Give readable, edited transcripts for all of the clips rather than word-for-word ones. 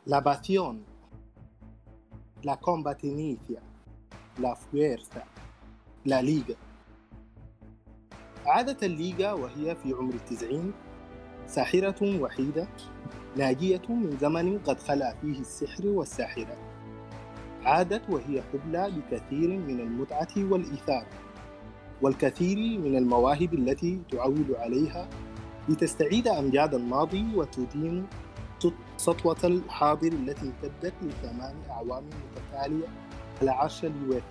La pasión, la competencia, la fuerza, la liga. عادت الليغا وهي في عمر 90 ساحرة وحيدة ناجية من زمن قد خلا فيه السحر والساحرات. عادت وهي حبلى بكثير من المتعة والإثارة والكثير من المواهب التي تعول عليها لتستعيد أمجاد الماضي وتدين سطوة الحاضر التي امتدت ل8 أعوام متتالية على عرش اليويفا.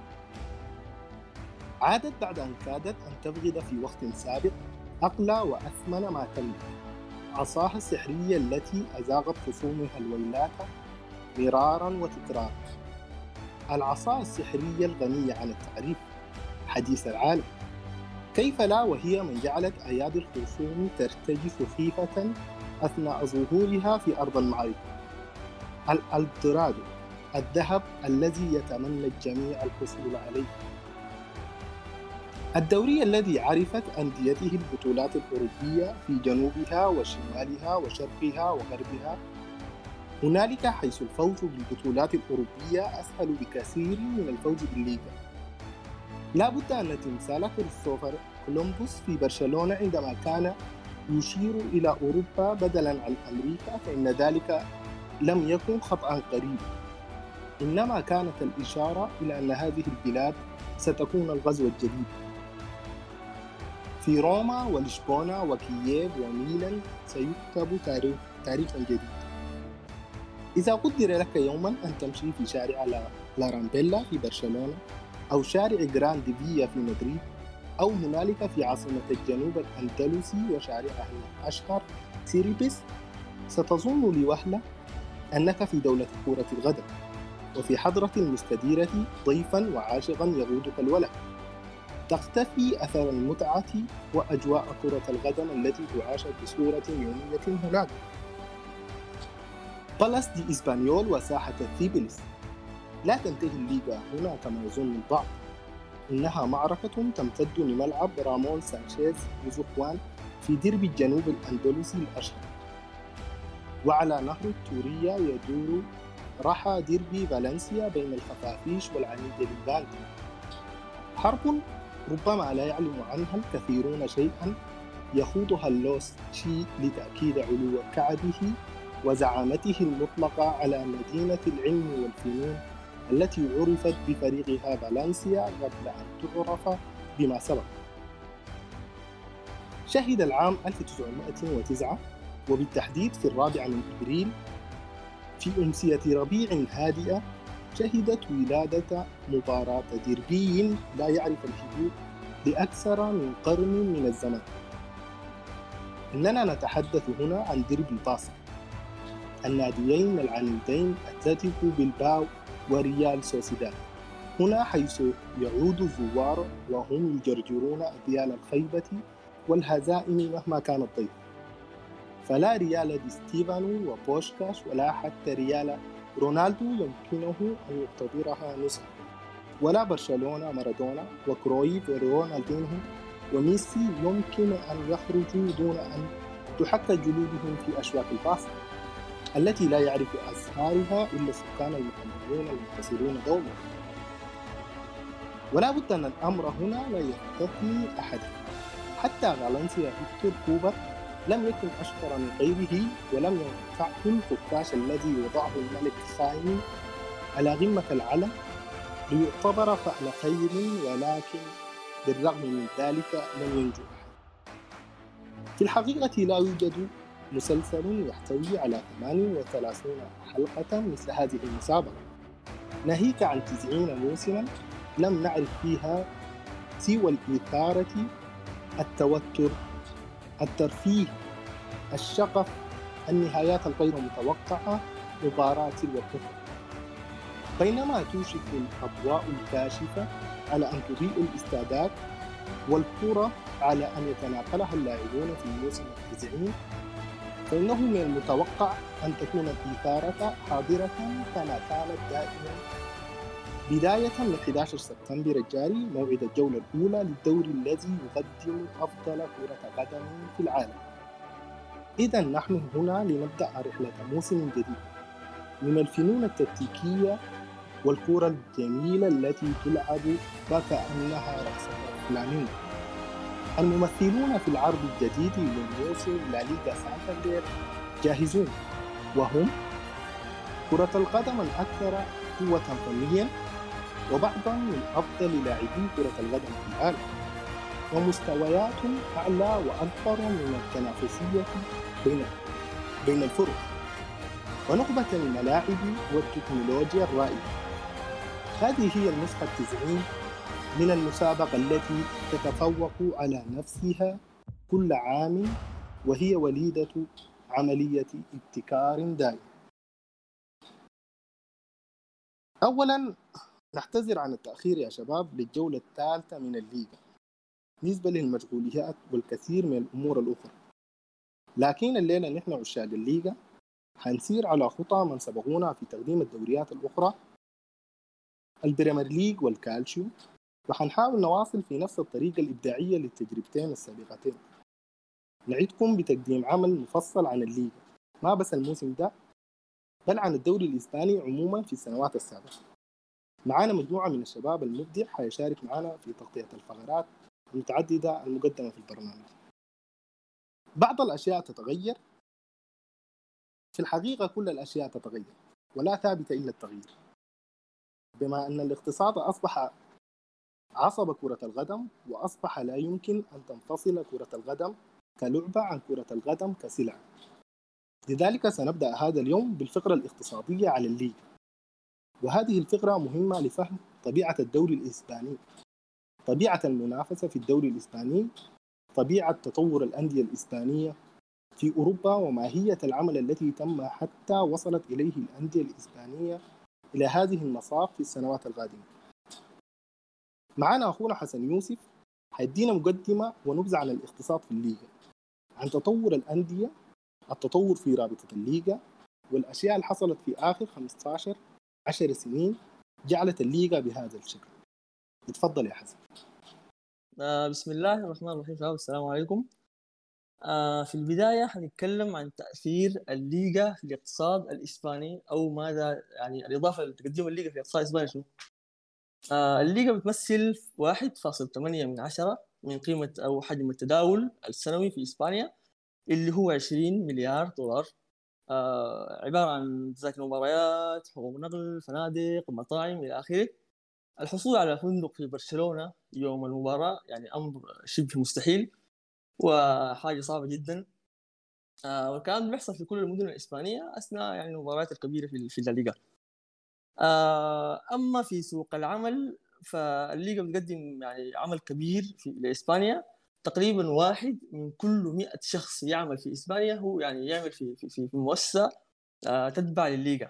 عادت بعد أن كادت أن تفقد في وقت سابق أقلى وأثمن ما تملك، عصاها السحرية التي أزاغت خصومها الويلات مرارا وتكرارا. العصا السحرية الغنية عن التعريف، حديث العالم، كيف لا وهي من جعلت أيادي الخصوم ترتجف خيفة أثناء ظهورها في أرض المعركة. الألدورادو، الذهب الذي يتمنى الجميع الحصول عليه. الدوري الذي عرفت أنديته البطولات الأوروبية في جنوبها وشمالها وشرقها وغربها، هنالك حيث الفوز بالبطولات الأوروبية أسهل بكثير من الفوز بالليغا. لا بد أن تمثال كريستوفر كولومبوس في برشلونة عندما كان يشير إلى أوروبا بدلاً عن أمريكا، فإن ذلك لم يكن خطأً قريباً، إنما كانت الإشارة إلى أن هذه البلاد ستكون الغزو الجديد. في روما ولشبونة وكييف وميلان سيكتب تاريخ جديد. إذا قدر لك يوماً أن تمشي في شارع لارامبيلا في برشلونة أو شارع جراند فيا في مدريد أو هنالك في عاصمة الجنوب الأندلسي وشارعها الأشهر سيريبس، ستظن لوهلة أنك في دولة كرة القدم وفي حضرة المستديرة ضيفاً وعاشقاً يغودك الولد. تختفي أثر المتعة وأجواء كرة القدم التي تعاش بصورة يومية هناك. بالاس دي إسبانيول وساحة الثيبلس. لا تنتهي الليغا هنا كما يظن البعض، إنها معركة تمتد لملعب رامون سانشيز يزوكوان في درب الجنوب الأندلسي الأشهر، وعلى نهر التورية يدور رحى درب فالنسيا بين الخفافيش والعنيد ليفانتي. حرب ربما لا يعلم عنها الكثيرون شيئا يخوضها اللوس تشي لتأكيد علو كعبه وزعامته المطلقة على مدينة العلم والفنون التي عرفت بفريقها فالنسيا قبل أن تعرف بما سبق. شهد العام 1909 وبالتحديد في 4 من إبريل في أمسية ربيع هادئة، شهدت ولادة مباراة ديربي لا يعرف الهدوء لأكثر من قرن من الزمن. إننا نتحدث هنا عن ديربي الباسك، الناديين العنيدين أتلتيكو بلباو وريال سوسيداد. هنا حيث يعود الزوار وهم يجرجرون أذيال الخيبة والهزائم مهما كان الضيف، فلا ريال دي ستيفانو وبوشكاش ولا حتى ريال رونالدو يمكنه أن يختبرها نزهة، ولا برشلونة مارادونا وكرويف ورونالدينهو وميسي يمكن أن يخرجوا دون أن تحك جلودهم في أشواك الباسك التي لا يعرف أزهارها إلا السكان المحليون المنتصرون دوما. ولا بد أن الأمر هنا لا يستثني أحد، حتى فالنسيا هيكتور كوبر لم يكن أشطر من غيره، ولم ينفعه الخفاش الذي وضعه الملك خايم على قمة العلم ليعتبر فأل خير، ولكن بالرغم من ذلك لم ينجح. في الحقيقة لا يوجد مسلسل يحتوي على 38 حلقة مثل هذه المسابقة، ناهيك عن 90 موسما لم نعرف فيها سوى الإثارة، التوتر، الترفيه، الشغف، النهايات الغير متوقعة، مباراة الوقت. بينما توشك الأضواء الكاشفة على أن تضيء الاستادات والكرة على أن يتناقلها اللاعبون في الموسم 90، فإنه من المتوقع أن تكون الإثارة حاضرة كما كانت دائما بداية من 11 سبتمبر الجاري، موعد الجولة الأولى للدوري الذي يقدم أفضل كرة قدم في العالم. إذن نحن هنا لنبدأ رحلة موسم جديد، من الفنون التكتيكية والكرة الجميلة التي تلعب وكأنها رقصة فلامينغو. الممثلون في العرض الجديد لموسم لا ليغا سانتاندير جاهزون، وهم كرة القدم الأكثر قوة فنيا، وبعضا من أفضل لاعبي كرة القدم في العالم، ومستويات أعلى وأكبر من التنافسية بين الفرق، ونخبة الملاعب والتكنولوجيا الرائدة. هذه هي النسخة 90 من المسابقة التي تتفوق على نفسها كل عام، وهي وليدة عملية ابتكار دائم. أولاً نعتذر عن التأخير يا شباب للجولة الثالثة من الليغا بالنسبة للمشغوليات والكثير من الأمور الأخرى، لكن الليلة نحن عشاق الليغا حنسير على خطى من سبقونا في تقديم الدوريات الأخرى البريمير ليج والكالشيو، وحنحاول نواصل في نفس الطريقة الإبداعية للتجربتين السابقتين. نعدكم بتقديم عمل مفصل عن الليغا، ما بس الموسم ده بل عن الدوري الإسباني عموما في السنوات السابقة. معانا مجموعة من الشباب المبدع حيشارك معنا في تغطية الفقرات المتعددة المقدمة في البرنامج. بعض الأشياء تتغير، في الحقيقة كل الأشياء تتغير ولا ثابت إلا التغيير، بما أن الاقتصاد أصبح عصب كرة القدم، وأصبح لا يمكن أن تنفصل كرة القدم كلعبة عن كرة القدم كسلعة. لذلك سنبدأ هذا اليوم بالفقرة الاقتصادية على الليغا، وهذه الفقرة مهمة لفهم طبيعة الدوري الإسباني، طبيعة المنافسة في الدوري الإسباني، طبيعة تطور الأندية الإسبانية في أوروبا، وماهية العمل التي تم حتى وصلت إليه الأندية الإسبانية إلى هذه المصاف في السنوات القادمة. معنا أخونا حسن يوسف حيدينا مقدمة ونبذة عن الاقتصاد في الليغا، عن تطور الأندية، التطور في رابطة الليغا، والأشياء اللي حصلت في آخر 15-10 سنين جعلت الليغا بهذا الشكل. اتفضل يا حسن. بسم الله الرحمن الرحيم. السلام عليكم. في البداية حنتكلم عن تأثير الليغا في الاقتصاد الإسباني، أو ماذا يعني الإضافة اللي تقدمها الليغا في الاقتصاد الإسباني شنو. الليغا بتمثل 1.8 من 10 من قيمة أو حجم التداول السنوي في إسبانيا، اللي هو 20 مليار دولار. عبارة عن تذاكر مباريات، حقوق نقل، فنادق، مطاعم إلى آخره. الحصول على فندق في برشلونة يوم المباراة يعني أمر شبه مستحيل وحاجة صعبة جدا. والكلام بيحصل في كل المدن الإسبانية أثناء يعني المباريات الكبيرة في الليغا. أما في سوق العمل فالليغا بتقدم يعني عمل كبير في لإسبانيا. تقريبا 1 من كل 100 شخص يعمل في إسبانيا هو يعني يعمل في مؤسسة تتبع للليغا.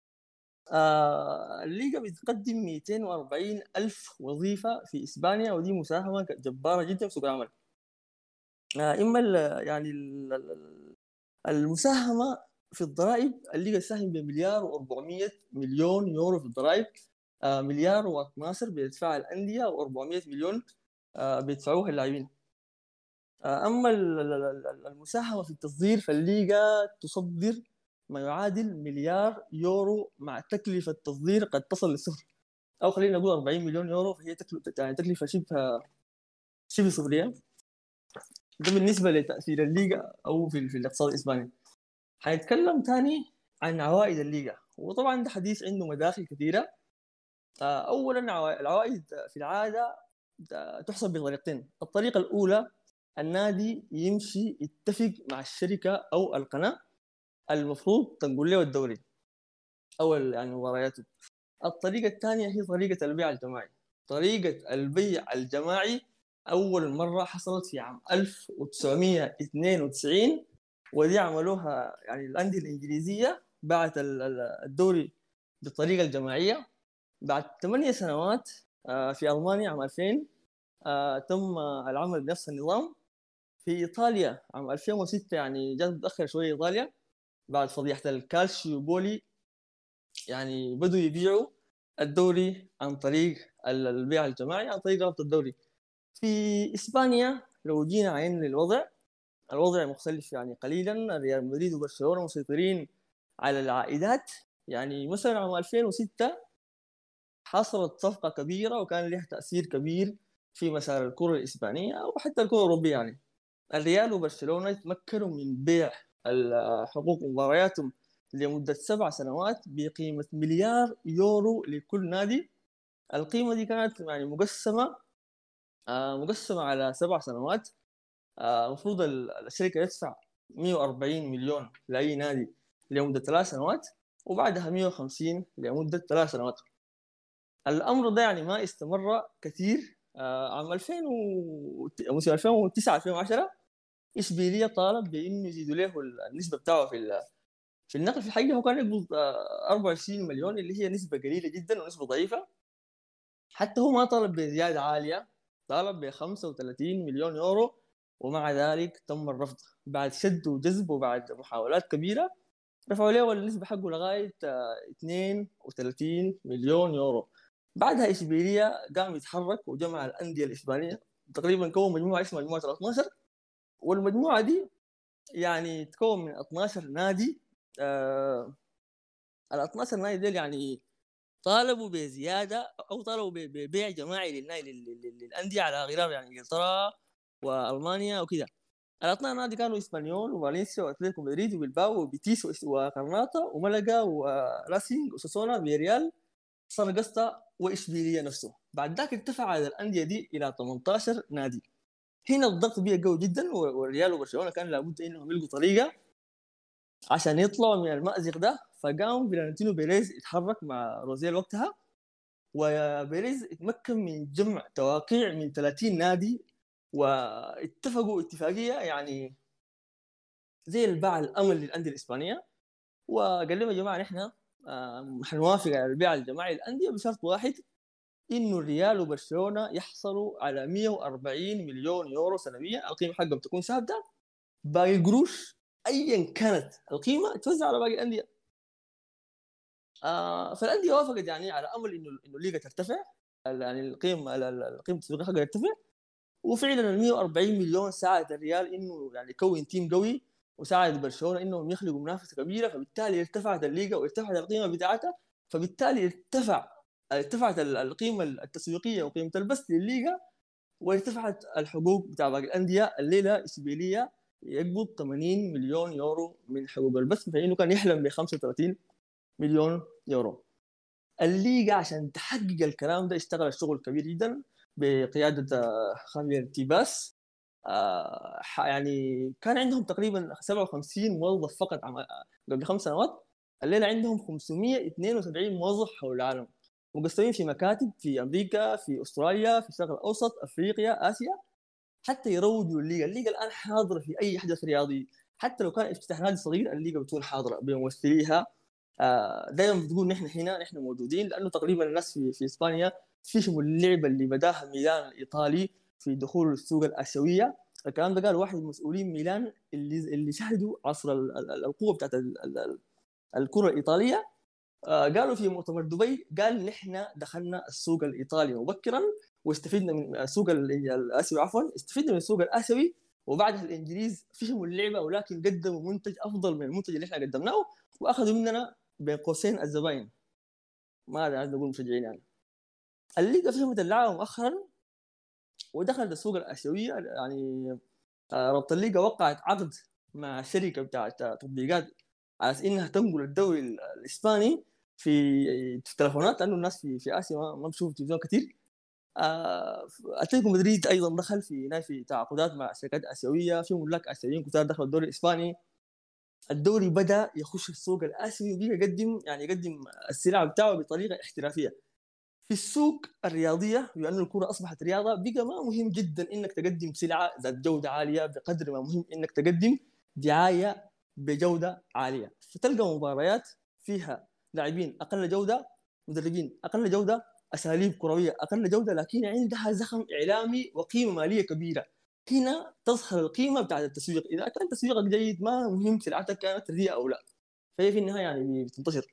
الليغا بتقدم 240 ألف وظيفة في إسبانيا، ودي مساهمة جبارة جدا في سوق العمل. إما يعني المساهمة في الضرائب، الليغا تساهم بمليار و400 مليون يورو في الضرائب. مليار و12 بيدفعها الأندية، و400 مليون بيدفعوها اللاعبين. أما المساهمة في التصدير فالليغا تصدر ما يعادل مليار يورو، مع تكلفة تصدير قد تصل للصفر، أو خلينا نقول 40 مليون يورو، فهي تكلفة شبه صفرية. ده بالنسبة لتأثير الليغا أو في الاقتصاد الإسباني. حنتكلم تاني عن عوائد الليغا، وطبعا ده حديث عنده مداخل كثيرة. أولا العوائد في العادة تحسب بطريقتين. الطريقة الأولى النادي يمشي يتفق مع الشركة أو القناة المفروض تنقل له الدوري أو يعني مبارياته. الطريقة الثانية هي طريقة البيع الجماعي. طريقة البيع الجماعي أول مرة حصلت في عام 1992، ودي عملوها يعني الأندية الإنجليزية باعت الدوري بالطريقة الجماعية. بعد 8 سنوات في ألمانيا عام 2000 تم العمل بنفس النظام. في إيطاليا عام 2006 يعني جات متأخر شوية إيطاليا بعد فضيحة الكالشيو بولي، يعني بدوا يبيعوا الدوري عن طريق البيع الجماعي، عن طريق رابطة الدوري. في إسبانيا لو جينا عين الوضع مختلف يعني قليلا. ريال مدريد وبرشلونة مسيطرين على العائدات يعني مثلا عام 2006 حصلت صفقة كبيرة وكان لها تأثير كبير في مسار الكرة الإسبانية وحتى الكرة الأوروبية. يعني الريال وبرشلونة تمكنوا من بيع حقوق مبارياتهم لمدة 7 سنوات بقيمة مليار يورو لكل نادي. القيمة دي كانت يعني مقسمة على 7 سنوات. المفروض الشركة يدفع 140 مليون لأي نادي لمدة 3 سنوات، وبعدها 150 لمدة 3 سنوات. الأمر ده يعني ما استمر كثير. عام 2000 موسم 2009 2010 إشبيلية طالب بإنه يزيدوا له النسبة بتاعه في النقل. في الحقيقة هو كان يقبض 24 مليون، اللي هي نسبة قليلة جدا ونسبة ضعيفة. حتى هو ما طالب بزيادة عالية، طالب ب 35 مليون يورو، ومع ذلك تم الرفض بعد شد وجذب وبعد محاولات كبيرة. رفعوا له النسبة حقه لغاية 32 مليون يورو. بعدها إشبيلية قام يتحرك وجمع الأندية الإسبانية، تقريبا كون مجموعة اسمها مجموعة ال 12. والمجموعة دي يعني تكون من 12 نادي. ال 12 نادي ديل يعني طالبوا بزياده او طالبوا ببيع جماعي للانديه على غرار يعني انجلترا والمانيا وكذا. الاثنين نادي كانوا اسبانيول وفالنسيا واتلتيكو مدريد وبلباو وبيتيس وكارناتا وملقا وراسينج وساسونا فيريال سارغاستا واشبيليه نفسه. بعد ذاك ارتفع عدد الانديه دي الى 18 نادي. هنا الضغط بيه قوي جدا، والريال وبرشلونه كان لابد انهم يلقوا طريقه عشان يطلعوا من المأزق ده. فقام فلورنتينو بيريز يتحرك مع روزيل وقتها، وبيريز اتمكن من جمع توقيع من 30 نادي، واتفقوا اتفاقيه يعني زي الباع الامن للانديه الاسبانيه. وقال لهم يا جماعه نحن حنوافق على البيع الجماعي للانديه بشرط واحد، انه الريال وبرشلونه يحصلوا على 140 مليون يورو سنويا، القيمه حقهم تكون ثابته، باقي القروش ايا كانت القيمه توزع على باقي الانديه. فالانديه وافقت يعني على امل انه الليغا ترتفع، يعني القيمه التسويقيه حقها يرتفع. وفعلا ال 140 مليون ساعد الريال انه يعني يكون تيم قوي، وساعد برشلونه انهم يخلقوا منافسه كبيره، فبالتالي ارتفعت الليغا وارتفعت القيمه بتاعتها. فبالتالي ارتفعت القيمه التسويقيه وقيمه البث للليغا، وارتفعت الحقوق بتاع باقي الانديه. الليله اشبيليه يقبض 80 مليون يورو من حقوق البث، فانه كان يحلم ب 35 مليون يورو. الليغا عشان تحقق الكلام ده اشتغل الشغل كبير جدا بقياده خافير تيباس. يعني كان عندهم تقريبا 57 موظف فقط قبل 5 سنوات. الليله عندهم 572 موظف حول العالم، مقسمين في مكاتب في امريكا، في استراليا، في الشرق الاوسط، افريقيا، اسيا، حتى يروجوا الليغا. الليغا الان حاضره في اي حدث رياضي، حتى لو كان افتتاح نادي صغير الليغا بتكون حاضره بممثليها. دائما بتقول نحن هنا، نحن موجودين، لانه تقريبا الناس في اسبانيا فيهم اللعبه اللي بداها ميلان الايطالي في دخول السوق الاسيويه. الكلام ده قال واحد من مسؤولين ميلان اللي شهدوا عصر القوه بتاعت الكره الايطاليه. قالوا في مؤتمر دبي، قال نحن دخلنا السوق الايطالي مبكرا واستفدنا من السوق الاسيوي، عفوا استفدنا من السوق الاسيوي، وبعدها الانجليز فهموا اللعبه ولكن قدموا منتج افضل من المنتج اللي احنا قدمناه، واخذوا مننا بين قوسين الزباين، ما عايز نقول مشجعين يعني. الليغا فهمت اللعبه مؤخرا ودخلت السوق الاسيويه. يعني رابطه الليغا وقعت عقد مع شركه بتاعت تطبيقات على اساس انها تنقل الدوري الاسباني في التلفونات، لانه الناس في اسيا ما بيشوفوا تلفزيون كثير. اتلتيكو مدريد ايضا دخل في تعاقدات مع شركات اسيويه، في ملاك اسيويين كثار دخلوا الدوري الاسباني. الدوري بدا يخش السوق الاسيوي وبقى يقدم السلع بتاعه بطريقه احترافيه. في السوق الرياضيه، لانه الكره اصبحت رياضه، بقى ما مهم جدا انك تقدم سلعه ذات جوده عاليه بقدر ما مهم انك تقدم دعايه بجوده عاليه. فتلقى مباريات فيها لاعبين اقل جوده، مدربين اقل جوده، اساليب كرويه اقل جوده، لكن عندها زخم اعلامي وقيمه ماليه كبيره. هنا تظهر القيمه بتاعت التسويق. اذا كان تسويقك جيد ما مهم سلعتك كانت رديئه او لا، فهي في النهايه يعني بتنتشر.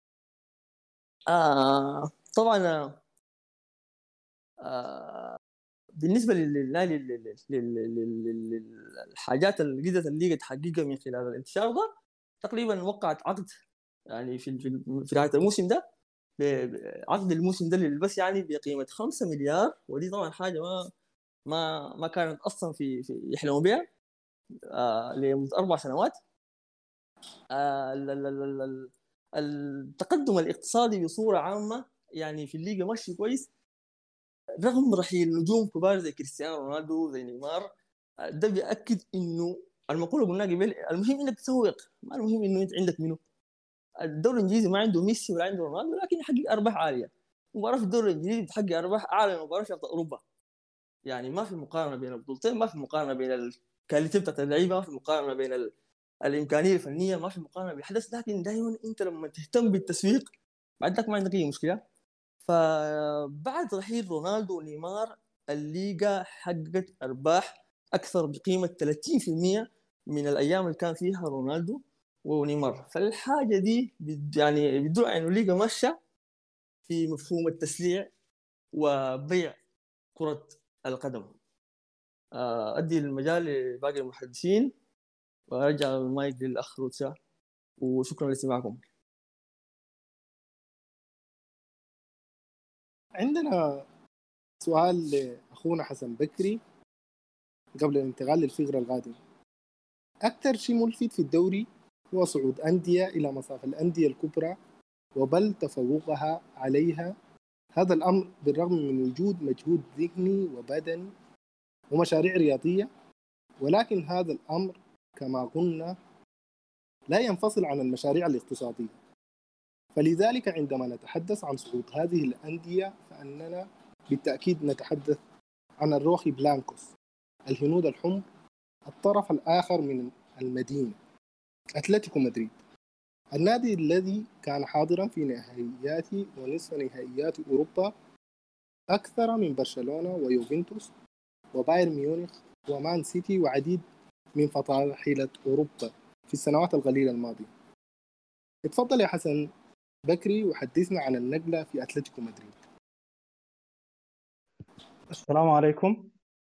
طبعا بالنسبه للحاجات اللي قدرت الليغا تحققها من خلال الانتشار ده، تقريبا وقعت عقد يعني في نهايه الموسم ده، عقد الموسم ده للبس يعني بقيمه 5 مليار، ودي طبعا حاجه ما كانت اصلا في يحلموا بها لمده 4 سنوات. التقدم الاقتصادي بصوره عامه يعني في الليجا ماشي كويس، رغم رحيل نجوم كبار زي كريستيانو رونالدو زي نيمار. ده بيأكد انه المقوله قلنا قبل، المهم انك تسوق، ما المهم انه انت عندك منه. الدوري الانجليزي ما عنده ميسي ولا عنده رونالدو، لكن يحقق ارباح عاليه. مباراه في الدوري الانجليزي بتحقق ارباح اعلى من مباراه في ابطال اوروبا. يعني ما في مقارنه بين البطولتين، ما في مقارنه بين الكاليتي بتاعت اللعيبه، ما في مقارنه بين الامكانيه الفنيه، ما في مقارنه بالحدث. لكن دائما انت لما تهتم بالتسويق بعد ما عندك اي مشكله. فبعد رحيل رونالدو ونيمار، الليغا حققت ارباح اكثر بقيمه 30% من الايام اللي كان فيها رونالدو ونيمار. فالحاجه دي يعني بتدل على انه الليغا ماشيه في مفهوم التسليع وبيع كره القدم. ادي المجال لباقي المحدثين وارجع المايك للاخ روتشا، وشكرا لاستماعكم. عندنا سؤال لأخونا حسن بكري قبل الانتقال للفقرة القادمة. أكثر شيء ملفت في الدوري هو صعود أندية إلى مصاف الأندية الكبرى وبل تفوقها عليها. هذا الأمر بالرغم من وجود مجهود ذهني وبدني ومشاريع رياضية، ولكن هذا الأمر كما قلنا لا ينفصل عن المشاريع الاقتصادية. فلذلك عندما نتحدث عن صعود هذه الأندية فإننا بالتأكيد نتحدث عن الروخي بلانكوس، الهنود الحمر، الطرف الآخر من المدينة، أتلتيكو مدريد، النادي الذي كان حاضرا في نهائيات ونصف نهائيات أوروبا أكثر من برشلونة ويوفنتوس وبايرن ميونخ ومان سيتي وعديد من فطاحلة أوروبا في السنوات القليلة الماضية. اتفضل يا حسن بكري وحدثنا عن النقلة في أتلتيكو مدريد. السلام عليكم.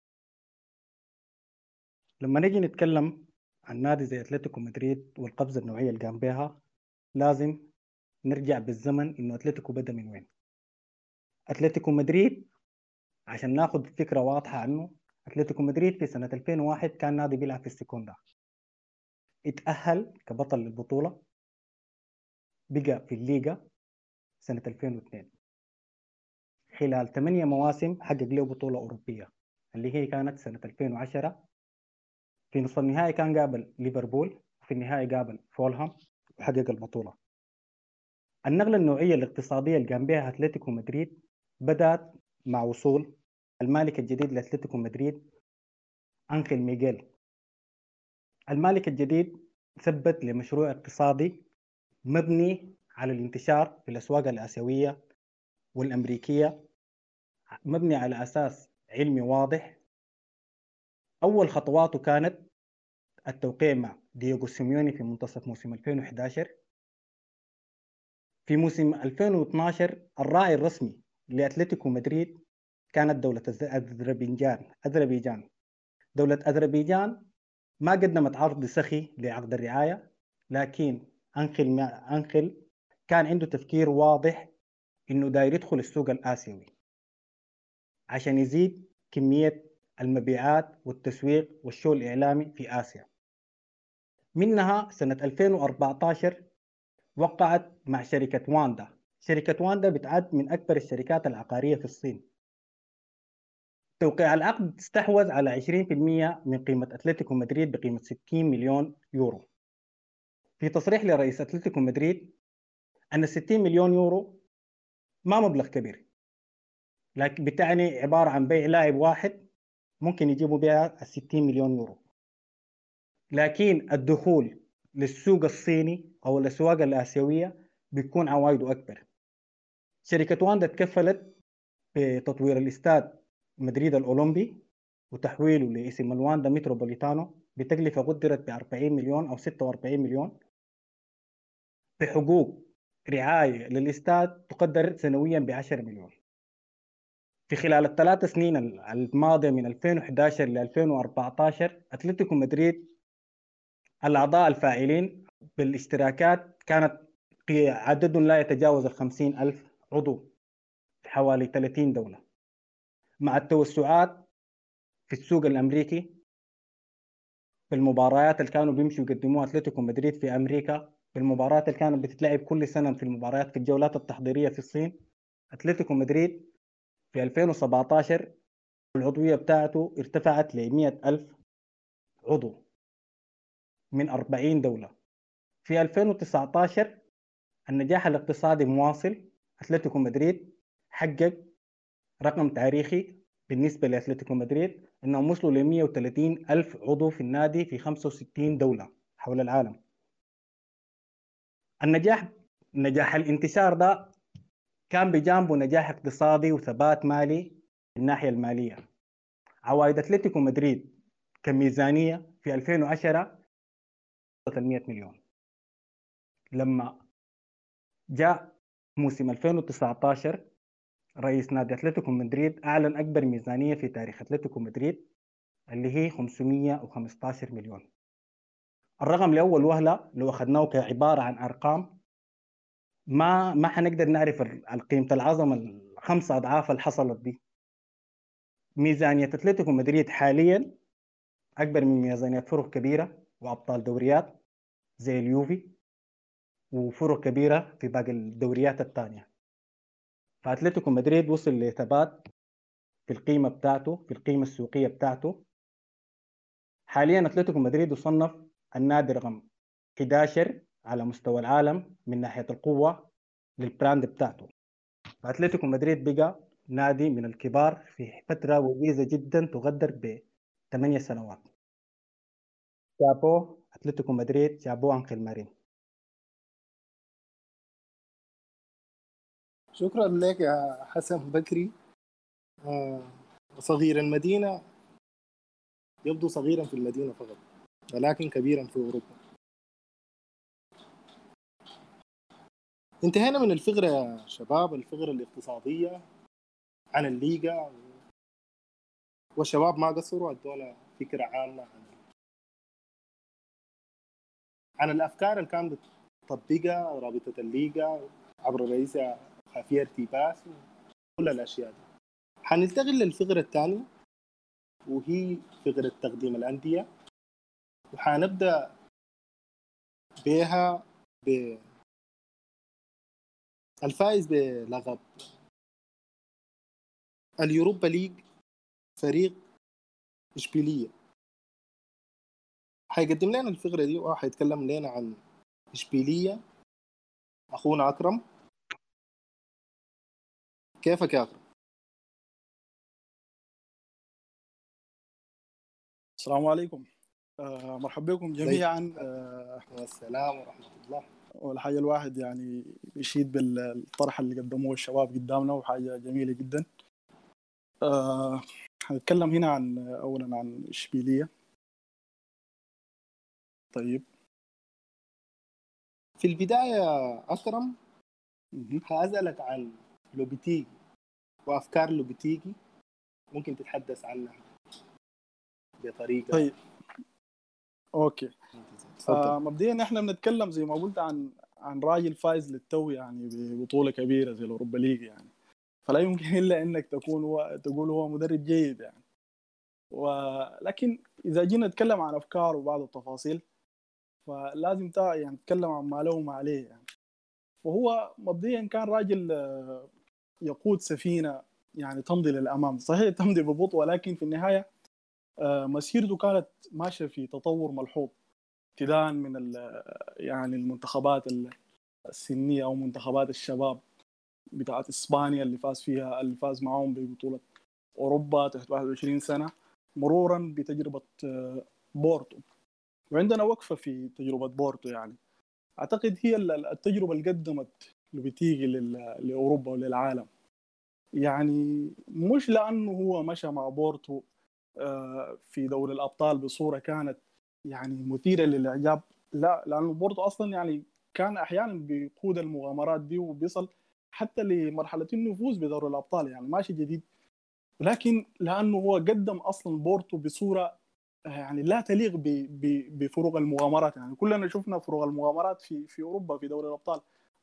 لما نيجي نتكلم عن نادي زي أتلتيكو مدريد والقفزة النوعية اللي قام بها، لازم نرجع بالزمن إنه أتلتيكو بدأ من وين. أتلتيكو مدريد عشان ناخد فكرة واضحة عنه، أتلتيكو مدريد في سنة 2001 كان نادي بيلعب في السكوندا، اتأهل كبطل للبطولة، بقى في الليغا سنة 2002. خلال 8 مواسم حقق له بطولة أوروبية اللي هي كانت سنة 2010. في نصف النهائي كان قابل ليفربول، وفي النهائي قابل فولهام وحقق البطولة. النقلة النوعية الاقتصادية اللي قام بها أتلتيكو مدريد بدأت مع وصول المالك الجديد لأتلتيكو مدريد أنخيل ميغيل. المالك الجديد ثبت لمشروع اقتصادي مبني على الانتشار في الأسواق الآسيوية والأمريكية، مبني على أساس علمي واضح. أول خطواته كانت التوقيع مع دييغو سيميوني في منتصف موسم 2011. في موسم 2012 الراعي الرسمي لأتلتيكو مدريد كانت دولة أذربيجان. دولة أذربيجان ما قدمت عرض سخي لعقد الرعاية، لكن أنخل كان عنده تفكير واضح إنه داير يدخل السوق الآسيوي عشان يزيد كمية المبيعات والتسويق والشغل الإعلامي في آسيا. منها سنة 2014 وقعت مع شركة واندا. شركة واندا بتعد من أكبر الشركات العقارية في الصين. توقيع العقد استحوذ على 20% من قيمة أتلتيكو مدريد بقيمة 60 مليون يورو. في تصريح لرئيس أتلتيكو مدريد أن 60 مليون يورو ما مبلغ كبير، لكن بتعني عبارة عن بيع لاعب واحد ممكن يجيبوا بها 60 مليون يورو. لكن الدخول للسوق الصيني أو الأسواق الآسيوية بيكون عوائده أكبر. شركة واندا تكفلت بتطوير الاستاد مدريد الأولمبي وتحويله لاسم الواندا متروبوليتانو بتكلفة قدرت ب 40 مليون أو 46 مليون، بحقوق رعاية للاستاد تقدر سنويا ب 10 مليون. في خلال ال3 سنين الماضية من 2011 ل 2014 أتلتيكو مدريد الأعضاء الفاعلين بالاشتراكات كانت عددهم لا يتجاوز 50,000 عضو في حوالي 30 دولة، مع التوسعات في السوق الأمريكي. في المباريات اللي كانوا بيمشوا يقدموها أتلتيكو مدريد في أمريكا، في المباريات اللي كانت بتتلعب كل سنة، في المباريات في الجولات التحضيرية في الصين، أتلتيكو مدريد في 2017 العضوية بتاعته ارتفعت ل 100,000 عضو من 40 دولة. في 2019 النجاح الاقتصادي مواصل. أتلتيكو مدريد حقق رقم تاريخي بالنسبة لأتلتيكو مدريد، إنهم وصلوا ل 130 ألف عضو في النادي في 65 دولة حول العالم. نجاح الانتشار ده كان بجانبه نجاح اقتصادي وثبات مالي في الناحية المالية. عوائد أتلتيكو مدريد كميزانية في 2010 100 مليون. لما جاء موسم 2019 رئيس نادي أتلتيكو مدريد أعلن أكبر ميزانية في تاريخ أتلتيكو مدريد اللي هي 515 مليون. الرقم لأول وهلة لو أخذناه كعبارة عن أرقام ما حنقدر نعرف القيمة العظمة الخمسة أضعاف اللي حصلت دي. ميزانية أتلتيكو مدريد حاليا أكبر من ميزانية فرق كبيرة وأبطال دوريات زي اليوفي وفرق كبيرة في باقي الدوريات الثانية. فأتلتيكو مدريد وصل لثبات في القيمة بتاعته، في القيمة السوقية بتاعته. حاليا أتلتيكو مدريد يصنف النادي رقم 11 على مستوى العالم من ناحية القوة للبراند بتاعته. فأتلتيكو مدريد بقى نادي من الكبار في فترة وجيزة جدا تقدر ب8 سنوات. شابو أتلتيكو مدريد، شابو أنخيل مارين. شكرا لك يا حسن بكري. صغير المدينة يبدو صغيرا في المدينة فقط، ولكن كبيرا في أوروبا. انتهينا من الفقرة يا شباب، الفقرة الاقتصادية عن الليغا، والشباب ما قصروا ادونا فكرة عامة عن الأفكار اللي كانت بتطبقها رابطة الليغا عبر رئيسها خافير تيباس وكل الأشياء دي. حننتقل للفقرة الثانية وهي فقرة تقديم الأندية، وحنبدأ بها بالفائز بلقب اليوروبا ليج فريق إشبيلية. حيقدم لنا الفقرة دي وحيتكلم لنا عن إشبيلية أخونا أكرم. كيفك يا أكرم؟ السلام عليكم. مرحبا بكم جميعا. والسلام ورحمة الله. والحاجة الواحد يعني يشيد بالطرح اللي قدموه الشباب قدامنا، وحاجة جميلة جدا. هنتكلم هنا أولا عن إشبيلية. طيب، في البداية أكرم هأسألك عن لوبيتيجي وأفكار لوبيتيجي، ممكن تتحدث عنها بطريقة. طيب، أوكي. تفضل. مبدئيا احنا بنتكلم زي ما قلت عن راجل فايز للتو يعني ببطولة كبيرة زي الأوروبا ليج يعني، فلا يمكن إلا إنك تقول هو مدرب جيد يعني. ولكن إذا جينا نتكلم عن أفكار وبعض التفاصيل، فلازم يعني نتكلم عن ما له وما عليه يعني. وهو مبدئيا كان راجل يقود سفينة يعني تمضي للأمام، صحيح تمضي ببطء، ولكن في النهاية مسيرته كانت ماشية في تطور ملحوظ، ابتداء من يعني المنتخبات السنية أو منتخبات الشباب بتاعت إسبانيا اللي فاز معهم ببطولة أوروبا تحت 21 سنة، مرورا بتجربة بورتو. وعندنا وقفة في تجربة بورتو يعني أعتقد هي التجربة اللي قدمت لوبيتيجي لأوروبا وللعالم يعني، مش لأنه هو مشى مع بورتو في دوري الأبطال بصورة كانت يعني مثيرة للإعجاب، لا، لأنه بورتو أصلا يعني كان أحيانا بيقود المغامرات دي وبيصل حتى لمرحلة النفوذ بدوري الأبطال يعني ماشي جديد، لكن لأنه هو قدم أصلا بورتو بصورة يعني لا تليق بفروق المغامرات يعني. كلنا شفنا فروق المغامرات في أوروبا في دوري الأبطال،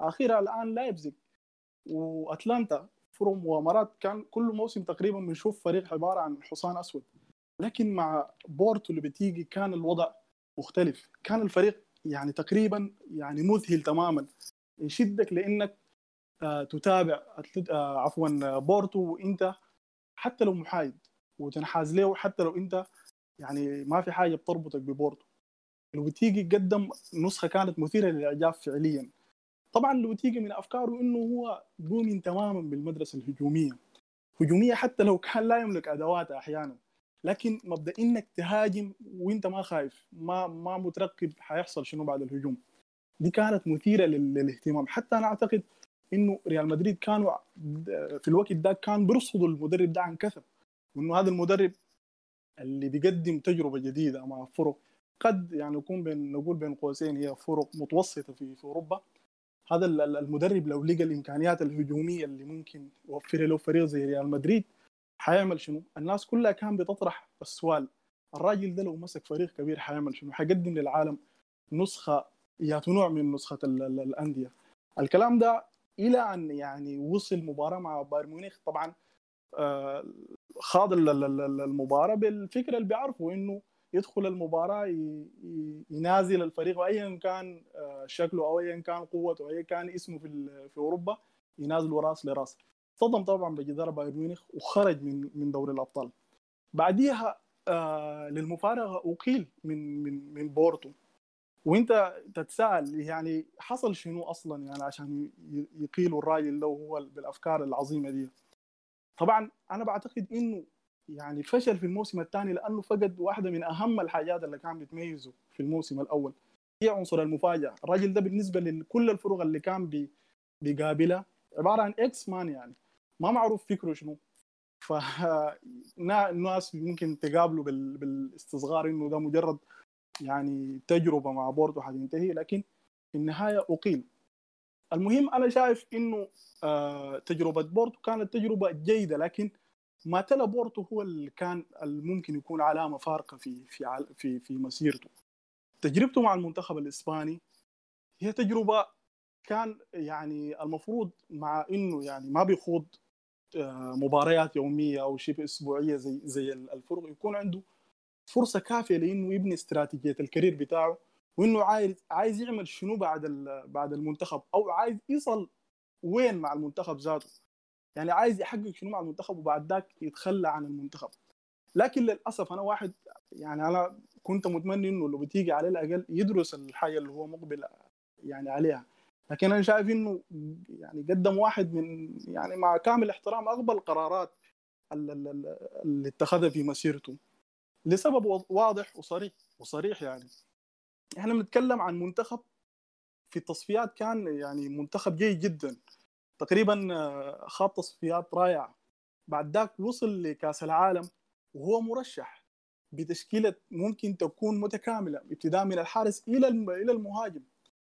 اخرها الان لايبزيج واتلانتا، فرق مغامرات كان كل موسم تقريبا بنشوف فريق عباره عن حصان اسود. لكن مع بورتو اللي بتيجي كان الوضع مختلف، كان الفريق يعني تقريبا يعني مذهل تماما، يشدك لانك تتابع عفوا بورتو وانت حتى لو محايد، وتنحاز له حتى لو انت يعني ما في حاجه بتربطك ببورتو. لو بتيجي قدم نسخه كانت مثيره للاعجاب فعليا. طبعا لو تيجي من افكاره انه هو مؤمن تماما بالمدرسه هجوميه حتى لو كان لا يملك ادواتها احيانا، لكن مبدا انك تهاجم وانت ما خايف، ما مترقب حيحصل شنو بعد الهجوم، دي كانت مثيره للاهتمام. حتى انا اعتقد انه ريال مدريد كانوا في الوقت ده كان بيرصدوا المدرب ده عن كثب، وانه هذا المدرب اللي بيقدم تجربه جديده مع فرق قد يعني يكون نقول بين قوسين هي فرق متوسطه في اوروبا. هذا المدرب لو لقى الامكانيات الهجوميه اللي ممكن يوفرها له فريق زي ريال مدريد حيعمل شنو؟ الناس كلها كان بتطرح السؤال، الراجل ده لو مسك فريق كبير حيعمل شنو؟ حيقدم للعالم نسخه نوع من نسخه الانديه. الكلام ده الى ان يعني وصل مباراه مع بايرن ميونخ. طبعا خاض المباراه بالفكره اللي بيعرفوا انه يدخل المباراه ينازل الفريق وايا كان شكله او ايا كان قوته او ايا كان اسمه في اوروبا، ينازله راس لراس. صدم طبعا بجدار بايرن ميونخ وخرج من دوري الابطال. بعديها للمفارقه اقيل من بورتو. وانت تتساءل يعني حصل شنو اصلا يعني عشان يقيلوا الراجل ده وهو بالافكار العظيمه دي. طبعا انا بعتقد انه يعني فشل في الموسم الثاني لانه فقد واحده من اهم الحاجات اللي كان بتميزه في الموسم الاول، هي عنصر المفاجاه. الراجل ده بالنسبه لكل الفرق اللي كان بيقابلها عباره عن اكس مان، يعني ما معروف فكره شنو. فالناس ممكن تقابله بالاستصغار انه ده مجرد يعني تجربه مع بورتو حتنتهي، لكن في النهايه اقيل. المهم انا شايف انه تجربه بورتو كانت تجربه جيده، لكن ما تلا بورتو هو اللي كان ممكن يكون علامه فارقه في مسيرته. تجربته مع المنتخب الاسباني هي تجربه كان يعني المفروض مع انه يعني ما بيخوض مباريات يوميه او شبه اسبوعيه زي الفرق، يكون عنده فرصه كافيه لانه يبني استراتيجيه الكارير بتاعه، وانه عايز يعمل شنو بعد المنتخب، او عايز يصل وين مع المنتخب ذاته، يعني عايز يحقق شنو مع المنتخب وبعد ذاك يتخلى عن المنتخب. لكن للاسف انا واحد يعني انا كنت متمني انه لو بتيجي على الاقل يدرس الحاجه اللي هو مقبل يعني عليها، لكن انا شايف انه يعني قدم واحد من يعني مع كامل احترام اغبى القرارات اللي اتخذها في مسيرته لسبب واضح وصريح. يعني احنا بنتكلم عن منتخب في التصفيات كان يعني منتخب جيد جدا، تقريبا خاض تصفيات رائعه، بعد ذاك وصل لكاس العالم وهو مرشح بتشكيله ممكن تكون متكامله ابتداء من الحارس الى المهاجم.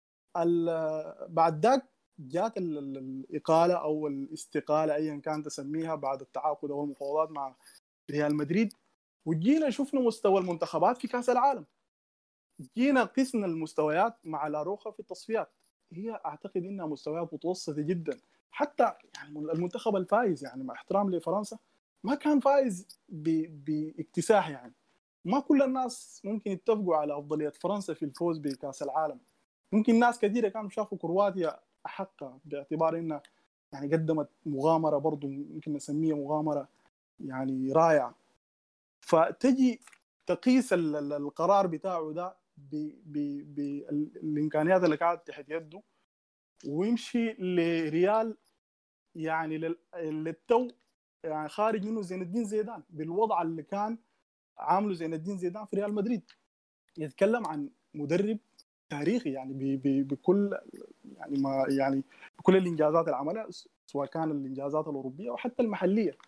بعد ذاك جات الاقاله او الاستقاله ايا كان تسميها بعد التعاقد او المفاوضات مع ريال مدريد، وجينا شفنا مستوى المنتخبات في كاس العالم، جينا قسنا المستويات مع لاروخا في التصفيات، هي اعتقد انها مستويات متوسطه جدا. حتى يعني المنتخب الفائز يعني مع احترام لفرنسا ما كان فائز باكتساح، يعني ما كل الناس ممكن يتفقوا على افضليه فرنسا في الفوز بكاس العالم. ممكن ناس كثيره كانوا شافوا كرواتيا احق باعتبار انها يعني قدمت مغامره، برضو ممكن نسميها مغامره يعني رائعه. فتجي تقيس القرار بتاعه ده بالامكانيات اللي كانت تحت يده ويمشي لريال يعني للتو يعني خارج منه زين الدين زيدان بالوضع اللي كان عامله زين الدين زيدان في ريال مدريد. يتكلم عن مدرب تاريخي يعني بكل يعني ما يعني بكل الانجازات اللي عملها، سواء كان الانجازات الاوروبيه او حتى المحليه.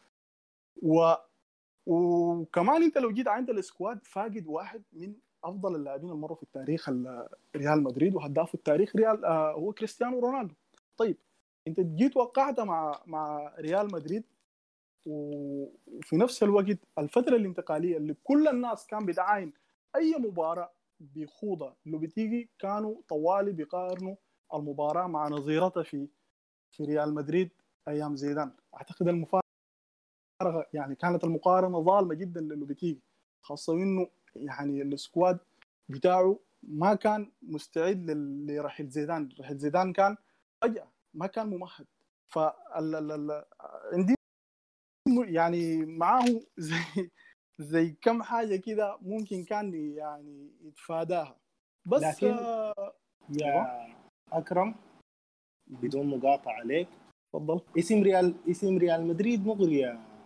وكمان انت لو جيت عند السكواد فاقد واحد من افضل اللاعبين اللي مروا في التاريخ ريال مدريد وهداف التاريخ ريال هو كريستيانو رونالدو. طيب انت جيت وقعت مع ريال مدريد، وفي نفس الوقت الفتره الانتقاليه اللي كل الناس كان بتعاين اي مباراه بيخوضها اللي بتيجي كانوا طوالي بيقارنوا المباراه مع نظيرتها في ريال مدريد ايام زيدان. اعتقد المفارقه يعني كانت المقارنه ظالمه جدا للوبيتيجي، خاصه انه يعني السكواد بتاعه ما كان مستعد لرحيل زيدان. رحيل زيدان كان فجأة ما كان ممهد. ف عندي يعني معاه زي كم حاجه كده ممكن كان يعني يتفاداها. بس لكن ايوه يا اكرم بدون مقاطعه عليك، تفضل. اسم ريال مدريد مغري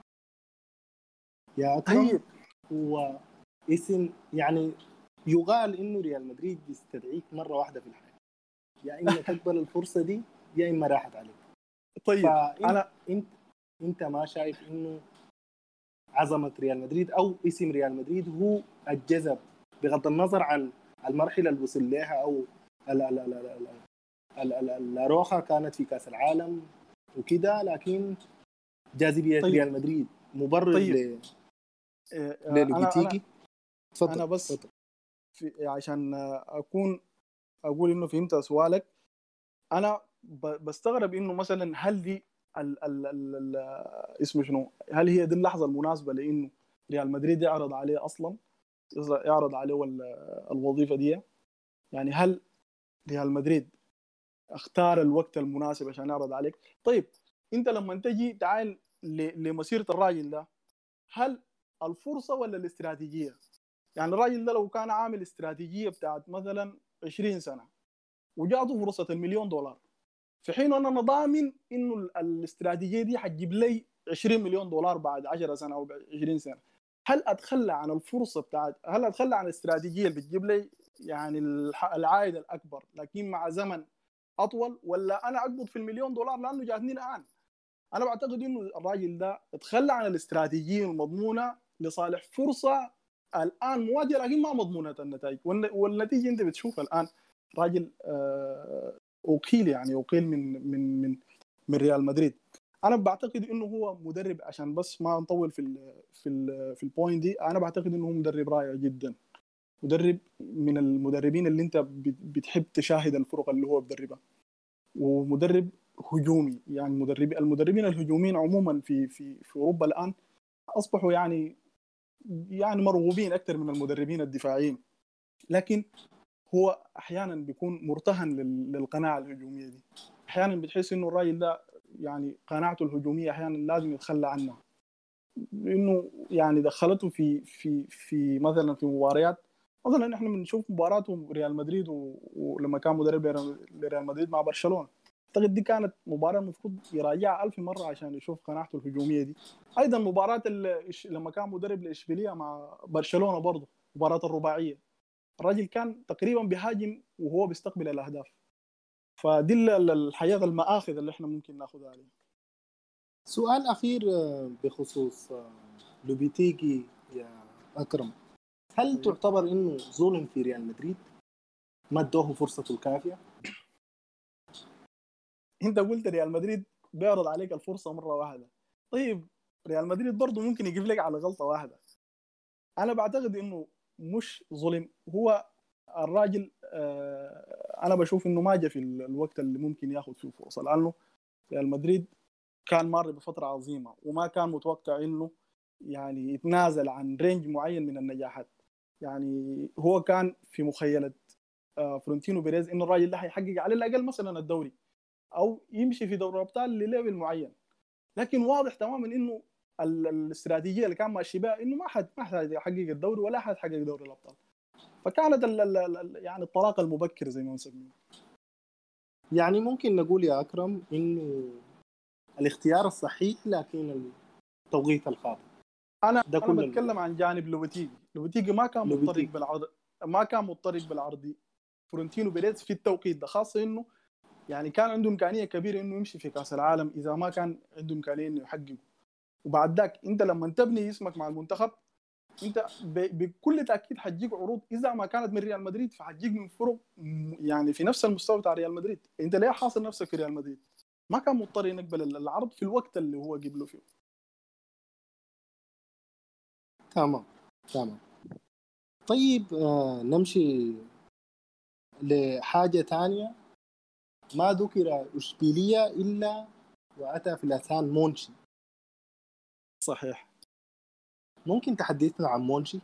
يا اكرم. طيب هو اسم يعني يقال انه ريال مدريد بيستدعيك مره واحده في الحياه، يا اما تقبل الفرصه دي يا اما راحت عليك. طيب فانت انا انت انت ما شايف انه عظمه ريال مدريد او اسم ريال مدريد هو الجذب، بغض النظر عن المرحله اللي وصل لها او الروخه كانت في كاس العالم وكده، لكن جاذبيه طيب ريال مدريد مبرر طيب انا للوبيتيجي؟ تفضل انا بس تفضل. عشان اقول انه فهمت سؤالك. انا بستغرب انه مثلا هل دي ال اسمه شنو، هل هي دي اللحظه المناسبه لانه ريال مدريد يعرض عليه اصلا، يعرض عليه الوظيفه دي؟ يعني هل ريال مدريد اختار الوقت المناسب عشان يعرض عليك؟ طيب انت لما تجي تعال لمسيره الراجل ده، هل الفرصه ولا الاستراتيجيه؟ يعني الراجل ده لو كان عامل استراتيجيه بتاعت مثلا 20 سنه وجاته فرصه المليون دولار، في حين انا ضامن انه الاستراتيجيه دي حتجيب لي 20 مليون دولار بعد 10 سنه او 20 سنه، هل اتخلى عن الفرصه بتاعت، هل اتخلى عن الاستراتيجيه اللي بتجيب لي يعني العائد الاكبر لكن مع زمن اطول، ولا انا اقبض في المليون دولار لانه جاتني الان؟ انا بعتقد انه الراجل ده اتخلى عن الاستراتيجيه المضمونه لصالح فرصه الان مواجهه لكن ما مضمونه النتائج، والنتيجه انت بتشوفها الان. راجل اقيل، يعني اقيل من ريال مدريد. انا بعتقد انه هو مدرب، عشان بس ما نطول في البوينت دي، انا بعتقد انه هو مدرب رائع جدا، مدرب من المدربين اللي انت بتحب تشاهد الفرق اللي هو بيدربها، ومدرب هجومي. يعني المدربين الهجوميين عموما في اوروبا الان اصبحوا يعني مرغوبين اكثر من المدربين الدفاعيين، لكن هو احيانا بيكون مرتهن للقناعه الهجوميه دي. احيانا بتحس انه الراجل ده يعني قناعته الهجوميه احيانا لازم يتخلى عنها، لانه يعني دخلته في مثلا في مباريات. مثلا احنا بنشوف مباراته ريال مدريد ولما كان مدرب لريال مدريد مع برشلونه، اعتقد دي كانت مباراه المفروض يراجعها 1000 مره عشان يشوف قناعته الهجوميه دي. ايضا مباراه لما كان مدرب لاشبيليه مع برشلونه برضه، مباراه الرباعيه، الراجل كان تقريبا بيهاجم وهو بيستقبل الاهداف. فدي الحياه المآخذ اللي احنا ممكن ناخذها عليه. سؤال اخير بخصوص لوبيتيجي يا اكرم، هل أيوه. تعتبر انه ظلم في ريال مدريد ما ادوه فرصته الكافيه؟ انت قلت ريال مدريد بيعرض عليك الفرصه مره واحده، طيب ريال مدريد برضه ممكن يجيب لك على غلطه واحده. انا بعتقد انه مش ظلم، هو الراجل انا بشوف انه ما جاء في الوقت اللي ممكن ياخذ فيه فرصه، لانه ريال مدريد كان مر بفتره عظيمه وما كان متوقع انه يعني يتنازل عن رينج معين من النجاحات. يعني هو كان في مخيله فلورنتينو بيريز انه الراجل ده حيحقق على الاقل مثلا الدوري او يمشي في دوري الابطال لليفل معين، لكن واضح تماما انه الاستراتيجيه اللي كان ماشي بها انه ما حد يحقق الدوري ولا حد يحقق دوري الابطال. فكانت يعني الطلاق المبكر زي ما نسميه. يعني ممكن نقول يا اكرم انه الاختيار الصحيح لكن التوقيت الخاطئ. ده انا كل بتكلم عن جانب لوبيتيجي ما كان مضطرق لوبيتيجي. بالعرض، ما كان مضطرق بالعرض فرونتينو بيريز في التوقيت ده، خاصه انه يعني كان عنده امكانيه كبيره انه يمشي في كاس العالم اذا ما كان عنده امكانيه انه يحققه. وبعد ذاك انت لما تبني اسمك مع المنتخب، انت بكل تاكيد حتجيك عروض، اذا ما كانت من ريال مدريد فحتجيك من فرق يعني في نفس المستوى بتاع ريال مدريد. انت ليه حاصر نفسك في ريال مدريد؟ ما كان مضطر يقبل العرض في الوقت اللي هو قبله فيه. تمام تمام. طيب نمشي لحاجة تانية ما ذكر إشبيلية إلا وأتى في الأذهان مونشي. صحيح. ممكن تحدثنا عن مونشي؟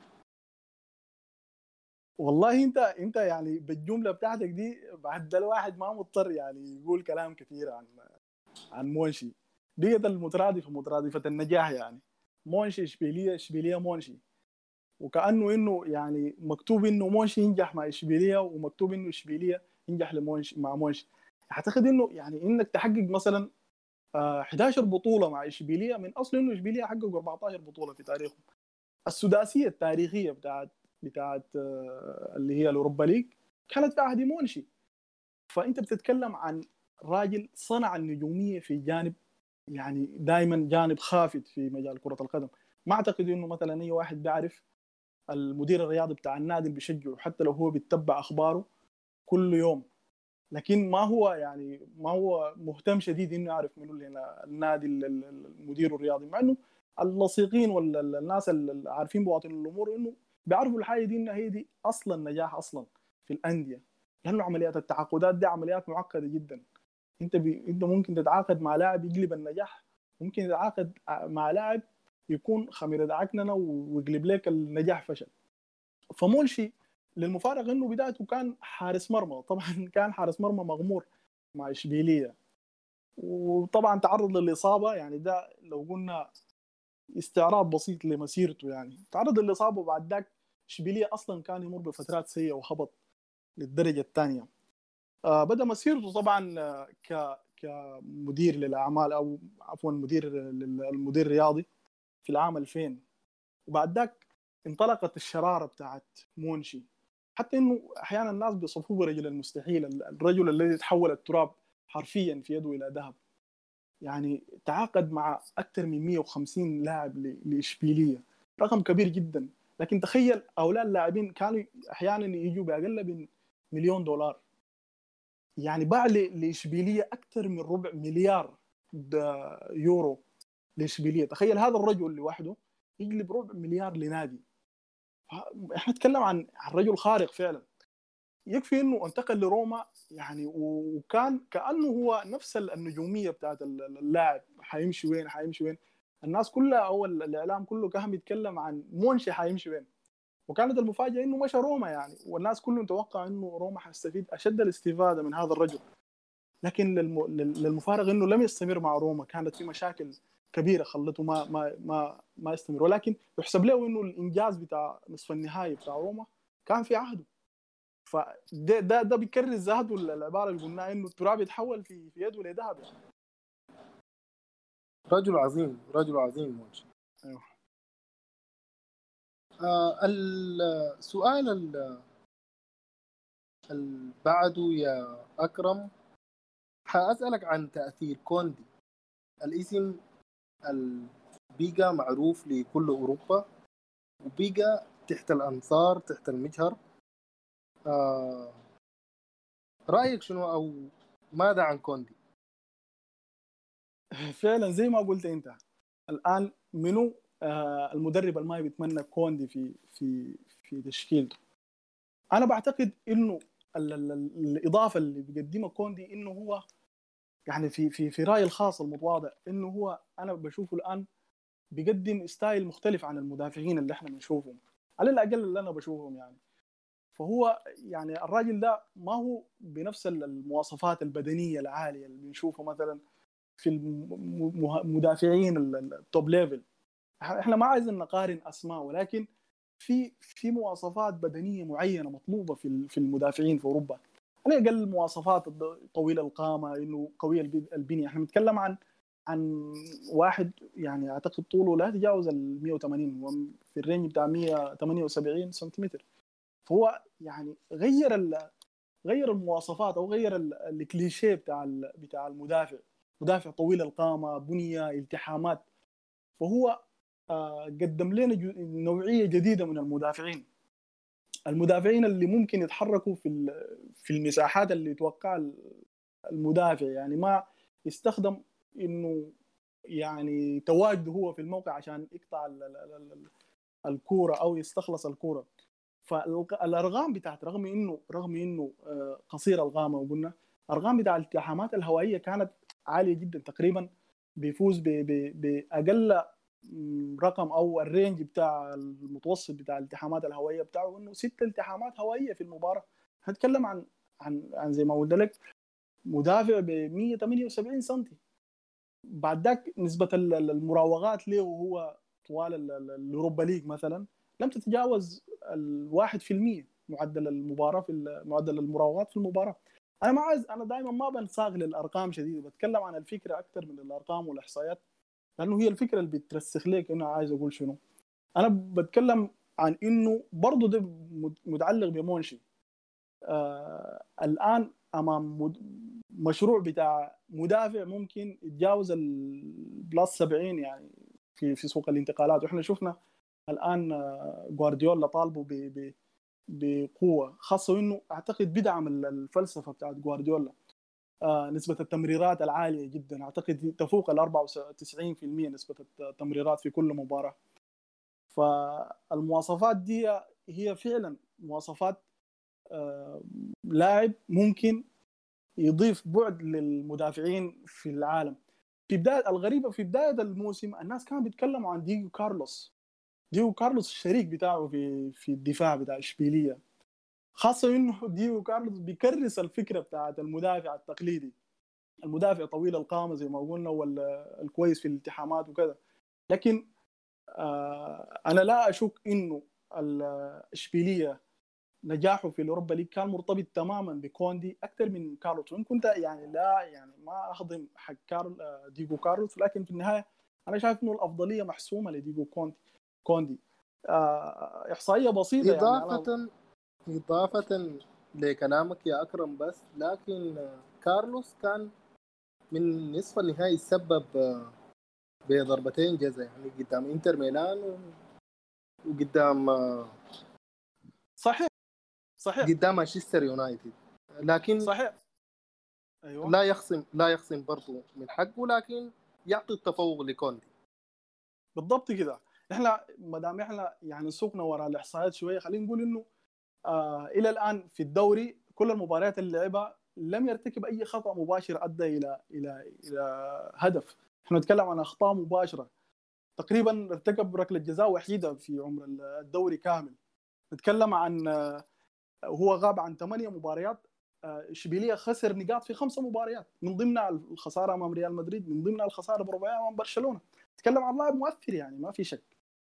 والله انت يعني بالجمله بتاعتك دي بعد ده الواحد ما مضطر يعني يقول كلام كثير عن مونشي. بقت المترادفه مترادفه النجاح يعني. مونشي اشبيليه، اشبيليه مونشي، وكانه انه يعني مكتوب انه مونشي ينجح مع اشبيليه ومكتوب انه اشبيليه ينجح لمونشي مع مونشي. اعتقد انه يعني انك تحقق مثلا 11 بطوله مع اشبيليه من اصل انه اشبيليه حققوا 14 بطوله في تاريخهم. السداسيه التاريخيه بتاعت اللي هي الاوروبا ليج كانت في عهد مونشي. فانت بتتكلم عن راجل صنع النجوميه في جانب يعني دائما جانب خافت في مجال كره القدم. ما اعتقد انه مثلا اي واحد بيعرف المدير الرياضي بتاع النادي اللي بيشجعه حتى لو هو بيتبع اخباره كل يوم، لكن ما هو مهتم شديد انه يعرف منو النادي المدير الرياضي، مع انه اللصيقين ولا الناس اللي عارفين بواطن الامور انه بيعرفوا الحاجه دي انها هي دي اصلا النجاح اصلا في الانديه، لانه عمليات التعاقدات دي عمليات معقده جدا. انت ممكن تتعاقد مع لاعب يقلب النجاح، ممكن تتعاقد مع لاعب يكون خميره عكننه ويقلب لك النجاح فشل. فمونشي للمفارقه انه بدايته كان حارس مرمى، طبعا كان حارس مرمى مغمور مع اشبيليه، وطبعا تعرض للاصابه. يعني ده لو قلنا استعراض بسيط لمسيرته، يعني تعرض للاصابه وبعد ذاك اشبيليه اصلا كان يمر بفترات سيئه وهبط للدرجه الثانيه. بدا مسيرته طبعا كمدير للاعمال او عفوا المدير الرياضي في العام 2000، وبعد ذاك انطلقت الشراره بتاعت مونشي، حتى انه احيانا الناس بيصفوه برجل المستحيل، الرجل الذي تحول التراب حرفيا في يده الى ذهب. يعني تعاقد مع اكثر من 150 لاعب لاشبيليه، رقم كبير جدا. لكن تخيل هؤلاء اللاعبين كانوا احيانا يجوا باقل من مليون دولار، يعني باع لاشبيليه اكثر من ربع مليار يورو لاشبيليه. تخيل هذا الرجل لوحده يقلب ربع مليار لنادي. احنا نتكلم عن رجل خارق فعلا. يكفي انه انتقل لروما يعني، وكان كانه هو نفس النجوميه بتاعت اللاعب، حيمشي وين حيمشي وين. الناس كلها او الاعلام كله كان بيتكلم عن مونشي حيمشي وين، وكانت المفاجاه انه مشى روما يعني، والناس كلهم توقع انه روما حيستفيد اشد الاستفاده من هذا الرجل. لكن للمفارقه انه لم يستمر مع روما، كانت في مشاكل كبيره خلته ما يستمر. ولكن يحسب له انه الانجاز بتاع نصف النهائي بتاع روما كان في عهده. فده بيكرر ذاته العباره اللي قلناها انه التراب يتحول في يده لذهب يعني. رجل عظيم، رجل عظيم مونشي. ايوه. السؤال اللي بعده يا أكرم، حأسألك عن تأثير كوندي، الاسم البيجا معروف لكل أوروبا وبيجا تحت الأنصار تحت المجهر. رأيك شنو أو ماذا عن كوندي؟ فعلا زي ما قلت انت الان منو المدرب اللي ما بيتمنى كوندي في تشكيلته؟ انا بعتقد انه الاضافه اللي بيقدمها كوندي انه هو يعني في رايي الخاص المتواضع انه هو انا بشوفه الان بيقدم ستايل مختلف عن المدافعين اللي احنا بنشوفهم، على الاقل اللي انا بشوفهم يعني. فهو يعني الراجل ده ما هو بنفس المواصفات البدنيه العاليه اللي بنشوفها مثلا في المدافعين التوب ليفل. احنا ما عايزين نقارن اسماء، ولكن في مواصفات بدنيه معينه مطلوبه في المدافعين في اوروبا، على الاقل مواصفات طويل القامه، انه قوي البنيه. احنا بنتكلم عن واحد يعني اعتقد طوله لا يتجاوز ال 180، هو في الرينج بتاع 178 سنتيمتر. فهو يعني غير المواصفات او غير الكليشيه بتاع المدافع، مدافع طويل القامه، بنيه، التحامات. فهو قدم لنا نوعيه جديده من المدافعين اللي ممكن يتحركوا في المساحات اللي يتوقعها المدافع، يعني ما يستخدم انه يعني تواجده هو في الموقع عشان يقطع الكوره او يستخلص الكوره. فالارقام بتاعت رغم انه قصير القامه وقلنا، ارقام بتاع الالتحامات الهوائيه كانت عاليه جدا، تقريبا بيفوز باقل رقم او الرينج بتاع المتوسط بتاع الالتحامات الهوائيه بتاعه انه 6 التحامات هوائيه في المباراه. هنتكلم عن زي ما قلت لك مدافع ب 178 سم. بعد ذاك نسبه المراوغات له وهو طوال الاوروبا ليج مثلا لم تتجاوز 1% معدل المباراه في معدل المراوغات في المباراه. انا دائما ما بنساق للارقام شديده، بتكلم عن الفكره اكثر من الارقام والاحصائيات، لانه هي الفكره اللي بترسخ لك انا عايز اقول شنو. انا بتكلم عن انه برضه ده متعلق بمونشي. الان امام مشروع بتاع مدافع ممكن يتجاوز البلاس 70 يعني في سوق الانتقالات. واحنا شفنا الان جوارديولا طالبه بقوه، خاصه انه اعتقد بدعم الفلسفه بتاعت جوارديولا. نسبه التمريرات العاليه جدا، اعتقد تفوق ال 94% نسبه التمريرات في كل مباراه. فالمواصفات دي هي فعلا مواصفات لاعب ممكن يضيف بعد للمدافعين في العالم. في بدايه الغريبه في بدايه الموسم الناس كانوا بيتكلموا عن دييغو كارلوس الشريك بتاعه في الدفاع بتاع اشبيليه، خاصه انه دييغو كارلوس بيكرس الفكره بتاعت المدافع التقليدي، المدافع طويل القامه زي ما قلنا والكويس في الالتحامات وكذا. لكن انا لا اشك انه الاشبيليه نجاحه في الاوروبا ليج كان مرتبط تماما بكوندي اكثر من كارلوس. وان كنت يعني لا يعني ما اخدم حق ديجو كارلوس، لكن في النهايه انا شايف انه الافضليه محسومه لديجو كوندي. احصائيه بسيطه يعني إضافة لكلامك يا أكرم، بس لكن كارلوس كان من نصف النهائي سبب بضربتين جزاء يعني قدام انتر ميلان وقدام صحيح قدام مانشستر يونايتد، لكن صحيح ايوه لا يخصم برضه من حقه، لكن يعطي التفوق لكوندي. بالضبط كده. احنا ما دام احنا يعني سوقنا وراء الاحصائيات شويه، خلينا نقول انه الى الان في الدوري كل المباريات اللي لعبها لم يرتكب اي خطا مباشر ادى الى هدف. احنا نتكلم عن اخطاء مباشره، تقريبا ارتكب ركله جزاء وحيده في عمر الدوري كامل. نتكلم عن هو غاب عن 8 مباريات. اشبيليه خسر نقاط في 5 مباريات، من ضمنها الخساره امام ريال مدريد، من ضمنها الخساره برباعيه امام برشلونه. نتكلم عن لاعب مؤثر يعني ما في شك.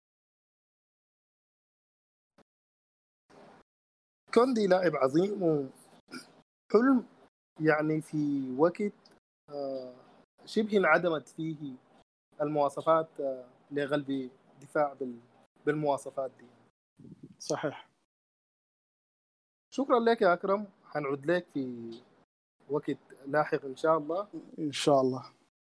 كوندي لاعب عظيم وحلم يعني في وقت شبه انعدمت فيه المواصفات لغلب دفاع بالمواصفات دي. صحيح. شكرا لك يا أكرم، حنعود لك في وقت لاحق إن شاء الله. ان شاء الله.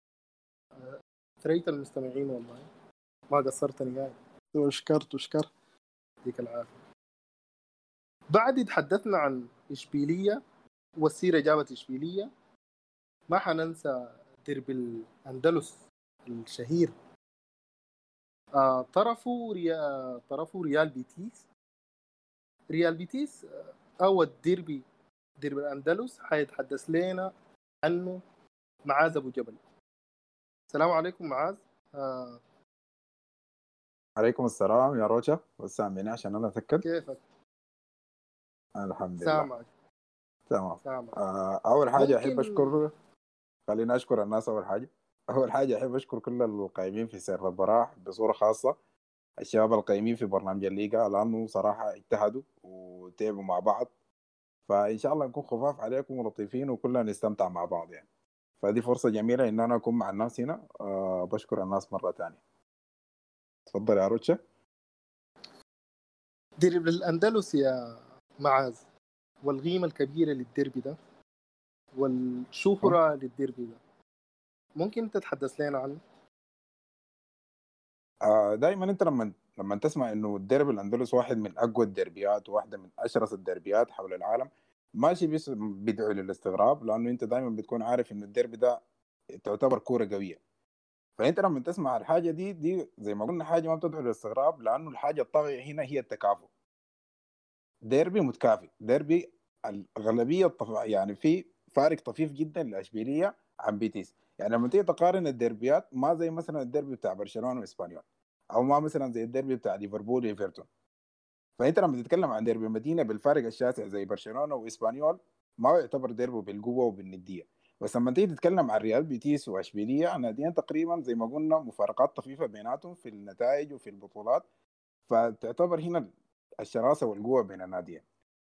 ثريت المستمعين والله ما قصرت نهائي. وشكر يديك العافية. بعد تحدثنا عن إشبيلية والسيرة جابت إشبيلية، ما حننسى ديربي الأندلس الشهير. طرفوا ريال بيتيس أو ديربي الأندلس حيتحدث لنا عنه معاذ أبو جبل. السلام عليكم معاذ. عليكم السلام يا روجا، وسامعني عشان انا اتاكد. كيفك؟ الحمد لله سامعك تمام. سامعك. اول حاجه ممكن احب اشكر، خلينا اشكر الناس. اول حاجه احب اشكر كل القائمين في سير البراح، بصوره خاصه الشباب القائمين في برنامج الليغا، لانه صراحه اجتهدوا وتعبوا مع بعض، فان شاء الله نكون خفاف عليكم ولطيفين وكلنا نستمتع مع بعض يعني. فدي فرصه جميله ان انا اكون مع الناس هنا. بشكر الناس مره ثانيه. تفضل يا روتشا. ديربي الأندلس يا معاذ، والقيمة الكبيرة للديربي ده والشهرة للديربي ده، ممكن تتحدث لنا عنه؟ دائما انت لما تسمع انه الديربي الاندلس واحد من اقوى الديربيات وواحده من اشرس الديربيات حول العالم، ماشي بس بيدعو للاستغراب، لانه انت دائما بتكون عارف انه الديربي ده تعتبر كوره قويه. فانت لما تسمع الحاجه دي زي ما قلنا حاجه ما بتدعو للاستغراب، لانه الحاجه الطاغيه هنا هي التكافؤ. ديربي متكافئ، ديربي الاغلبيه يعني فارق طفيف جدا لاشبيليه عن بيتيس. يعني لما تيجي تقارن الديربيات ما زي مثلا الديربي بتاع برشلونه واسبانيول، او ما مثلا زي الديربي بتاع ليفربول وايفرتون. فانت لما تتكلم عن ديربي مدينه بالفارق الشاسع زي برشلونه واسبانيول ما هو يعتبر ديربي بالقوه وبالنديه. بس لما تيجي تتكلم عن ريال بيتيس واشبيليه، ناديين تقريبا زي ما قلنا مفارقات طفيفه بيناتهم في النتائج وفي البطولات، فتعتبر هنا الشراسه والقوه بين الناديين.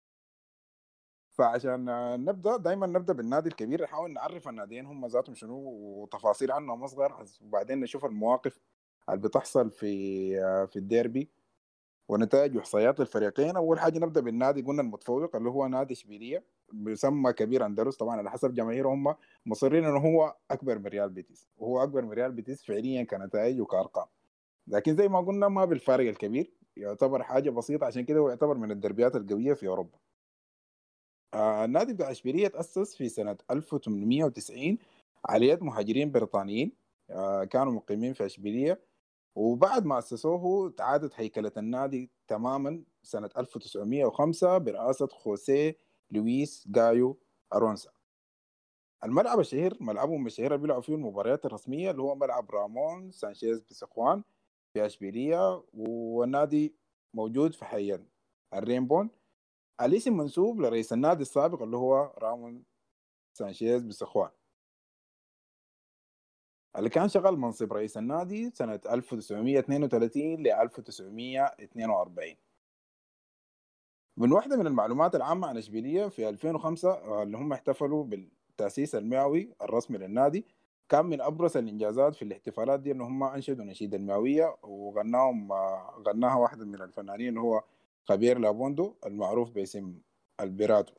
فعشان نبدا دائما نبدا بالنادي الكبير، نحاول نعرف الناديين هم ذاتهم شنو وتفاصيل عنهم اصغر، وبعدين نشوف المواقف اللي بتحصل في الديربي ونتائج واحصائيات الفريقين. اول حاجه نبدا بالنادي قلنا المتفوق اللي هو نادي اشبيليه، بيسمى كبير اندلس طبعا على حسب جماهيرهم، هم مصرين انه هو اكبر من ريال بيتيس، وهو اكبر من ريال بيتيس فعليا كنتائج وكارقام، لكن زي ما قلنا ما بالفارق الكبير، يعتبر حاجه بسيطه، عشان كده هو يعتبر من الدربيات القويه في اوروبا. النادي بتاع اشبيليه تاسس في سنه 1890 على يد مهاجرين بريطانيين كانوا مقيمين في اشبيليه، وبعد ما أسسوه تعادت هيكلة النادي تماما سنة 1905 برئاسة خوسيه لويس جايو أرونسا. الملعب الشهير ملعبهم الشهير اللي بيلعبوا فيه المباريات الرسمية اللي هو ملعب رامون سانشيز بسخوان في أشبيلية، والنادي موجود في حي الرينبون. الاسم منسوب لرئيس النادي السابق اللي هو رامون سانشيز بسخوان، اللي كان شغال منصب رئيس النادي سنة 1932 ل 1942. من واحدة من المعلومات العامة عن إشبيلية في 2005 اللي هم احتفلوا بالتأسيس المئوي الرسمي للنادي، كان من أبرز الإنجازات في الاحتفالات دي إن هم أنشدوا نشيد المئوية وغناهم غناها واحد من الفنانين اللي هو خبير لابوندو المعروف باسم البيراتو.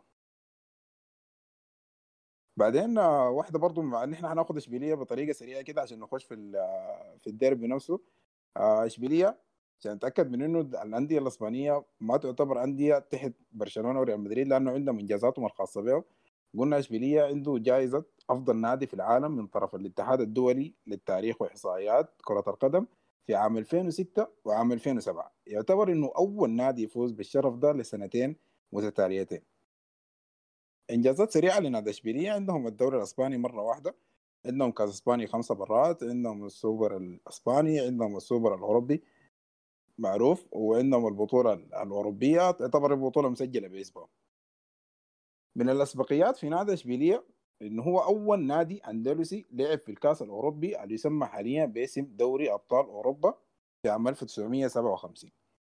بعدين واحدة برضو مع إن إحنا هناخد إشبيلية بطريقة سريعة كده عشان نخش في الديربي نفسه. اشبيليه عشان نتاكد من انه الانديه الاسبانيه ما تعتبر انديه تحت برشلونه وريال مدريد لانه عندهم انجازاتهم الخاصه بهم. قلنا اشبيليه عنده جائزه افضل نادي في العالم من طرف الاتحاد الدولي للتاريخ واحصائيات كره القدم في عام 2006 وعام 2007. يعتبر انه اول نادي يفوز بالشرف ده لسنتين متتاليتين. انجازات سريعه لنادي اشبيليه: عندهم الدوري الاسباني مره واحده، عندهم كاس اسباني 5 مرات، عندهم السوبر الاسباني، عندهم السوبر الاوروبي معروف، وعندهم البطولة الأوروبية تعتبر البطولة مسجلة باسمه. من الأسبقيات في نادي إشبيلية إنه هو أول نادي أندلسي لعب في الكأس الأوروبي اللي يسمى حاليا باسم دوري أبطال أوروبا في عام 1957.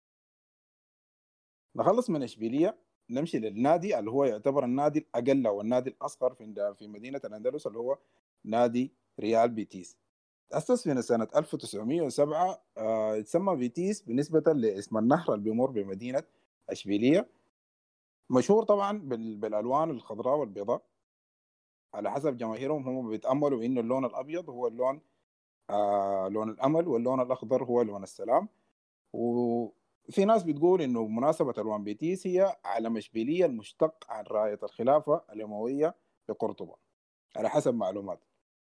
نخلص من إشبيلية نمشي للنادي اللي هو يعتبر النادي الأقل أو النادي الأصغر في مدينة الأندلس اللي هو نادي ريال بيتيس. تأسس في سنة 1907. يتسمى بيتيس بالنسبة لاسم النهر اللي بيمر بمدينة أشبيلية، مشهور طبعا بالألوان الخضراء والبيضاء. على حسب جماهيرهم هم بيتأملوا إنه اللون الأبيض هو اللون لون الأمل، واللون الأخضر هو لون السلام. وفي ناس بتقول إنه مناسبة ألوان بيتيس هي علم إشبيلية المشتق عن راية الخلافة الأموية لقرطبة على حسب معلومات.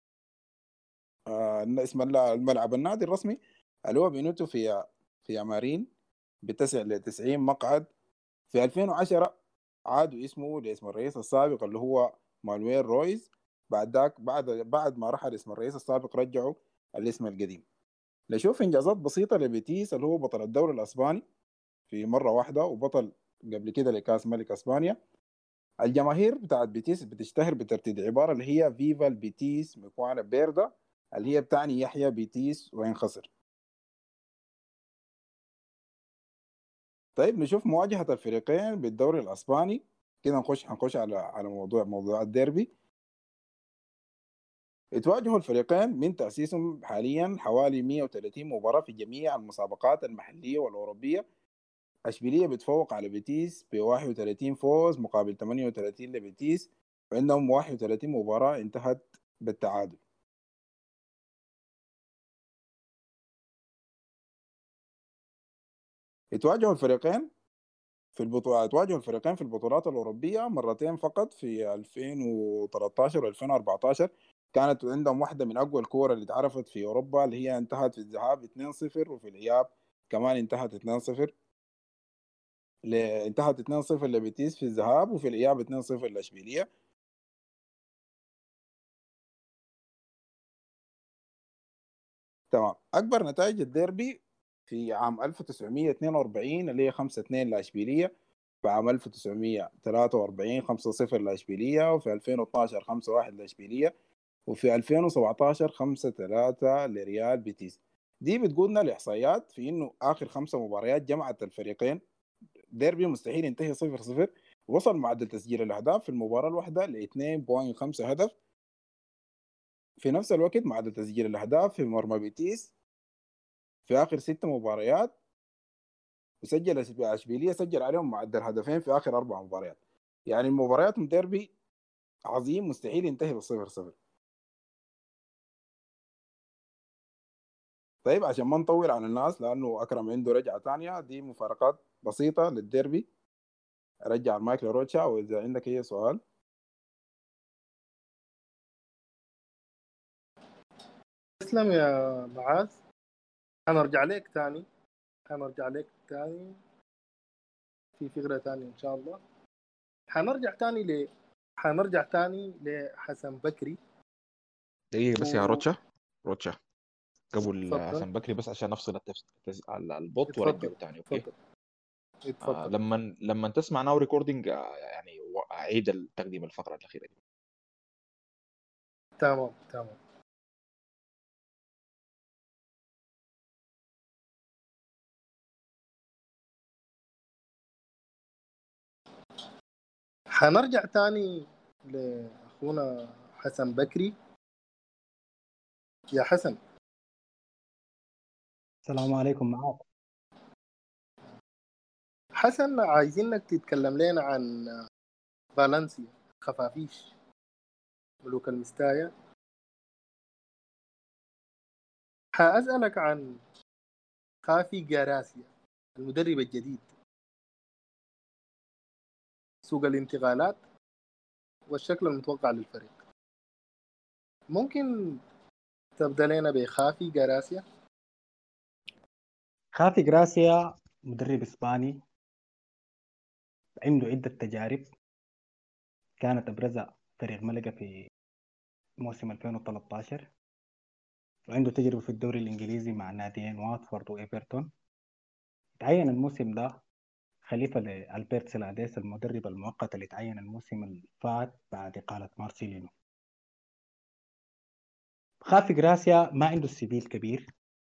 اسم الملعب النادي الرسمي اللي هو بينوتو في أمارين بتسع ل 90 مقعد. في 2010 عادوا اسمه لاسم الرئيس السابق اللي هو مانويل رويز. بعد ذاك بعد ما رحل اسم الرئيس السابق رجعوا الاسم القديم. نشوف انجازات بسيطه لبيتيس اللي هو بطل الدوري الاسباني في مره واحده، وبطل قبل كده لكاس ملك اسبانيا. الجماهير بتاعت بيتيس بتشتهر بترتيب عباره اللي هي فيفا البيتيس ميكوانا بيردا، اللي هي بتعني يحيى بيتيس وينخسر. طيب نشوف مواجهة الفريقين بالدوري الأسباني كده. هنخش على موضوع الديربي. اتواجهوا الفريقين من تأسيسهم حاليا حوالي 130 مباراة في جميع المسابقات المحلية والأوروبية. أشبيلية بتفوق على بيتيس ب 31 فوز مقابل 38 لبيتيس، وعندهم 31 مباراة انتهت بالتعادل. اتواجهوا الفريقين في البطولات الأوروبية مرتين فقط، في 2013 و 2014. كانت عندهم واحدة من أقوى الكور اللي اتعرفت في أوروبا اللي هي انتهت في الذهاب 2-0، وفي الإياب كمان انتهت 2-0 انتهت 2-0 لبيتيس في الذهاب، وفي الإياب 2-0 لإشبيلية. تمام. اكبر نتائج الديربي في عام 1942 اللي هي 5-2 لاشبيليه، في عام 1943 5-0 لاشبيليه، وفي 2012 5-1 لاشبيليه، وفي 2017 5-3 لريال بيتيس. دي بتقولنا الاحصائيات في انه اخر 5 مباريات جمعت الفريقين ديربي مستحيل ينتهي 0-0. وصل معدل تسجيل الاهداف في المباراه الواحده ل 2.5 هدف. في نفس الوقت معدل تسجيل الاهداف في مرمى بيتيس في اخر 6 مباريات، وسجل اشبيليه سجل عليهم معدل هدفين في اخر 4 مباريات. يعني المباريات ديربي عظيم مستحيل ينتهي ب0-0. طيب عشان ما نطول على الناس لانه اكرم عنده رجعه ثانيه، دي مفارقات بسيطه للديربي. رجع المايك لروتشا، واذا عندك اي سؤال. تسلم يا معاذ. حنرجع لك تاني في فكرة تانية إن شاء الله. حنرجع تاني لحسن بكري. دقيقة بس يا روتشا قبل اتفضل حسن بكري، بس عشان افصل على البوت اتفضل وارجعه تاني. اوكي. اتفضل. لما تسمع ناو ريكوردينج يعني اعيد التقديم الفقرة الأخيرة دي. تمام. حنرجع تاني لأخونا حسن بكري. يا حسن. السلام عليكم. معاك حسن، عايزينك تتكلم لنا عن فالنسيا خفافيش ملوك المستايا. حأسألك عن خافي جاراسيا المدرب الجديد، سوق الانتقالات والشكل المتوقع للفريق. ممكن تبدأ لنا بخافي جاراسيا؟ خافي جراسيا مدرب إسباني عنده عدة تجارب، كانت أبرزها فريق ملقا في موسم 2013، وعنده تجربة في الدوري الإنجليزي مع ناديين واتفورد وإيفرتون. تعين الموسم ده خليفة لألبرت سيلاديس المدرب المؤقت اللي تعين الموسم اللي فات بعد إقالة مارسيلينو. خافي جراسيا ما عنده السي الكبير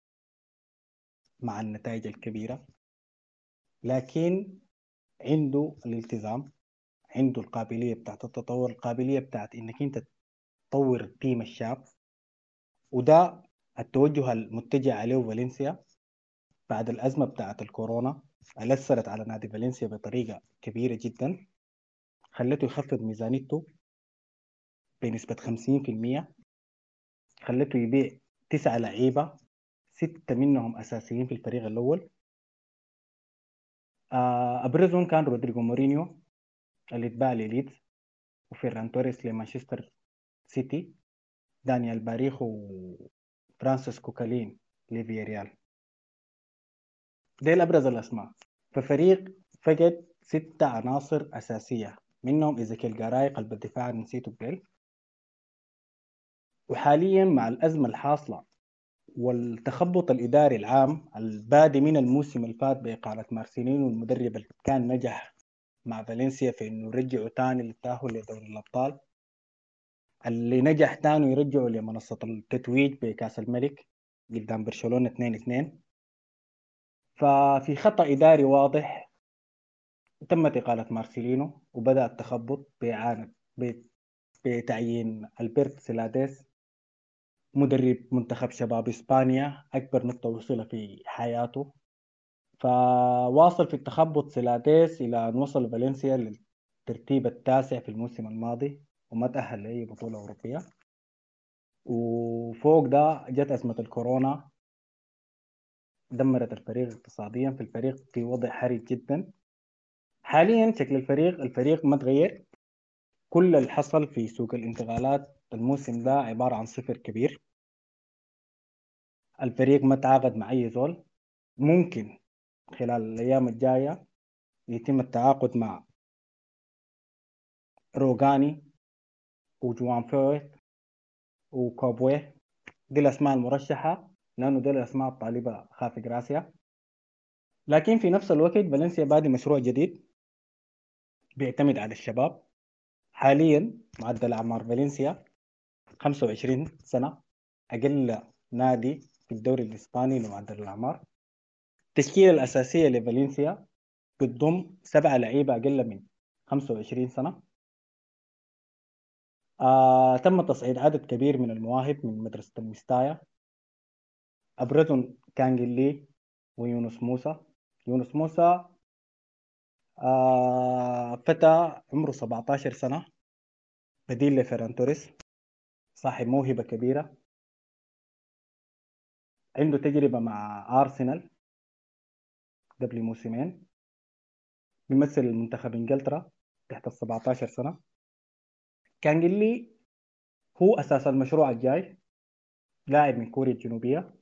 مع النتائج الكبيرة، لكن عنده الالتزام، عنده القابلية بتاعت التطور، القابلية بتاعت إنك أنت تطور التيم الشاب. وده التوجه المتجه عليه فالنسيا بعد الأزمة بتاعت الكورونا اللي أثرت على نادي فالنسيا بطريقة كبيرة جدا، خلته يخفض ميزانيته بنسبة 50%، خلته يبيع 9 لعيبة 6 منهم أساسيين في الفريق الأول. أبرزهم كان رودريغو مورينيو اللي اتباع لليدز، وفيران توريس لمانشستر سيتي، دانيال باريخ وفرانسيس كوكالين لفياريال. ديل أبرز الأسماء. ففريق فقد 6 عناصر أساسية، منهم إيزيكيل جاراي قلب الدفاع نسيته بيل. وحاليا مع الأزمة الحاصلة والتخبط الإداري العام البادي من الموسم اللي فات بإقالة مارسيلينو المدرب اللي كان نجح مع فالنسيا في إنه يرجعوا تاني للتأهل لدوري الأبطال، اللي نجح تاني يرجعوا لمنصة التتويج بكأس الملك قدام برشلونة 2-2. ففي خطأ إداري واضح تمت إقالة مارسيلينو، وبدأ التخبط بتعيين ألبرت سيلاديس مدرب منتخب شباب إسبانيا، أكبر نقطة وصل في حياته. فواصل في التخبط سيلاديس إلى أن وصل فالنسيا للترتيب التاسع في الموسم الماضي وما تأهل لأي بطولة أوروبية. وفوق ده جت أزمة الكورونا دمرت الفريق اقتصاديا، في الفريق في وضع حرج جدا. حاليا شكل الفريق ما تغير. كل اللي حصل في سوق الانتقالات الموسم ده عبارة عن صفر كبير. الفريق ما تعاقد مع أي زول. ممكن خلال الأيام الجاية يتم التعاقد مع روغاني وجوان فويت وكوبوي، دي الأسماء المرشحة لأنه دول الأسماء الطالبة خافي جراسيا. لكن في نفس الوقت فالنسيا بادي مشروع جديد بيعتمد على الشباب. حاليا معدل أعمار فالنسيا 25 سنة، أقل نادي في الدوري الإسباني لمعدل الأعمار. التشكيلة الأساسية لفالنسيا بتضم 7 لعيبة أقل من 25 سنة. تم تصعيد عدد كبير من المواهب من مدرسة المستايا، أبرزهم كانجلي ويونس موسى. يونس موسى فتى عمره 17 سنة، بديل لفيران توريس، صاحب موهبة كبيرة، عنده تجربة مع أرسنال قبل موسمين، بيمثل المنتخب إنجلترا تحت 17 سنة. كانجلي هو أساس المشروع الجاي، لاعب من كوريا الجنوبية،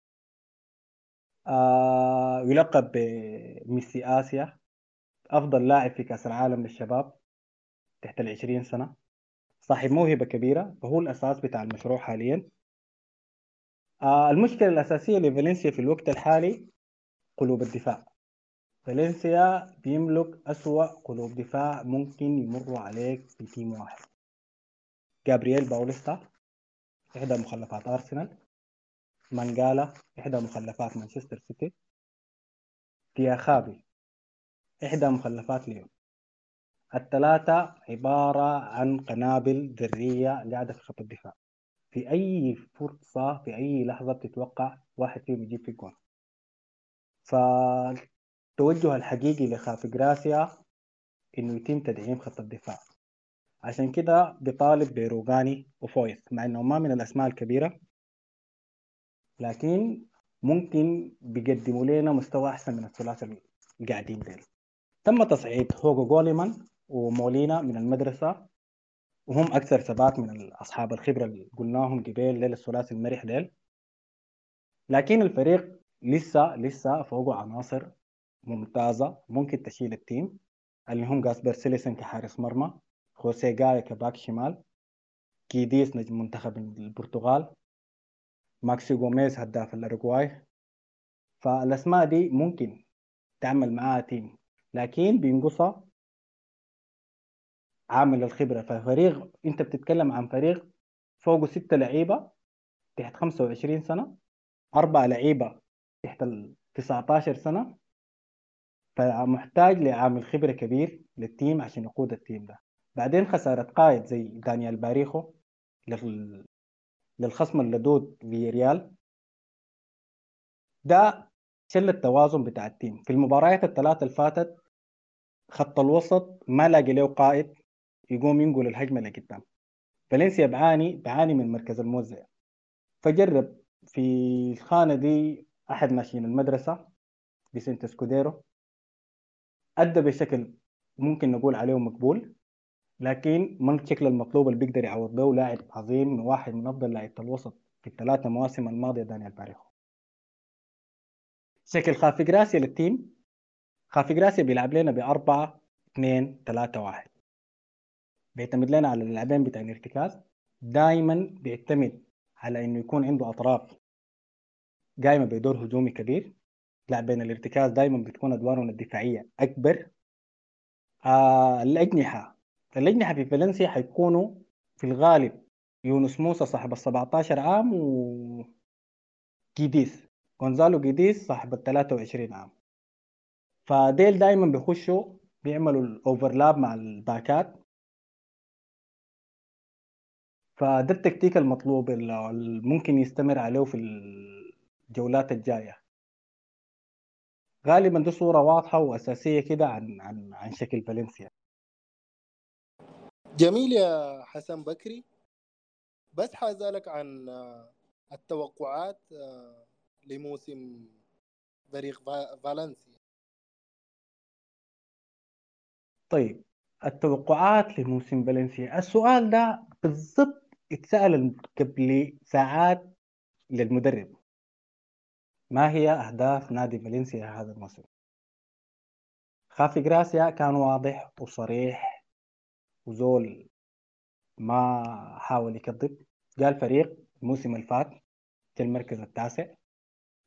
يلقب بميسي آسيا، أفضل لاعب في كأس العالم للشباب تحت 20 سنة، صاحب موهبة كبيرة، فهو الأساس بتاع المشروع حاليا. المشكلة الأساسية لفالنسيا في الوقت الحالي قلوب الدفاع. فالنسيا بيملك أسوأ قلوب دفاع ممكن يمروا عليك في تيم واحد. جابرييل باوليستا إحدى مخلفات أرسنال، مانجالا إحدى مخلفات مانشستر سيتي، تياخابي إحدى مخلفات ليون. الثلاثة عبارة عن قنابل ذرية قاعدة في خط الدفاع، في أي فرصة في أي لحظة بتتوقع واحد فيهم يجيب في الجون. فالتوجه الحقيقي لخافي جراسيا إنه يتم تدعيم خط الدفاع. عشان كده بيطالب بروغاني وفويث، مع إنه ما من الأسماء الكبيرة، لكن ممكن بيقدموا لنا مستوى أحسن من الثلاثة القاعدين ديل. تم تصعيد هوغو جوليمان ومولينا من المدرسة، وهم أكثر ثبات من أصحاب الخبرة اللي قلناهم قبل للثلاثي المرح ديل. لكن الفريق لسه فوقه عناصر ممتازة ممكن تشيل التيم، اللي هم جاسبر سيليسن كحارس مرمى، خوسيه جاي كباك شمال، كيديس نجم منتخب البرتغال، ماكسي غوميز هداف الأوروغواي. فالأسماء دي ممكن تعمل معاها تيم، لكن بينقصها عامل الخبرة. ففريق أنت بتتكلم عن فريق فوقه 6 لعيبة تحت 25 سنة، 4 لعيبة تحت 19 سنة، فمحتاج لعامل خبرة كبير للتيم عشان يقود التيم ده. بعدين خسارة قائد زي دانيال باريخو للخصم اللدود في ريال ده شل التوازن بتاع التيم. في المباريات الثلاثة اللي فاتت خط الوسط ما لاقي له قائد يقوم ينقل الهجمة لقدام. فالنسيا بعاني من مركز الموزع، فجرب في الخانة دي أحد ناشئين المدرسة بيسنت سكوديرو، أدى بشكل ممكن نقول عليه مقبول، لكن ما الشكل المطلوب اللي بيقدر يعوض به لاعب عظيم واحد من أفضل لاعيبة الوسط في ال3 مواسم الماضية دانيال باريخو. شكل خافي جراسيا للتيم، خافي جراسيا بيلعب لنا ب4-2-3-1، بيعتمد لنا على اللاعبين بتاع الارتكاز، دائما بيعتمد على انه يكون عنده اطراف قايمه بدور هجومي كبير. لاعبين الارتكاز دائما بتكون ادوارهم الدفاعيه اكبر. الاجنحه في فالنسيا حيكونوا في الغالب يونس موسى صاحب ال 17 عام، وجيديس غونزالو جيديس صاحب ال 23 عام. فديل دائما بيخشوا بيعملوا الاوفرلاب مع الباكات. فده التكتيك المطلوب اللي ممكن يستمر عليه في الجولات الجاية. غالبا دي صورة واضحة وأساسية كده عن شكل فالنسيا. جميل يا حسن بكري. بس حاسألك عن التوقعات لموسم فريق فالنسيا. طيب، التوقعات لموسم فالنسيا، السؤال ده بالضبط اتسأل قبل ساعات للمدرب: ما هي أهداف نادي فالنسيا هذا الموسم؟ خافي جراسيا كان واضح وصريح وزول ما حاول يكذب. قال فريق الموسم الفات في المركز التاسع،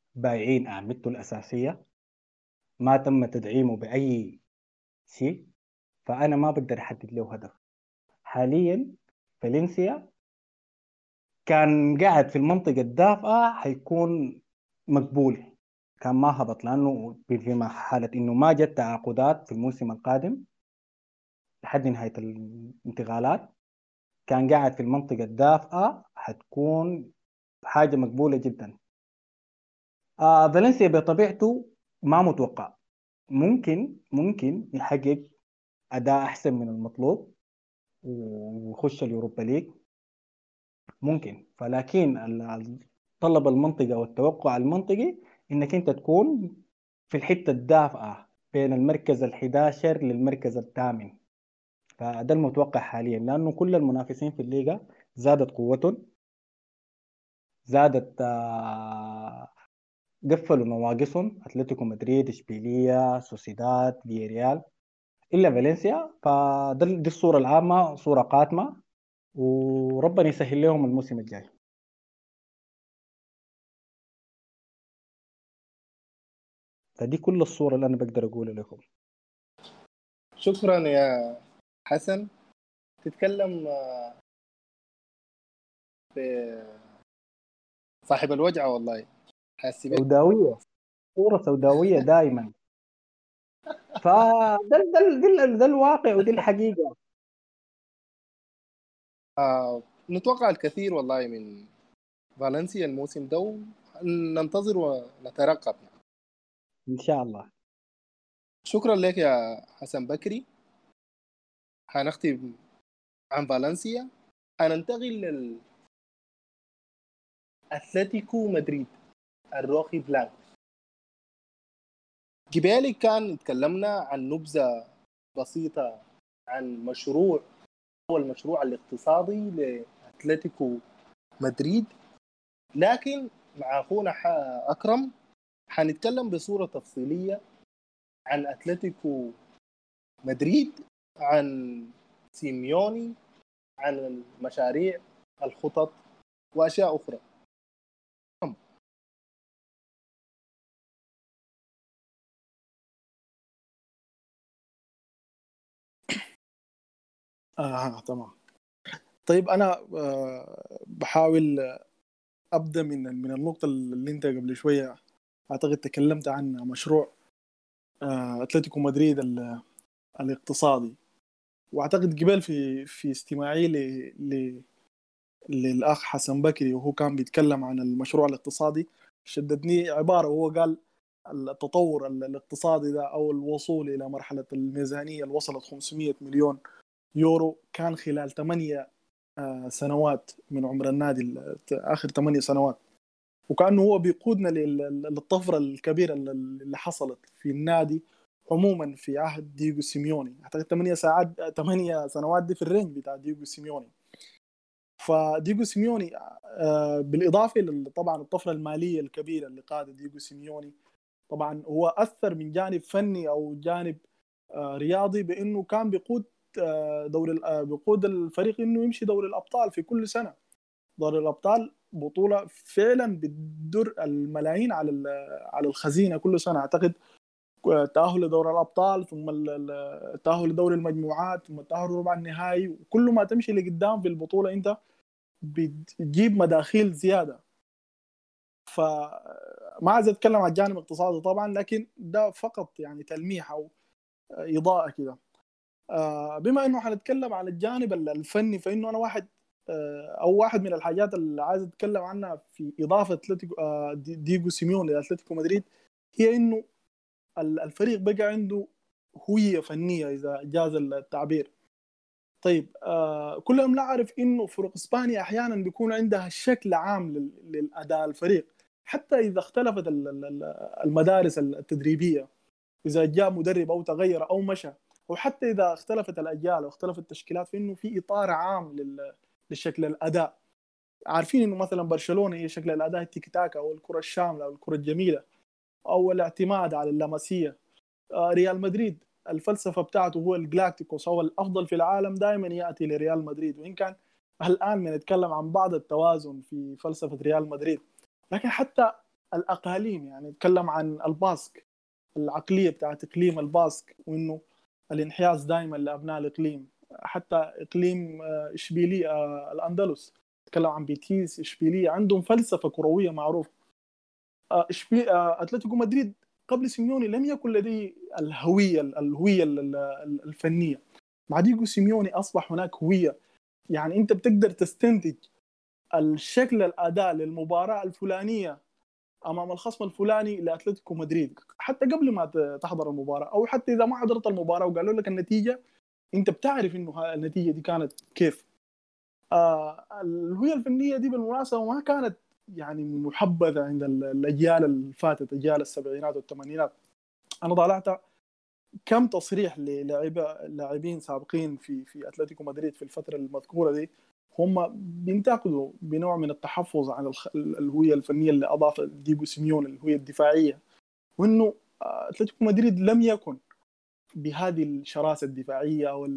بايعين أعمدته الأساسية، ما تم تدعيمه بأي شيء، فأنا ما بقدر أحدد له هدف. حاليا فالنسيا كان قاعد في المنطقة الدافئة حيكون مقبول، كان ما هبط، لأنه في حالة إنه ما جت تعاقدات في الموسم القادم لحد نهاية الانتقالات، كان قاعد في المنطقة الدافئة حتكون حاجة مقبولة جدا. فالنسيا بطبيعته ما متوقع، ممكن يحقق أداء أحسن من المطلوب ويخش اليوروبا ليج ممكن، فلكن طلب المنطقة والتوقع المنطقي إنك أنت تكون في الحتة الدافئة بين المركز ال11 للمركز الثامن، فده المتوقع حاليا، لأنه كل المنافسين في الليغا زادت قوتهم، زادت قفلوا نواقصهم، أتلتيكو مدريد، إشبيلية، سوسيداد، فياريال، إلا فالنسيا. دي الصورة العامة، صورة قاتمة، وربنا يسهل لهم الموسم الجاي. فدي كل الصورة اللي أنا بقدر أقولها لكم. شكرا يا حسن. تتكلم في صاحب الوجعة والله، حاسس بك. سوداوية، صورة سوداوية دائما. ده الواقع ودي الحقيقة. نتوقع الكثير والله من فالنسيا الموسم ده، ننتظر ونترقب. إن شاء الله. شكرا لك يا حسن بكري. هنختم عن فالنسيا، هننتقل للأتلتيكو مدريد الروخي بلانك. جبالي كان اتكلمنا عن نبذة بسيطة عن مشروع، هو المشروع الاقتصادي لأتلتيكو مدريد، لكن مع أخونا أكرم حنتكلم بصورة تفصيلية عن أتلتيكو مدريد، عن سيميوني، عن المشاريع، الخطط، وأشياء أخرى. تمام. طيب أنا بحاول أبدأ من النقطة اللي أنت قبل شوية أعتقد تكلمت عنها، مشروع أتلتيكو مدريد الاقتصادي. وأعتقد قبل في استماعي للأخ حسن بكري وهو كان بيتكلم عن المشروع الاقتصادي، شددني عبارة وهو قال التطور الاقتصادي ده أو الوصول إلى مرحلة الميزانية اللي وصلت 500 مليون يورو كان خلال 8 سنوات من عمر النادي، آخر 8 سنوات. وكأنه هو بيقودنا للطفرة الكبيرة اللي حصلت في النادي عموما في عهد دييغو سيميوني. أعتقد 8 سنوات دي في الرينج بتاع دييغو سيميوني. فدييغو سيميوني بالإضافة طبعا الطفرة المالية الكبيرة اللي قادة دييغو سيميوني، طبعا هو أثر من جانب فني أو جانب رياضي، بأنه كان بيقود بيقود الفريق إنه يمشي دوري الأبطال في كل سنة. دوري الأبطال بطولة فعلا بتدر الملايين على الخزينة كل سنة. أعتقد التأهل لدوري الأبطال، ثم التأهل لدوري المجموعات، ثم التأهل لربع النهائي، وكل ما تمشي لقدام في البطولة أنت بتجيب مداخيل زيادة. فما عايز أتكلم عن الجانب الاقتصادي طبعا، لكن ده فقط يعني تلميح أو إضاءة كده. بما إنه حنتكلم عن الجانب الفني، فإنه أنا واحد من الحاجات اللي عايز أتكلم عنها في إضافة دييغو سيميوني لأتلتيكو مدريد هي إنه الفريق بقى عنده هوية فنية إذا جاز التعبير. طيب كلنا نعرف إنه فرق إسبانيا أحيانا بيكون عندها شكل عام للأداء الفريق، حتى إذا اختلفت المدارس التدريبية، إذا جاء مدرب أو تغير أو مشى، وحتى إذا اختلفت الأجيال واختلفت التشكيلات، فإنه في إطار عام للشكل الأداء. عارفين إنه مثلا برشلونة هي شكل الأداء التيكي تاكا أو الكرة الشاملة أو الكرة الجميلة أو الاعتماد على اللمسية. ريال مدريد الفلسفة بتاعته هو الجلاكتيكوس، هو الأفضل في العالم دائما يأتي لريال مدريد، وإن كان الآن بنتكلم عن بعض التوازن في فلسفة ريال مدريد، لكن حتى الاقاليم، يعني نتكلم عن الباسك، العقليه بتاعت اقليم الباسك، وانه الانحياز دائما لابناء الاقليم. حتى اقليم اشبيليه الاندلس، نتكلم عن بيتيس اشبيليه، عندهم فلسفه كرويه معروفه. اتلتيكو مدريد قبل سيميوني لم يكن لديه الهويه الفنيه. مع ديجو سيميوني اصبح هناك هويه، يعني انت بتقدر تستنتج الشكل الاداء للمباراه الفلانيه امام الخصم الفلاني لاتلتيكو مدريد حتى قبل ما تحضر المباراه، او حتى اذا ما حضرت المباراه وقالوا لك النتيجه انت بتعرف انه النتيجه دي كانت كيف. الهويه الفنيه دي بالمناسبه ما كانت يعني محبذه عند الاجيال اللي فاتت، اجيال السبعينات والثمانينات. انا طالعت كم تصريح للاعبين سابقين في اتلتيكو مدريد في الفتره المذكوره دي، هم بينتقدوا بنوع من التحفظ عن الهويه الفنيه اللي اضاف ديجو سيميون، الهويه الدفاعيه، وانه اتلتيكو مدريد لم يكن بهذه الشراسه الدفاعيه او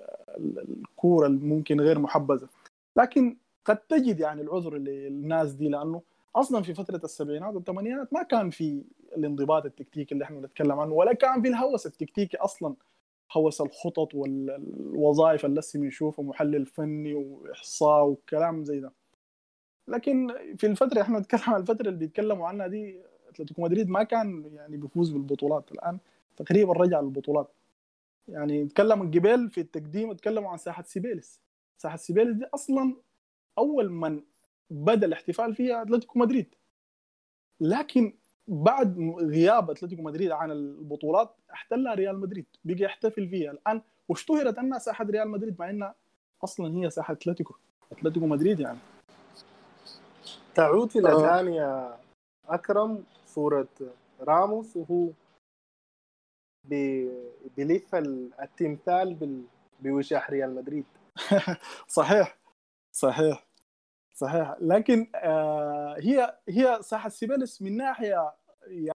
الكوره الممكن غير محبذه. لكن قد تجد يعني العذر للناس دي، لانه اصلا في فتره السبعينات والثمانينات ما كان في الانضباط التكتيكي اللي احنا نتكلم عنه، ولا كان في الهوس التكتيكي اصلا، هوس الخطط والوظائف اللي لسه بنشوفه محلل فني واحصاء وكلام زي ده. لكن في الفتره احنا نتكلم عن الفتره اللي بيتكلموا عنها دي، اتلتيكو مدريد ما كان يعني بيفوز بالبطولات، الان تقريبا رجع للبطولات. يعني نتكلم قبل في التقديم اتكلموا عن ساحه سيبيلس. ساحه سيبيلس دي اصلا اول من بدا الاحتفال فيها اتلتيكو مدريد، لكن بعد غياب اتلتيكو مدريد عن البطولات احتلها ريال مدريد، بقى يحتفل فيها الان، واشتهرت انها ساحه ريال مدريد مع انها اصلا هي ساحه اتلتيكو مدريد. يعني تعود في الاذهان يا اكرم صوره راموس وهو بلف التمثال بوشاح ريال مدريد. صحيح. لكن هي ساحه سيبيلس من ناحيه يعني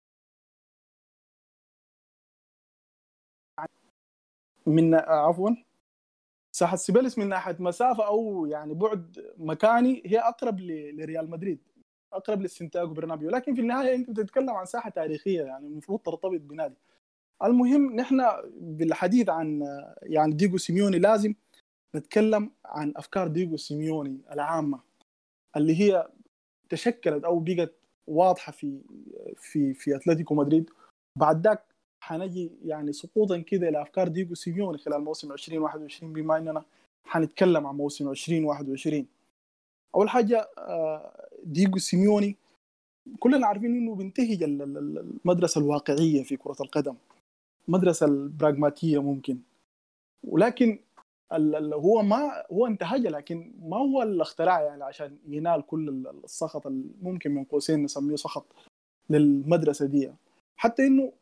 من ساحه سيبيلس من ناحيه مسافه او يعني بعد مكاني هي اقرب لريال مدريد، اقرب للسانتياغو برنابيو، لكن في النهايه انت بتتكلم عن ساحه تاريخيه يعني المفروض ترتبط بنادي. المهم نحن بالحديث عن يعني ديجو سيميوني لازم نتكلم عن افكار ديجو سيميوني العامه اللي هي تشكلت او بقت واضحه في اتلتيكو مدريد. بعد ذاك حنجي يعني سقوطا كده لافكار ديجو سيميوني خلال موسم 2021 بما اننا حنتكلم عن موسم 2021. اول حاجه ديجو سيميوني كلنا عارفين انه بينتهج المدرسه الواقعيه في كره القدم، المدرسه البراغماتيه ممكن، ولكن هو انتهجها، لكن ما هو اللي اخترعها يعني عشان ينال كل السخط ممكن من قوسين نسميه سخط للمدرسه دي. حتى انه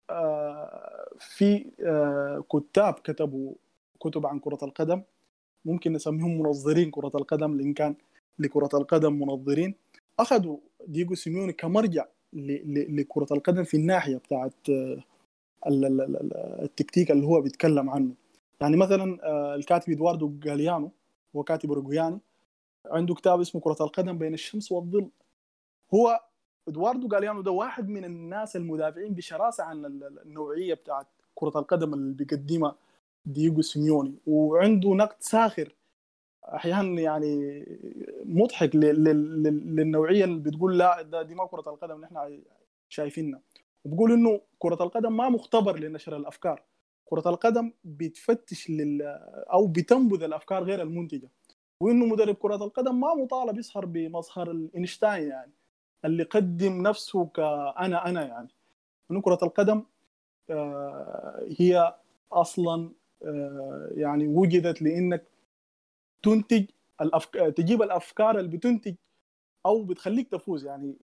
في كتاب كتبوا كتب عن كره القدم، ممكن نسميهم منظرين كره القدم لان كان لكره القدم منظرين، اخذوا ديجو سيميوني كمرجع لكره القدم في الناحيه بتاعت التكتيك اللي هو بيتكلم عنه. يعني مثلا الكاتب إدواردو غاليانو، هو كاتب أوروغوياني، عنده كتاب اسمه كرة القدم بين الشمس والظل. هو إدواردو غاليانو ده واحد من الناس المدافعين بشراسة عن النوعية بتاعت كرة القدم اللي بيقدمها دييغو سيميوني، وعنده نقد ساخر أحيانا يعني مضحك للنوعية اللي بتقول لا دي ما كرة القدم اللي احنا شايفينها، وبقول إنه كرة القدم ما مختبر لنشر الأفكار، كرة القدم بتفتش أو بتنبذ الأفكار غير المنتجة، وإنه مدرب كرة القدم ما مطالب يسهر بمظهر الإينشتاين يعني اللي قدم نفسه كأنا يعني. إنه كرة القدم هي أصلا يعني وجدت لإنك تنتج تجيب الأفكار اللي بتنتج أو بتخليك تفوز. يعني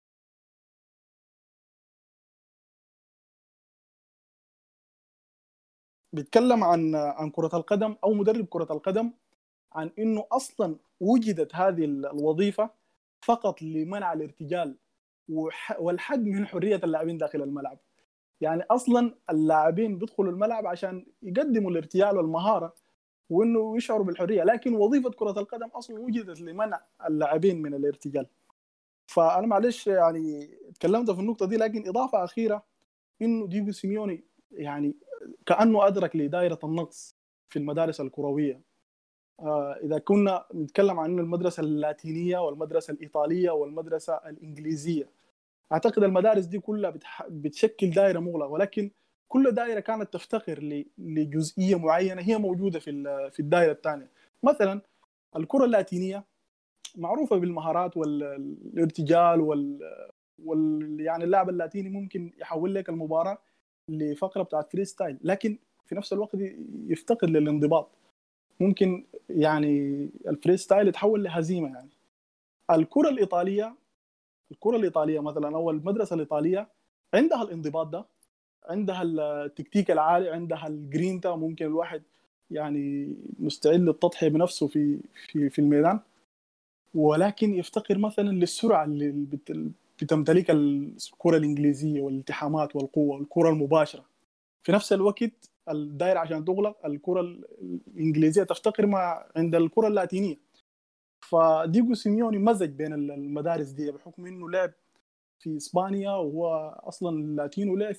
بيتكلم عن كرة القدم أو مدرب كرة القدم عن إنه أصلا وجدت هذه الوظيفة فقط لمنع الارتجال والحد من حرية اللاعبين داخل الملعب. يعني أصلا اللاعبين بيدخلوا الملعب عشان يقدموا الارتجال والمهارة وإنه يشعروا بالحرية، لكن وظيفة كرة القدم أصلا وجدت لمنع اللاعبين من الارتجال. فانا معلش يعني تكلمت في النقطه دي، لكن اضافه اخيره انه ديجو سيميوني يعني كانه ادرك لدائره النقص في المدارس الكرويه. اذا كنا نتكلم عن المدرسه اللاتينيه والمدرسه الايطاليه والمدرسه الانجليزيه، اعتقد المدارس دي كلها بتشكل دائره مغلقه، ولكن كل دائره كانت تفتقر لجزئيه معينه هي موجوده في الدائره الثانيه. مثلا الكره اللاتينيه معروفه بالمهارات والارتجال يعني اللاعب اللاتيني ممكن يحول لك المباراه لفقره بتاعت فري ستايل، لكن في نفس الوقت يفتقر للانضباط. ممكن يعني الفري ستايل يتحول لهزيمه. يعني الكره الايطاليه مثلا او المدرسه الايطاليه عندها الانضباط ده، عندها التكتيك العالي، عندها الجرينتا، ممكن الواحد يعني مستعد للتضحيه بنفسه في الميدان، ولكن يفتقر مثلا للسرعه اللي بتمتلكها الكره الانجليزيه والالتحامات والقوه والكره المباشره. في نفس الوقت الدائره عشان تغلق الكره الانجليزيه تفتقر عند الكره اللاتينيه. فديجو سيميوني مزج بين المدارس دي بحكم انه لعب في اسبانيا وهو اصلا لاتينو، لعب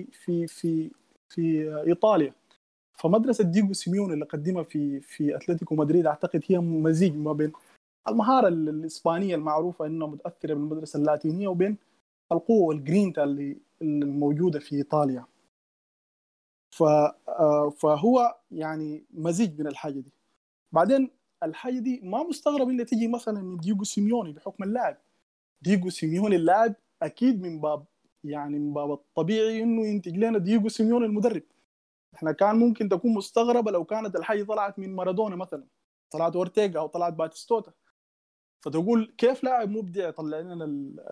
في ايطاليا. فمدرسه ديجو سيميوني اللي قدمها في اتلتيكو مدريد اعتقد هي مزيج ما بين المهاره الاسبانيه المعروفه انها متاثره بالمدرسه اللاتينيه وبين القوه والجرينتا اللي الموجوده في ايطاليا. فهو يعني مزيج من الحاجه دي. بعدين الحاجه دي ما مستغرب انها تيجي مثلا من ديجو سيميوني بحكم اللاعب. ديجو سيميوني اللاعب اكيد من باب الطبيعي انه ينتج لنا ديجو سيميوني المدرب. احنا كان ممكن تكون مستغربه لو كانت الحاجه طلعت من مارادونا مثلا، طلعت اورتيغا او طلعت باتيستوتا، فتقول كيف لاعب مبدع يطلع لنا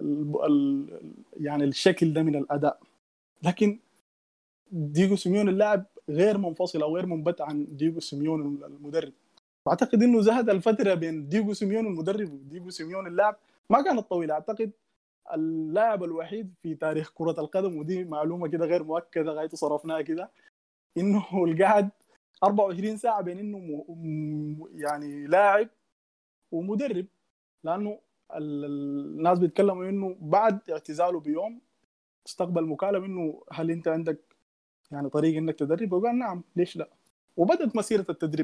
يعني الشكل ده من الاداء. لكن ديجو سيميوني اللاعب غير منفصل او غير منبت عن ديجو سيميوني المدرب. فاعتقد انه زهد الفتره بين ديجو سيميوني المدرب وديجو سيميوني اللاعب ما كانت طويله. اعتقد اللاعب الوحيد في تاريخ كره القدم، ودي معلومه كده غير مؤكده غايه صرفناها كده، انه القعد 24 ساعه بين انه يعني لاعب ومدرب. لانه الناس بيتكلموا انه بعد اعتزاله بيوم استقبل مكالمه انه هل انت عندك يعني طريق انك تدرب، وقال نعم ليش لا، وبدات مسيره التدريب.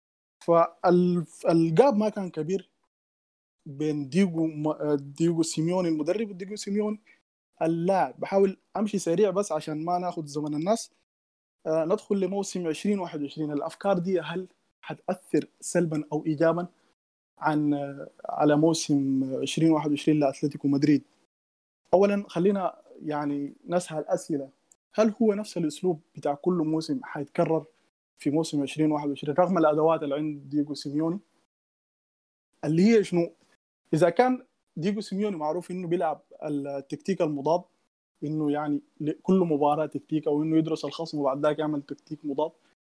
فالجاب ما كان كبير بين ديجو سيميوني المدرب وديجو سيميوني اللاعب. بحاول امشي سريع بس عشان ما ناخذ زمن الناس. ندخل لموسم 2021. الافكار دي هل حتاثر سلبا او ايجابا على موسم 2021 لاتلتيكو مدريد؟ اولا خلينا يعني نسال اسئله. هل هو نفس الاسلوب بتاع كل موسم حيتكرر في موسم 2021 رغم الادوات اللي عند ديجو سيميوني اللي هي شنو؟ اذا كان ديجو سيميوني معروف انه بيلعب التكتيك المضاد، انه يعني كل مباراه تكتيك، او انه يدرس الخصم وبعد ذاك يعمل تكتيك مضاد.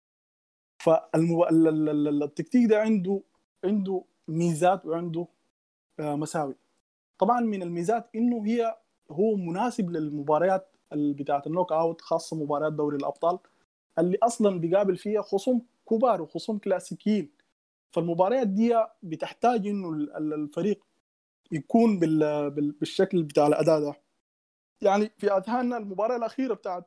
فالتكتيك ده عنده ميزات وعنده مساوئ. طبعا من الميزات انه هو مناسب للمباريات بتاعه النوك اوت، خاصه مباريات دوري الابطال اللي اصلا بيقابل فيها خصوم كبار وخصوم كلاسيكيين. فالمباريات دي بتحتاج انه الفريق يكون بالشكل بتاع الاداء ده. يعني في اذهاننا المباراه الاخيره بتاعت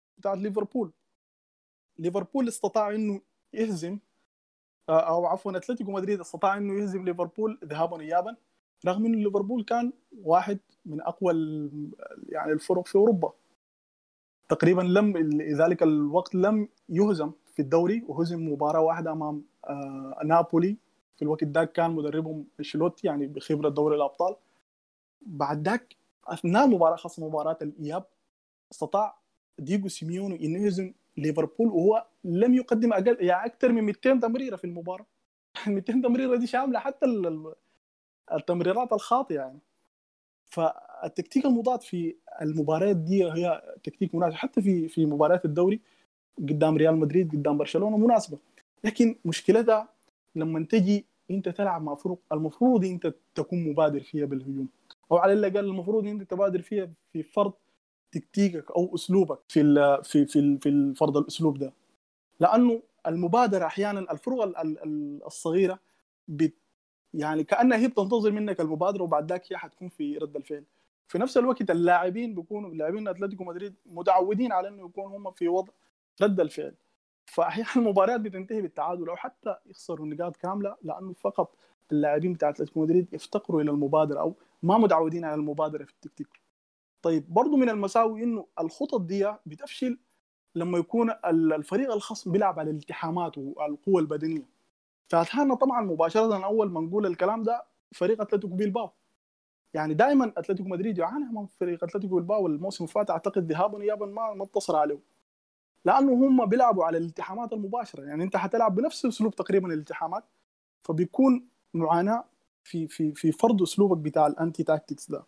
ليفربول استطاع انه يهزم، او عفوا اتلتيكو مدريد استطاع انه يهزم ليفربول ذهابا وايابا، رغم انه ليفربول كان واحد من اقوى يعني الفرق في اوروبا. تقريبا ذلك الوقت لم يهزم في الدوري، وهزم مباراه واحده امام نابولي. في الوقت ذاك كان مدربهم انشيلوتي يعني بخبره دوري الابطال. بعد ذاك اثناء المباراه، خاصه مباراه الاياب، استطاع ديجو سيميوني انه يهزم ليفربول وهو لم يقدم اقل يعني اكثر من 200 تمريره في المباراه. 200 تمريره دي شامله حتى التمريرات الخاطئه يعني. فالتكتيك المضاد في المباريات دي هي تكتيك مناسب حتى في مباريات الدوري قدام ريال مدريد قدام برشلونه مناسبه. لكن مشكلتها لما تجي انت تلعب مع فرق المفروض انت تكون مبادر فيها بالهجوم، او على الاقل المفروض انت تبادر فيها في فرض تكتيكك او اسلوبك في فرض الاسلوب ده. لانه المبادره احيانا الفرق الصغيره يعني كأنها هي بتنتظر منك المبادرة وبعد ذاك هي حتكون في رد الفعل. في نفس الوقت اللاعبين بيكونوا لاعبين اتلتيكو مدريد متعودين على انه يكون هم في وضع رد الفعل، فاحيانا المباريات بتنتهي بالتعادل او حتى يخسروا نقاط كامله لانه فقط اللاعبين بتاع اتلتيكو مدريد افتقروا الى المبادره او ما متعودين على المبادره في التكتيك. طيب برضو من المساوي انه الخطط دي بتفشل لما يكون الفريق الخصم بيلعب على الالتحامات والقوه البدنيه. فاتهانا طبعا مباشره اول ما نقول الكلام ده فريق اتلتيكو بيلباو. يعني دائما اتلتيكو مدريد يعاني من فريق اتلتيكو بيلباو الموسم اللي فات، اعتقد ذهابا وايابا ما انتصر عليه، لانه هم بيلعبوا على الالتحامات المباشره. يعني انت حتلعب بنفس اسلوب تقريبا الالتحامات، فبيكون معاناه في فرض اسلوبك بتاع الانتي تاكتكس ده.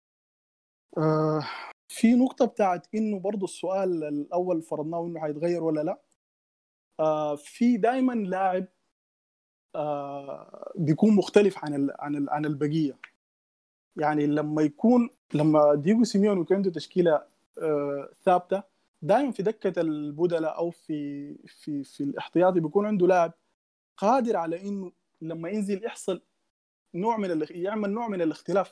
في نقطه بتاعت انه برضه السؤال الاول فرضناه انه حيتغير ولا لا. في دائما لاعب بيكون مختلف عن البقيه. يعني لما ديجو سيميون يكون عنده تشكيله ثابته، دائما في دكه البدلاء او في الاحتياطي بيكون عنده لاعب قادر على انه لما ينزل يحصل يعمل نوع من الاختلاف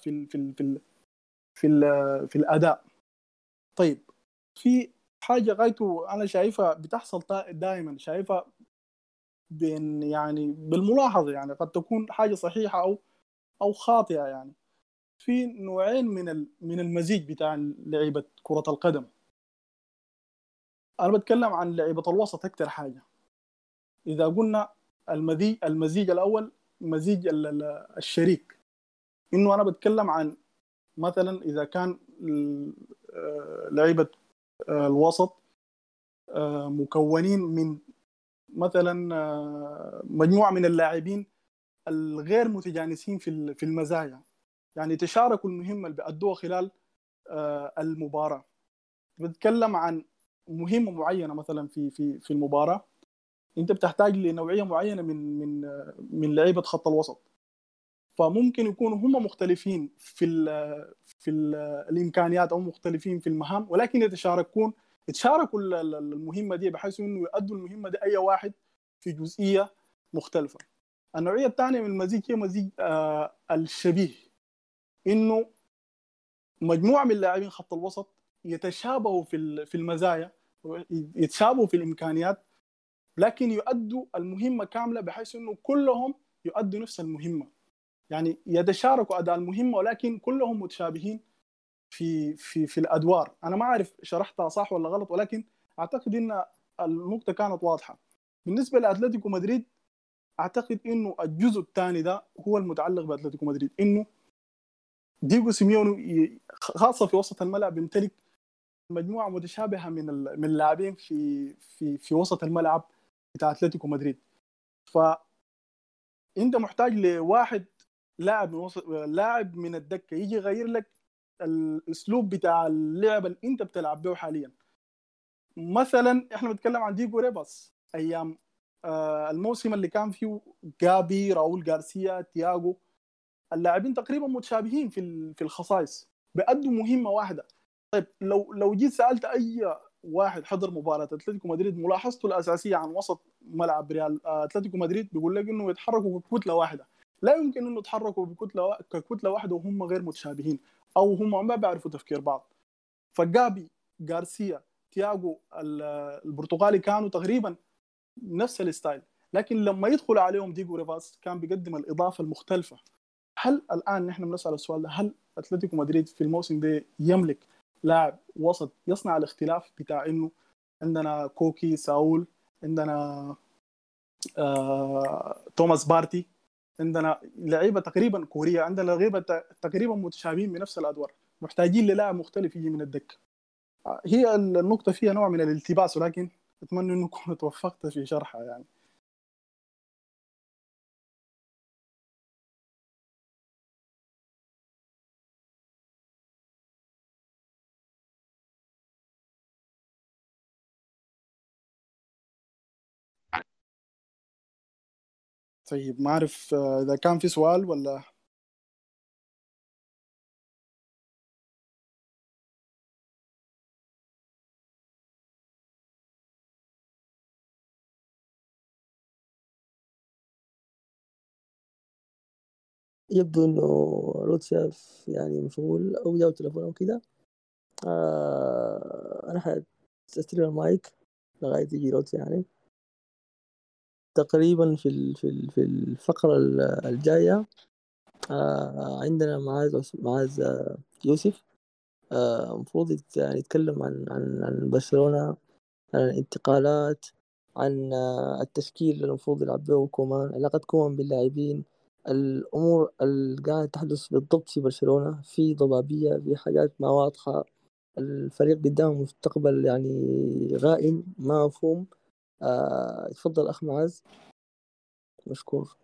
في الاداء. طيب في حاجه غايته انا شايفها بتحصل دائما، شايفها يعني بالملاحظه، يعني قد تكون حاجه صحيحه او خاطئه. يعني في نوعين من المزيج بتاع لعيبه كره القدم. انا بتكلم عن لعيبه الوسط اكثر حاجه. اذا قلنا المزيج الاول مزيج الشريك، انه انا بتكلم عن مثلا اذا كان لعيبه الوسط مكونين من مثلا مجموعه من اللاعبين الغير متجانسين في المزايا، يعني تشاركوا المهمه اللي بيأدوها خلال المباراه. بتكلم عن مهمه معينه مثلا في المباراه، انت بتحتاج لنوعيه معينه من لعيبه خط الوسط، فممكن يكونوا هم مختلفين في الامكانيات او مختلفين في المهام، ولكن يتشاركوا المهمه دي بحيث انه يؤدوا المهمه دي اي واحد في جزئيه مختلفه. النوعيه الثانيه من المزيج هي مزيج الشبيه، انه مجموعه من لاعبين خط الوسط يتشابهوا في المزايا، يتشابهوا في الامكانيات، لكن يؤدوا المهمه كامله بحيث انه كلهم يؤدوا نفس المهمه. يعني يتشاركوا اداء المهمه ولكن كلهم متشابهين في الادوار. انا ما اعرف شرحتها صح ولا غلط، ولكن اعتقد ان النقطه كانت واضحه. بالنسبه لاتلتيكو مدريد اعتقد انه الجزء الثاني ده هو المتعلق باتلتيكو مدريد، انه ديجو سيميوني خاصه في وسط الملعب يمتلك مجموعه متشابهه من اللاعبين في وسط الملعب بتاع اتلتيكو مدريد. فانت محتاج لواحد لاعب من الدكه يجي يغير لك الاسلوب بتاع اللعبه اللي انت بتلعب به حاليا. مثلا احنا بنتكلم عن ديجو ريباس ايام الموسم اللي كان فيه جابي، راؤول غارسيا، تياغو، اللاعبين تقريبا متشابهين في الخصائص، بيأدوا مهمه واحده. طيب لو جيت سالت اي واحد حضر مباراه اتلتيكو مدريد ملاحظته الاساسيه عن وسط ملعب ريال اتلتيكو مدريد، بيقول لك انه يتحركوا بكتله واحده. لا يمكن انه يتحركوا ككتله واحده وهم غير متشابهين او هم ما بيعرفوا تفكير بعض. فجابي، غارسيا، تياغو البرتغالي كانوا تقريبا نفس الستايل، لكن لما يدخل عليهم ديجو ريفاس كان بيقدم الاضافه المختلفه. هل الان نحن بنسال السؤال ده، هل اتلتيكو مدريد في الموسم ده يملك لاعب وسط يصنع الاختلاف بتاع انه عندنا كوكي، ساول، عندنا توماس بارتي، عندنا لعيبه تقريبا كوريا، عندنا لعيبه تقريبا متشابهين بنفس الادوار، محتاجين للاعب مختلف يجي من الدكه. هي النقطه فيها نوع من الالتباس، ولكن اتمنى انه كنت توفقت في شرحها يعني. طيب ما اعرف اذا كان في سؤال ولا يبدو إنه روتسا يعني مشغول أو جاو تليفون أو كده. أنا حاستلم المايك لغاية يجي روتسا يعني. تقريبا في الفقرة الجاية عندنا معاذ يوسف المفروض يعني يتكلم عن برشلونة، عن الانتقالات، عن التشكيل اللي المفروض يلعب به كومان، علاقة كومان باللاعبين، الأمور اللي قاعدة تحدث بالضبط في برشلونة، في ضبابية، في حاجات ما واضحة، الفريق قدامه مستقبل يعني غائم ما مفهوم. اتفضل أخ معاذ، مشكور.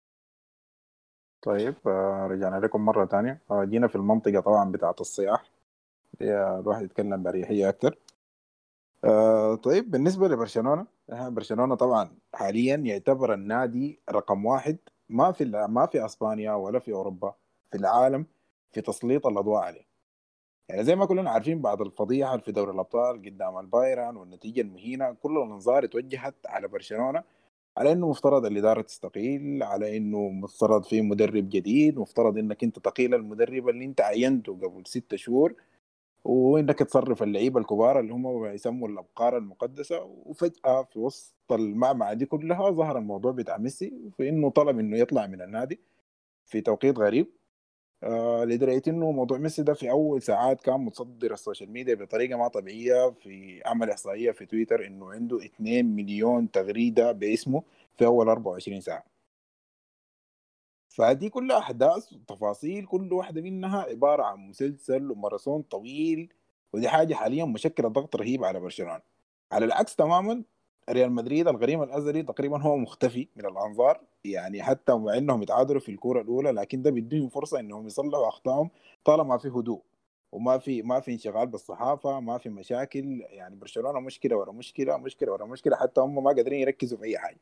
طيب رجعنا لكم مرة تانية. جينا في المنطقة طبعا بتاعة الصياح، الواحد يتكلم بأريحية أكتر. طيب بالنسبة لبرشلونة، برشلونة طبعا حاليا يعتبر النادي رقم واحد، ما في اسبانيا ولا في اوروبا، في العالم، في تسليط الاضواء عليه. يعني زي ما كلنا عارفين بعد الفضيحة في دوري الابطال قدام البايرن والنتيجة المهينة، كل الانظار اتوجهت على برشلونة، على انه مفترض الادارة تستقيل، على انه مفترض في مدرب جديد، مفترض انك انت تقيل المدرب اللي انت عينته قبل 6 شهور، وانك تصرف اللعيبه الكبار اللي هم يسموا الابقار المقدسه. وفجاه في وسط المعمعه دي كلها ظهر الموضوع بتاع ميسي، في انه طلب انه يطلع من النادي في توقيت غريب. لدرجه انه موضوع ميسي ده في اول ساعات كان متصدر السوشيال ميديا بطريقه ما طبيعيه، في عمل احصائيه في تويتر انه عنده 2 مليون تغريده باسمه في اول 24 ساعه. فدي كلها احداث وتفاصيل، كل واحده منها عباره عن مسلسل وماراثون طويل، ودي حاجه حاليا مشكله ضغط رهيب على برشلونه. على العكس تماما، ريال مدريد الغريم الازلي تقريبا هو مختفي من الانظار، يعني حتى مع انهم يتعادلوا في الكوره الاولى، لكن ده بيديهم فرصه انهم يصلحوا اخطائهم طالما في هدوء، وما في انشغال بالصحافه، ما في مشاكل. يعني برشلونه مشكله ورا مشكله، مشكله ورا مشكله، حتى هم ما قادرين يركزوا في اي حاجه.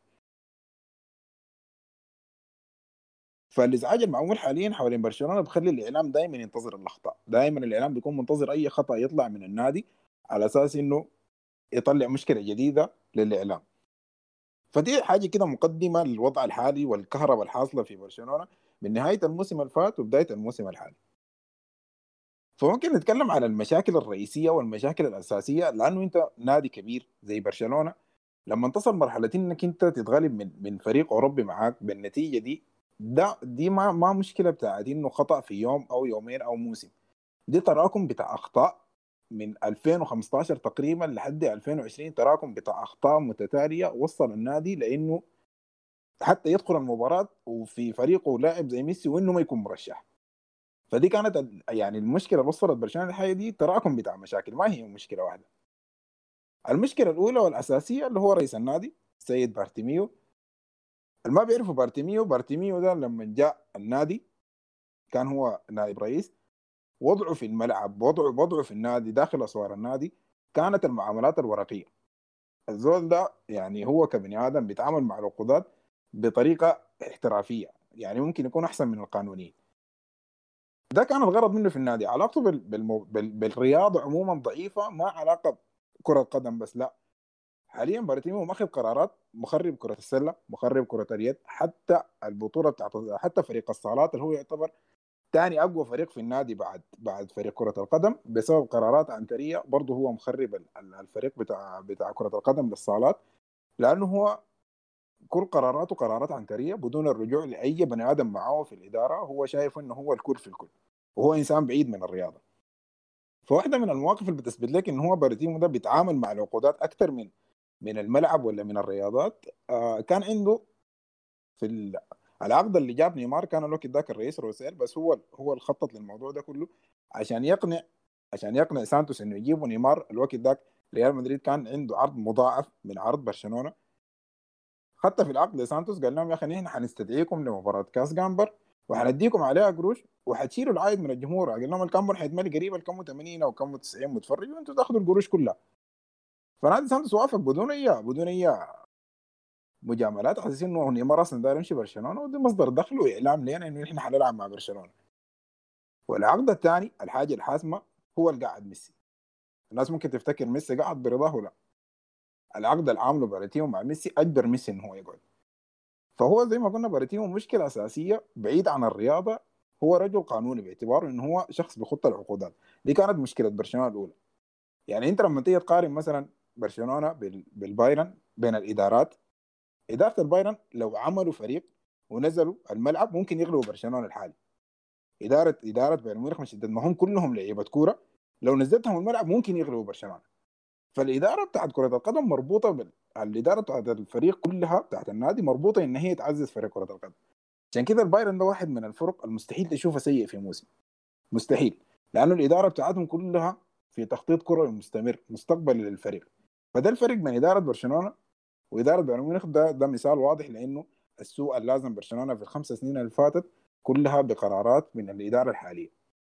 فالازعاج المعمول حاليا حوالين برشلونه بخلي الاعلام دائما ينتظر الاخطاء، دائما الاعلام بيكون منتظر اي خطا يطلع من النادي على اساس انه يطلع مشكله جديده للاعلام. فدي حاجه كده مقدمه للوضع الحالي والكهرباء الحاصله في برشلونه من نهايه الموسم اللي فات وبدايه الموسم الحالي. فممكن نتكلم عن المشاكل الرئيسيه والمشاكل الاساسيه، لانه انت نادي كبير زي برشلونه لما تصل مرحله انك انت تتغلب من فريق اوروبي معاك بالنتيجه دي، دي ما مشكله بتاعت انه خطا في يوم او يومين او موسم، دي تراكم بتاع اخطاء من 2015 تقريبا لحد 2020، تراكم بتاع اخطاء متتاليه وصل النادي لانه حتى يدخل المباراه وفي فريقه لاعب زي ميسي وانه ما يكون مرشح. فدي كانت يعني المشكله اللي وصلت برشلونه الحاجه دي تراكم بتاع مشاكل، ما هي مشكله واحده. المشكله الاولى والاساسيه اللي هو رئيس النادي سيد بارتيميو. اللي ما بيعرفوا بارتيميو ده لما جاء النادي كان هو نائب رئيس. وضعه في الملعب، وضعه في النادي داخل اسوار النادي كانت المعاملات الورقيه. الزول ده يعني هو كبني ادم بيتعامل مع العقودات بطريقه احترافيه، يعني ممكن يكون احسن من القانونيين. ده كان الغرض منه في النادي. علاقته بالرياضه عموما ضعيفه، ما علاقه كره قدم بس، لا. حاليا بارتيمو ماخذ قرارات مخرب كره السله، مخرب كره اليد، حتى البطوله بتاعت، حتى فريق الصالات اللي هو يعتبر ثاني اقوى فريق في النادي بعد فريق كره القدم، بسبب قرارات عنتريه برضه هو مخرب الفريق بتاع كره القدم للصالات، لانه هو كل قراراته قرارات عنتريه بدون الرجوع لاي بني ادم معاه في الاداره. هو شايف انه هو الكل في الكل، وهو انسان بعيد من الرياضه. فواحده من المواقف اللي بتثبت لك ان هو بارتيمو ده بيتعامل مع العقودات اكثر من الملعب ولا من الرياضات. كان عنده في العقد اللي جاب نيمار، كان الوقت ذاك الرئيس روسيل، بس هو اللي خطط للموضوع ده كله عشان يقنع سانتوس انه يجيبوا نيمار. الوقت ذاك ريال مدريد كان عنده عرض مضاعف من عرض برشلونه. حتى في العقد لسانتوس قال لهم يا اخي نحن حنستدعيكم لمباراه كاس جامبر وحنديكم عليها قروش وحتشيلوا العائد من الجمهور. قال لهم الكامبر حيتملي قريب الكم 80 او كم 90 متفرج وانتم تاخذوا القروش كلها. فنادي سانتوس وافق بدون اي مجاملات، على اساس انه نيمار اصلا داير يمشي برشلونه، ودي مصدر دخل واعلام لنا انه احنا حنلعب مع برشلونه. والعقد الثاني الحاجه الحاسمه هو اللي قاعد ميسي. الناس ممكن تفتكر ميسي قاعد برضاه، لا. العقد اللي عامله باريتيو مع ميسي اجبر ميسي انه هو يقعد. فهو زي ما قلنا باريتيمو مشكله اساسيه بعيد عن الرياضه، هو رجل قانوني باعتباره انه هو شخص بيخط العقودات. دي كانت مشكله برشلونه الاولى. يعني انت لما تيجي تقارن مثلا برشلونه بالبايرن بين الادارات، اداره البايرن لو عملوا فريق ونزلوا الملعب ممكن يغلبوا برشلونه الحالي. اداره بايرن ميونخ مش ما هم كلهم لعيبه كوره، لو نزلتهم الملعب ممكن يغلبوا برشلونه. فالاداره بتاعت كره القدم مربوطه الاداره بتاعت الفريق كلها بتاعت النادي مربوطه ان هي تعزز فريق كره القدم. عشان كده البايرن ده واحد من الفرق المستحيل تشوفه سيء في موسم، مستحيل، لانه الاداره بتاعتهم كلها في تخطيط كروي مستمر مستقبلي للفريق. فده الفرق بين اداره برشلونه واداره بايرن ميونخ. ده مثال واضح لانه السوء اللي لازم برشلونه في الخمس سنين اللي فاتت كلها بقرارات من الاداره الحاليه.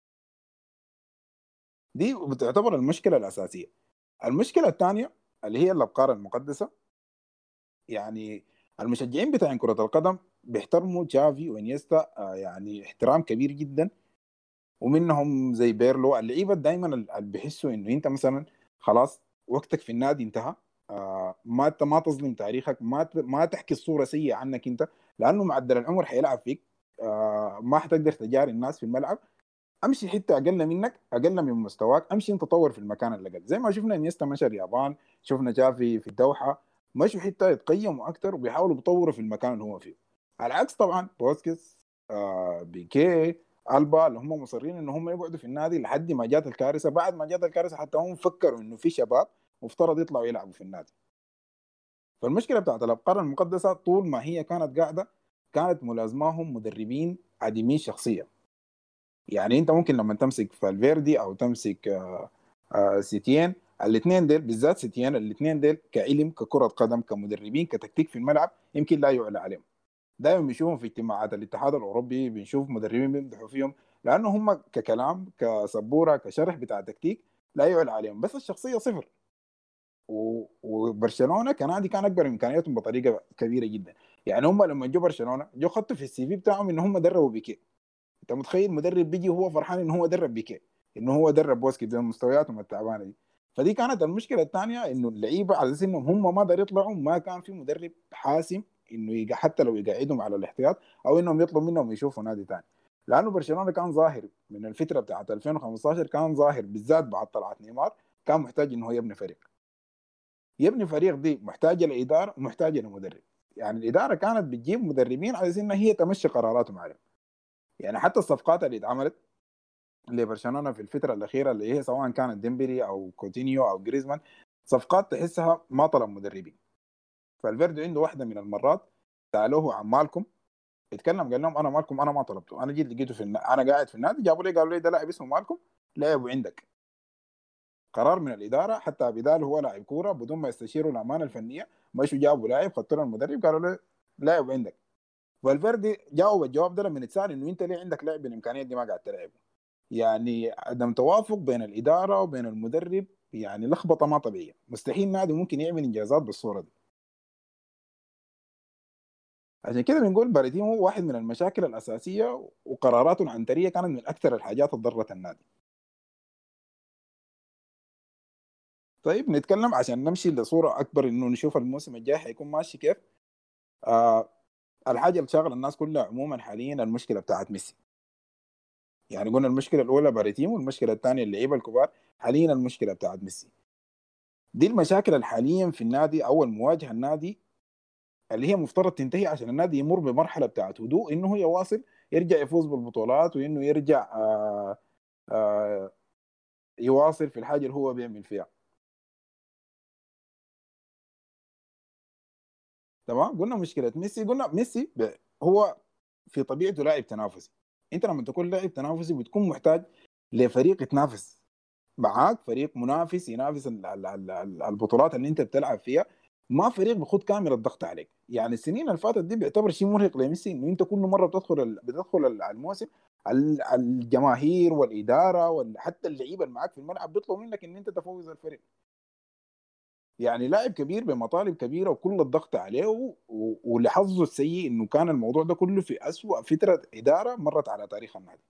دي بتعتبر المشكله الاساسيه. المشكله الثانيه اللي هي الابقار المقدسه. يعني المشجعين بتاع كره القدم بيحترموا جافي وانيستا يعني احترام كبير جدا، ومنهم زي بيرلو اللعيبه دائما اللي بيحسوا انه انت مثلا خلاص وقتك في النادي انتهى، ما تظلم تاريخك، ما تحكي الصوره سيئه عنك انت، لانه معدل العمر حيلعب فيك، ما حتقدر تجاري الناس في الملعب. امشي حته اقل منك، اقل من مستواك، امشي انت طور في المكان اللي قل. زي ما شفنا انيستا مشى اليابان، شفنا جافي في الدوحه، مشوا حته يتقيموا اكثر وبيحاولوا يطوروا في المكان اللي هو فيه. على العكس طبعا بوسكيتس، بيكي، البا اللي هم مصرين ان هم يقعدوا في النادي لحد ما جات الكارثه. بعد ما جات الكارثه حتى هم فكروا انه في شباب مفترض يطلعوا يلعبوا في النادي. فالمشكله بتاعت الابقار المقدسه طول ما هي كانت قاعده كانت ملازماهم مدربين عديمين شخصيه. يعني انت ممكن لما تمسك فالفيردي او تمسك سيتيين، الاثنين ديل بالذات سيتيين، الاثنين ديل كعلم ككره قدم كمدربين كتكتيك في الملعب يمكن لا يعلى عليهم. دائما بنشوفهم في اجتماعات الاتحاد الاوروبي، بنشوف مدربين بيمدحوا فيهم لانه هم ككلام كسبوره كشرح بتاع تكتيك لا يعلى عليهم، بس الشخصيه صفر. وبرشلونه كنادي كان اكبر امكانياتهم بطريقه كبيره جدا. يعني هم لما جو برشلونه جو خطوا في السي في بتاعهم ان هم دربوا بيكي. انت متخيل مدرب بيجي وهو فرحان ان هو درب بيكي، انه هو درب بوسكي ده مستوياتهم التعبانه دي. فدي كانت المشكله الثانيه، انه اللعيبه على اساس انهم هم ما قدروا يطلعوا، ما كان في مدرب حاسم انه حتى لو يقعدهم على الاحتياط او انهم يطلبوا منهم يشوفوا نادي ثاني. لانه برشلونه كان ظاهر من الفتره بتاعت 2015، كان ظاهر بالذات بعد طلعت نيمار كان محتاج انه هو يبني فريق. يبني فريق دي محتاجه لاداره ومحتاجه لمدرب. يعني الاداره كانت بتجيب مدربين على اساس انها هي تمشي قراراتهم عليهم. يعني حتى الصفقات اللي اتعملت لبرشلونه في الفتره الاخيره اللي هي سواء كانت ديمبلي او كوتينيو او جريزمان، صفقات تحسها ما طلب مدربين. فالفيردي عنده واحده من المرات سالوه عن مالكم، اتكلم قال لهم انا مالكم انا ما طلبته، انا جيت لقيته انا قاعد في النادي، جابوا لي قالوا لي ده لاعب اسمه مالكم لعبوا عندك. قرار من الاداره، حتى بدال هو لاعب كوره بدون ما يستشيروا الامانه الفنيه، مشوا جابوا لاعب خدوا له المدرب قالوا له لاعب عندك. فالفيردي جاوب الجواب ده لما يتسال انه انت ليه عندك لاعب بالامكانيات دي ما قاعد تلعبه. يعني عدم توافق بين الاداره وبين المدرب، يعني لخبطه ما طبيعيه. مستحيل نادي ممكن يعمل انجازات بالصوره دي. عشان كده بنقول باريتيمو واحد من المشاكل الاساسيه، وقراراته العنتريه كانت من اكثر الحاجات اللي ضرت النادي. طيب نتكلم عشان نمشي لصوره اكبر انه نشوف الموسم الجاي حيكون ماشي كيف. آه الحاجه اللي شاغله الناس كلها عموما حاليا المشكله بتاعت ميسي. يعني قلنا المشكله الاولى باريتيمو، والمشكله الثانيه اللعيبه الكبار، حاليا المشكله بتاعت ميسي. دي المشاكل الحاليا في النادي او المواجهه النادي اللي هي مفترض تنتهي عشان النادي يمر بمرحله بتاعت هدوء، انه يواصل يرجع يفوز بالبطولات، وانه يرجع آه يواصل في الحاجه اللي هو بيعمل فيها. تمام. قلنا مشكله ميسي، قلنا ميسي هو في طبيعته لاعب تنافسي. انت لما تكون لاعب تنافسي بتكون محتاج لفريق يتنافس معاك، فريق منافس ينافس البطولات اللي انت بتلعب فيها، ما فريق بخد كامل الضغط عليك. يعني السنين اللي فاتت دي بيعتبر شيء مرهق لميسي، انه انت كل مره بتدخل الموسم الجماهير والاداره وحتى اللعيبه اللي معاك في الملعب بيطلبوا منك ان انت تفوز الفريق. يعني لاعب كبير بمطالب كبيره وكل الضغط عليه، واللي حظه السيء انه كان الموضوع ده كله في اسوأ فتره اداره مرت على تاريخ النادي.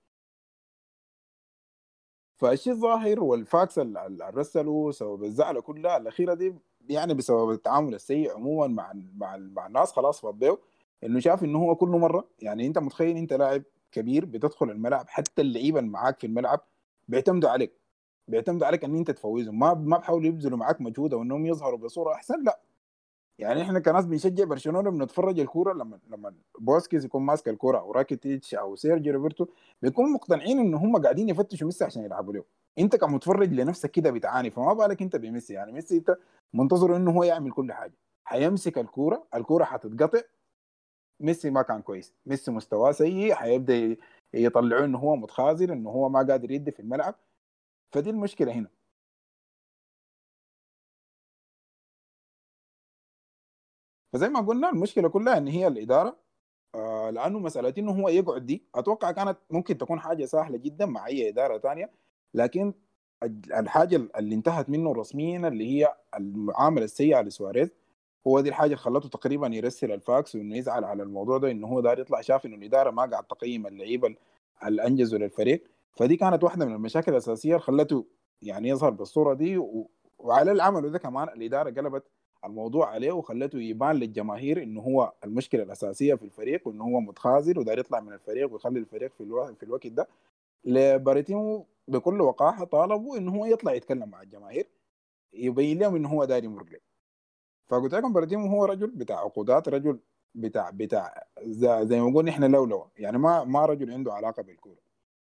فالشيء الظاهر والفاكس اللي رسلوا سبب الزعل كلها الاخيره دي، يعني بسبب التعامل السيء عموما مع الناس، خلاص فضيوا انه شاف انه هو كل مره، يعني انت متخيل انت لاعب كبير بتدخل الملعب، حتى اللعيبه اللي معاك في الملعب بيعتمدوا عليك، بيعتمدوا عليك ان انت تفوزهم، ما بحاولوا يبذلوا معاك مجهود او انهم يظهروا بصوره احسن، لا. يعني احنا كناس بنشجع برشلونه بنتفرج الكوره لما بوسكيز يكون ماسك الكوره او راكيتيتش او سيرجيو روبرتو، بيكونوا مقتنعين ان هم قاعدين يفتشوا ميسي عشان يلعبوا له. انت كمتفرج لنفسك كده بتعاني، فما بالك انت بميسي. يعني ميسي انت منتظر انه هو يعمل كل حاجه، حيمسك الكوره حتتقطع، ميسي ما كان كويس، ميسي مستواه سيء، حيبدا يطلعوه انه هو متخاذل، انه هو ما قادر يدي في الملعب. فدي المشكله هنا. فزي ما قلنا المشكله كلها ان هي الاداره. لانه مساله انه هو يقعد دي اتوقع كانت ممكن تكون حاجه سهله جدا مع اي اداره ثانيه، لكن الحاجه اللي انتهت منه رسميا اللي هي المعامله السيئه لسواريز، هو دي الحاجه اللي خلته تقريبا يرسل الفاكس وانه يزعل على الموضوع ده، انه هو داير يطلع شاف انه الاداره ما قاعد تقيم اللعيبه اللي انجزوا للفريق. فدي كانت واحده من المشاكل الاساسيه اللي خلته يعني يظهر بالصوره دي وعلى العمل ده كمان الاداره قلبت الموضوع عليه وخلته يبان للجماهير انه هو المشكله الاساسيه في الفريق، وانه هو متخاذل وداير يطلع من الفريق ويخلي الفريق في الوقت ده. لباريتيمو بكل وقاحه طالبوا انه هو يطلع يتكلم مع الجماهير، يبين لهم انه هو داير يمر له. فقلت لكم باريتيمو هو رجل بتاع عقودات، رجل بتاع زي ما قلنا احنا لولو، يعني ما رجل عنده علاقه بالكوره.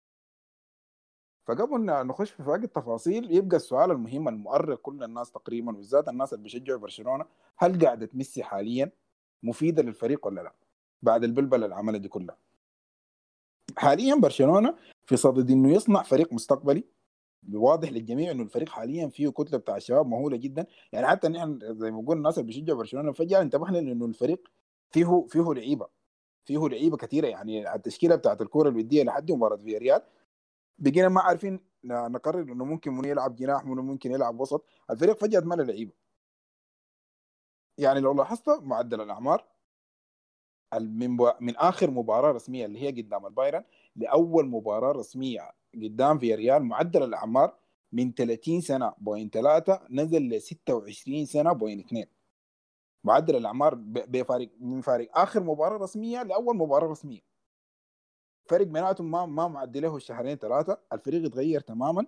فقبل نخش في باقي التفاصيل، يبقى السؤال المهم المؤرق كل الناس تقريبا وبالذات الناس اللي بيشجعوا برشلونه، هل قاعده ميسي حاليا مفيده للفريق ولا لا؟ بعد البلبله اللي عملها دي كلها، حاليا برشلونه في صدد انه يصنع فريق مستقبلي. واضح للجميع انه الفريق حاليا فيه كتله بتاع الشباب مهوله جدا. يعني حتى نحن زي ما قلنا الناس اللي بيشجعوا برشلونه فجاه انتبهنا انه الفريق فيه لعيبه، فيه لعيبه كثيره. يعني التشكيله بتاعت الكوره الوديه لحد مباراه فياريال بقينا ما عارفين نقرر انه ممكن من يلعب جناح، من ممكن يلعب وسط. الفريق فجاه مال لعيبه. يعني لو لاحظت معدل الاعمار من اخر مباراه رسميه اللي هي قدام البايرن لاول مباراه رسميه قدام فياريال، معدل الاعمار من 30 سنه بوينت 3 نزل ل 26 سنه بوينت 2. معدل الاعمار بفارق من فارق اخر مباراه رسميه لاول مباراه رسميه، فرق بيناتهم ما معدي له الشهرين ثلاثه. الفريق اتغير تماما.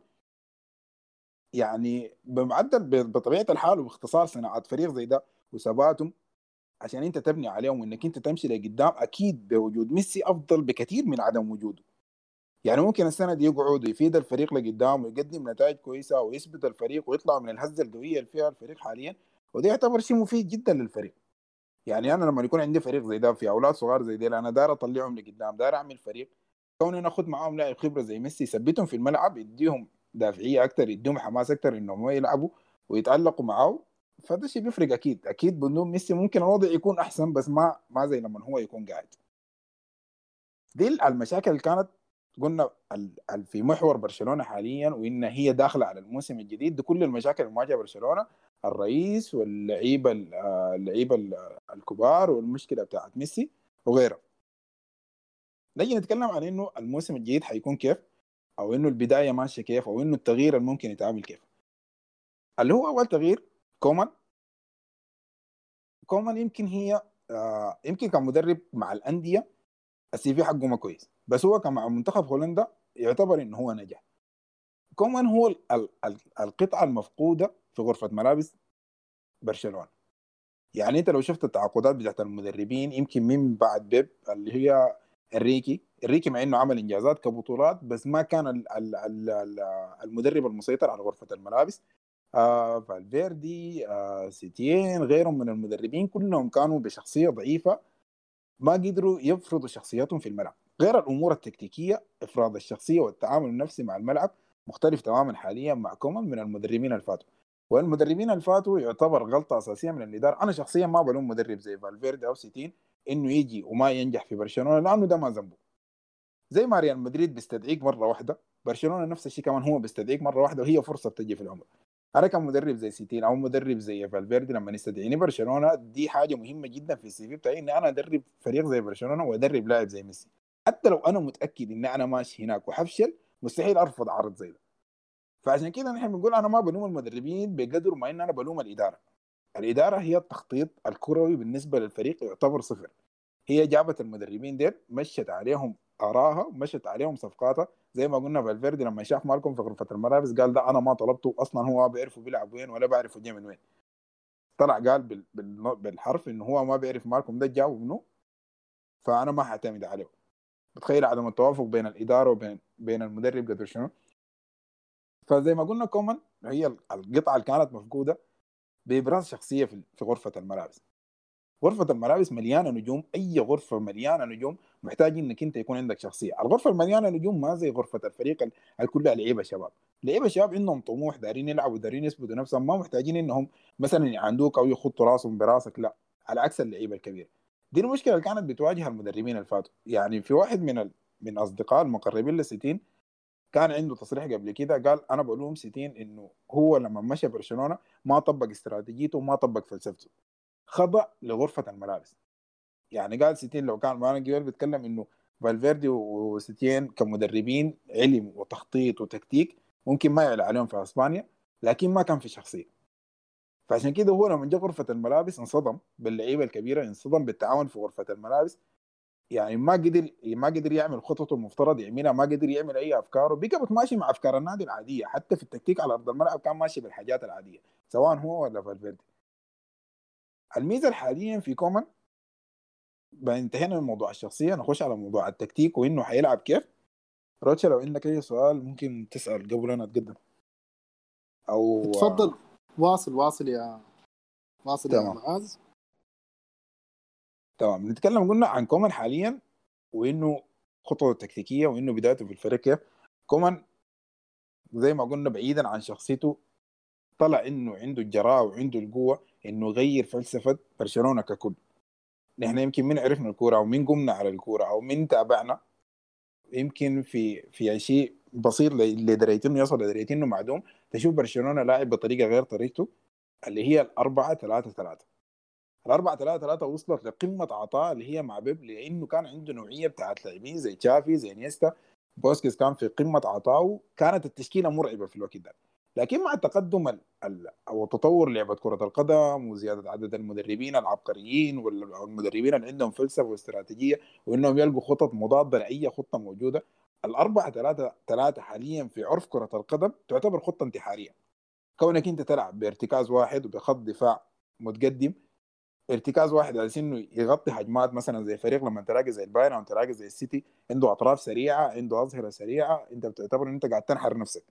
يعني بمعدل بطبيعه الحال وباختصار صناعه فريق زي ده وثباتهم عشان انت تبني عليهم وانك انت تمشي لقدام، اكيد بوجود ميسي افضل بكثير من عدم وجوده. يعني ممكن السنه دي يقعد ويفيد الفريق لقدام ويقدم نتائج كويسه ويثبت الفريق ويطلع من الهزه القويه اللي فيها الفريق حاليا، وده يعتبر شيء مفيد جدا للفريق. يعني انا لما يكون عندي فريق زي ده في اولاد صغار زي دي، انا داير اطلعهم لقدام، داير اعمل فريق كوني ناخد معاهم لاعب خبره زي ميسي يثبتهم في الملعب، يديهم دافعيه اكثر، يديهم حماس اكثر انهم ما يلعبوا ويتالقوا معاه. فده شيء بيفرق اكيد. اكيد بدون ميسي ممكن الوضع يكون احسن، بس ما زي لما هو يكون قاعد. دي المشاكل اللي كانت قلنا في محور برشلونه حاليا، وان هي داخله على الموسم الجديد. دي كل المشاكل اللي مواجهه برشلونه، الرئيس واللعيبه اللعيبه الكبار والمشكله بتاعت ميسي وغيره. نجي نتكلم عن انه الموسم الجديد حيكون كيف، او انه البدايه ماشيه كيف، او انه التغيير اللي ممكن يتعامل كيف. اللي هو اول تغيير كومان. كومان يمكن هي يمكن كمدرب مع الانديه السي في حقه ما كويس، بس هو كمع منتخب هولندا يعتبر انه هو نجح. كومان هو القطعه المفقوده في غرفه ملابس برشلونه. يعني انت لو شفت التعاقدات بتاعت المدربين يمكن من بعد بيب اللي هي انريكي مع انه عمل انجازات كبطولات، بس ما كان المدرب المسيطر على غرفه الملابس. فالفيردي، سيتيين، غيرهم من المدربين كلهم كانوا بشخصيه ضعيفه، ما قدروا يفرضوا شخصياتهم في الملعب. غير الامور التكتيكيه، افراض الشخصيه والتعامل النفسي مع الملعب مختلف تماما حاليا مع كومان من المدربين الفاتوا. والمدربين الفاتوا يعتبر غلطه اساسيه من الاداره. انا شخصيا ما بلوم مدرب زي فالفيردي او سيتين انه يجي وما ينجح في برشلونه، لانه ده ما ذنبه. زي ما ريال مدريد بيستدعيك مره واحده، برشلونه نفس الشيء كمان، هو بيستدعيك مره واحده وهي فرصه بتجي في العمر. انا كمدرب زي سيتين او مدرب زي فالفيردي لما يستدعيني برشلونه، دي حاجه مهمه جدا في السي في بتاعي، ان انا ادرب فريق زي برشلونه وادرب لاعب زي ميسي. حتى لو انا متاكد ان انا ماشي هناك وحفشل، مستحيل ارفض عرض زي ده. فعشان كده نحن بنقول انا ما بلوم المدربين بقدر ما ان انا بلوم الاداره. الاداره هي التخطيط الكروي بالنسبه للفريق يعتبر صفر. هي جابت المدربين ديل مشت عليهم آراها ومشت عليهم صفقاتها. زي ما قلنا فالفيردي لما شاف مالكم في غرفة الملابس قال ده أنا ما طلبته أصلا، هو ما بيعرفوا بيلعب وين ولا بيعرفوا جاي من وين. طلع قال بالحرف إنه هو ما بيعرف مالكم ده جاوا منه، فأنا ما هعتمد عليه. بتخيل عدم التوافق بين الإدارة وبين المدرب قدر شنو. فزي ما قلنا كومان هي القطعة اللي كانت مفقودة بإبراز شخصية في غرفة الملابس. غرفة الملابس مليانة نجوم، أي غرفة مليانة نجوم محتاج إنك أنت يكون عندك شخصية. الغرفة المليانة نجوم ما زي غرفة الفريق كلها لعيبة شباب. لعيبة شباب عندهم طموح، دارين يلعبوا، دارين يثبتوا نفسهم، ما محتاجين إنهم مثلا يعندوك أو يخطوا راسهم براسك، لا، على عكس اللعيبة الكبيرة. دي المشكلة اللي كانت بتواجه المدربين اللي فاتوا. يعني في واحد من أصدقاء المقربين لستين كان عنده تصريح قبل كده، قال أنا بلوم ستين إنه هو لما مشى برشلونة ما طبق استراتيجيته وما طبق فلسفته، خضع لغرفة الملابس. يعني قال ستين لو كان معنا جوال بيتكلم انه فالفيردي وستين كمدربين علم وتخطيط وتكتيك ممكن ما يعلى عليهم في اسبانيا، لكن ما كان في شخصيه. فعشان كده هو لما جاء غرفه الملابس انصدم باللعيبه الكبيره، انصدم بالتعاون في غرفه الملابس. يعني ما قدر يعمل خططه المفترض يعملها، ما قدر يعمل اي افكاره، بقى ماشي مع افكار النادي العاديه. حتى في التكتيك على ارض الملعب كان ماشي بالحاجات العاديه سواء هو ولا فالفيردي. الميزه حاليا في كومان، انتهينا من موضوع الشخصيه، نخش على موضوع التكتيك وانه حيلعب كيف. روتشا لو عندك اي سؤال ممكن تسال قبل انا اتقدم او اتفضل. واصل يا تمام. معاذ. تمام، نتكلم قلنا عن كومان حاليا وانه خطوه تكتيكيه وانه بدايته في الفريق كيف. كومان زي ما قلنا بعيدا عن شخصيته طلع انه عنده الجراءه وعنده القوه انه يغير فلسفه برشلونه ككل. نحن يمكن من عرفنا الكوره او من قمنا على الكوره او من تابعنا يمكن في شيء بسيط لدرجه انه يصل لدرجه انه معدوم تشوف برشلونه لاعب بطريقه غير طريقته، اللي هي الأربعة ثلاثة ثلاثة. الأربعة ثلاثة ثلاثة وصلت لقمة عطاء اللي هي مع بيب، لأنه كان عنده نوعية بتاعت لاعبين زي تشافي زي نيستا. بوسكيس كان في قمة عطاءه، كانت التشكيلة مرعبة في الوقت ده. لكن مع التقدم أو تطور لعبة كرة القدم وزيادة عدد المدربين العبقريين والمدربين اللي عندهم فلسفة واستراتيجية وإنهم يلقوا خطط مضادة لأي خطة موجودة، الأربعة ثلاثة ثلاثة حاليا في عرف كرة القدم تعتبر خطة انتحارية. كونك انت تلعب بارتكاز واحد وبخط دفاع متقدم، ارتكاز واحد على انه يغطي هجمات مثلا زي فريق لما تلاقي زي البايرن او تلاقي زي السيتي عنده اطراف سريعه، عنده اظهره سريعه، انت بتعتبر ان انت قاعد تنحر نفسك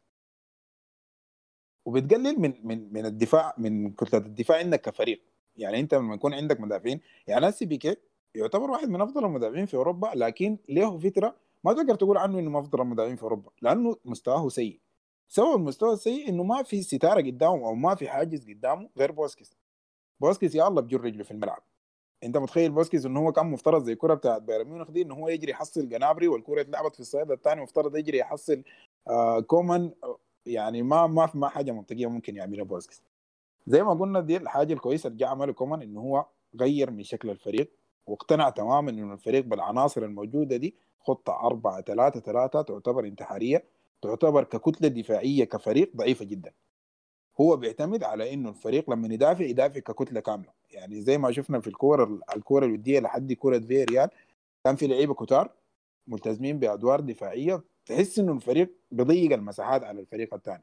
وبتقلل من الدفاع، من كتله الدفاع عندك كفريق. يعني انت لما يكون عندك مدافعين، يعني ناسي بيكي يعتبر واحد من افضل المدافعين في اوروبا، لكن له فتره ما تقدر تقول عنه انه افضل المدافعين في اوروبا لانه مستواه سيء. سبب المستوى السيء انه ما في ستاره قدامه او ما في حاجز قدامه غير بوسكيس. بوسكيس يا الله بجر رجله في الملعب. انت متخيل بوسكيس انه هو كان مفترض زي الكره بتاعت بايرن ميونخ دي انه هو يجري يحصل جنابري، والكره اتلعبت في الصيد الثاني مفترض يجري يحصل كومان. يعني ما حاجه منطقيه ممكن يعملها بوسكيس. زي ما قلنا دي الحاجه الكويسه اللي جاء عمله كومان انه هو غير من شكل الفريق واقتنع تماما انه الفريق بالعناصر الموجوده دي خطه 4-3-3 تعتبر انتحاريه، تعتبر ككتله دفاعيه كفريق ضعيفه جدا. هو بيعتمد على انه الفريق لما يدافع ككتله كامله. يعني زي ما شفنا في الكوره الوديه لحد كوره في ريال، كان في لعيبه كتار ملتزمين بادوار دفاعيه، تحس انه الفريق بيضيق المساحات على الفريق الثاني.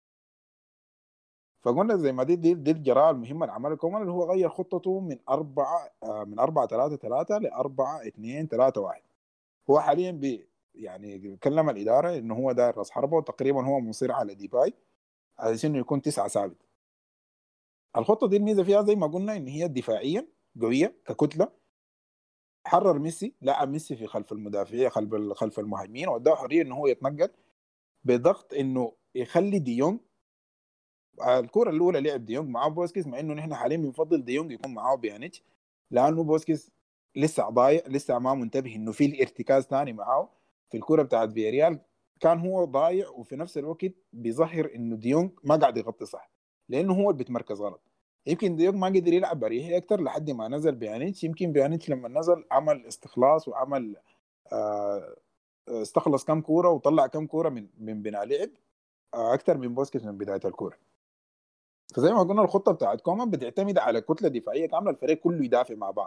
فقلنا زي ما دي الجراءه المهمه اللي عملها كومان، اللي هو غير خطته من 4-3-3 ل 4-2-3-1. هو حاليا يعني كلم الاداره انه هو داير راس حربه، وتقريبا هو مصير على ديباي على انه يكون 9 ثابت. الخطه دي الميزه فيها زي ما قلنا ان هي دفاعيا قويه ككتله. حرر ميسي، لعب ميسي في خلف المدافعين، خلف المهاجمين، واداه حريه انه هو يتنقل بضغط انه يخلي ديونج. الكره الاولى لعب ديونج مع بوسكيس، مع انه نحن حاليا بنفضل ديونج يكون معاه بيانيتش، لانه بوسكيس لسه ضايع، لسه ما منتبه انه في الارتكاز ثاني معاه. في الكره بتاعت فياريال كان هو ضايع، وفي نفس الوقت بيظهر انه ديونج ما قاعد يغطي صح لانه هو اللي بيتمركز غلط. يمكن ديونج ما قدر يلعب بريحي اكثر لحد ما نزل بيانيتش. يمكن بيانيتش لما نزل عمل استخلاص وعمل استخلص كم كوره وطلع كم كوره من بناء لعب اكثر من بوسكيت من بدايه الكوره. فزي ما قلنا الخطه بتاعت كومان بتعتمد على كتله دفاعيه كامله، الفريق كله يدافع مع بعض،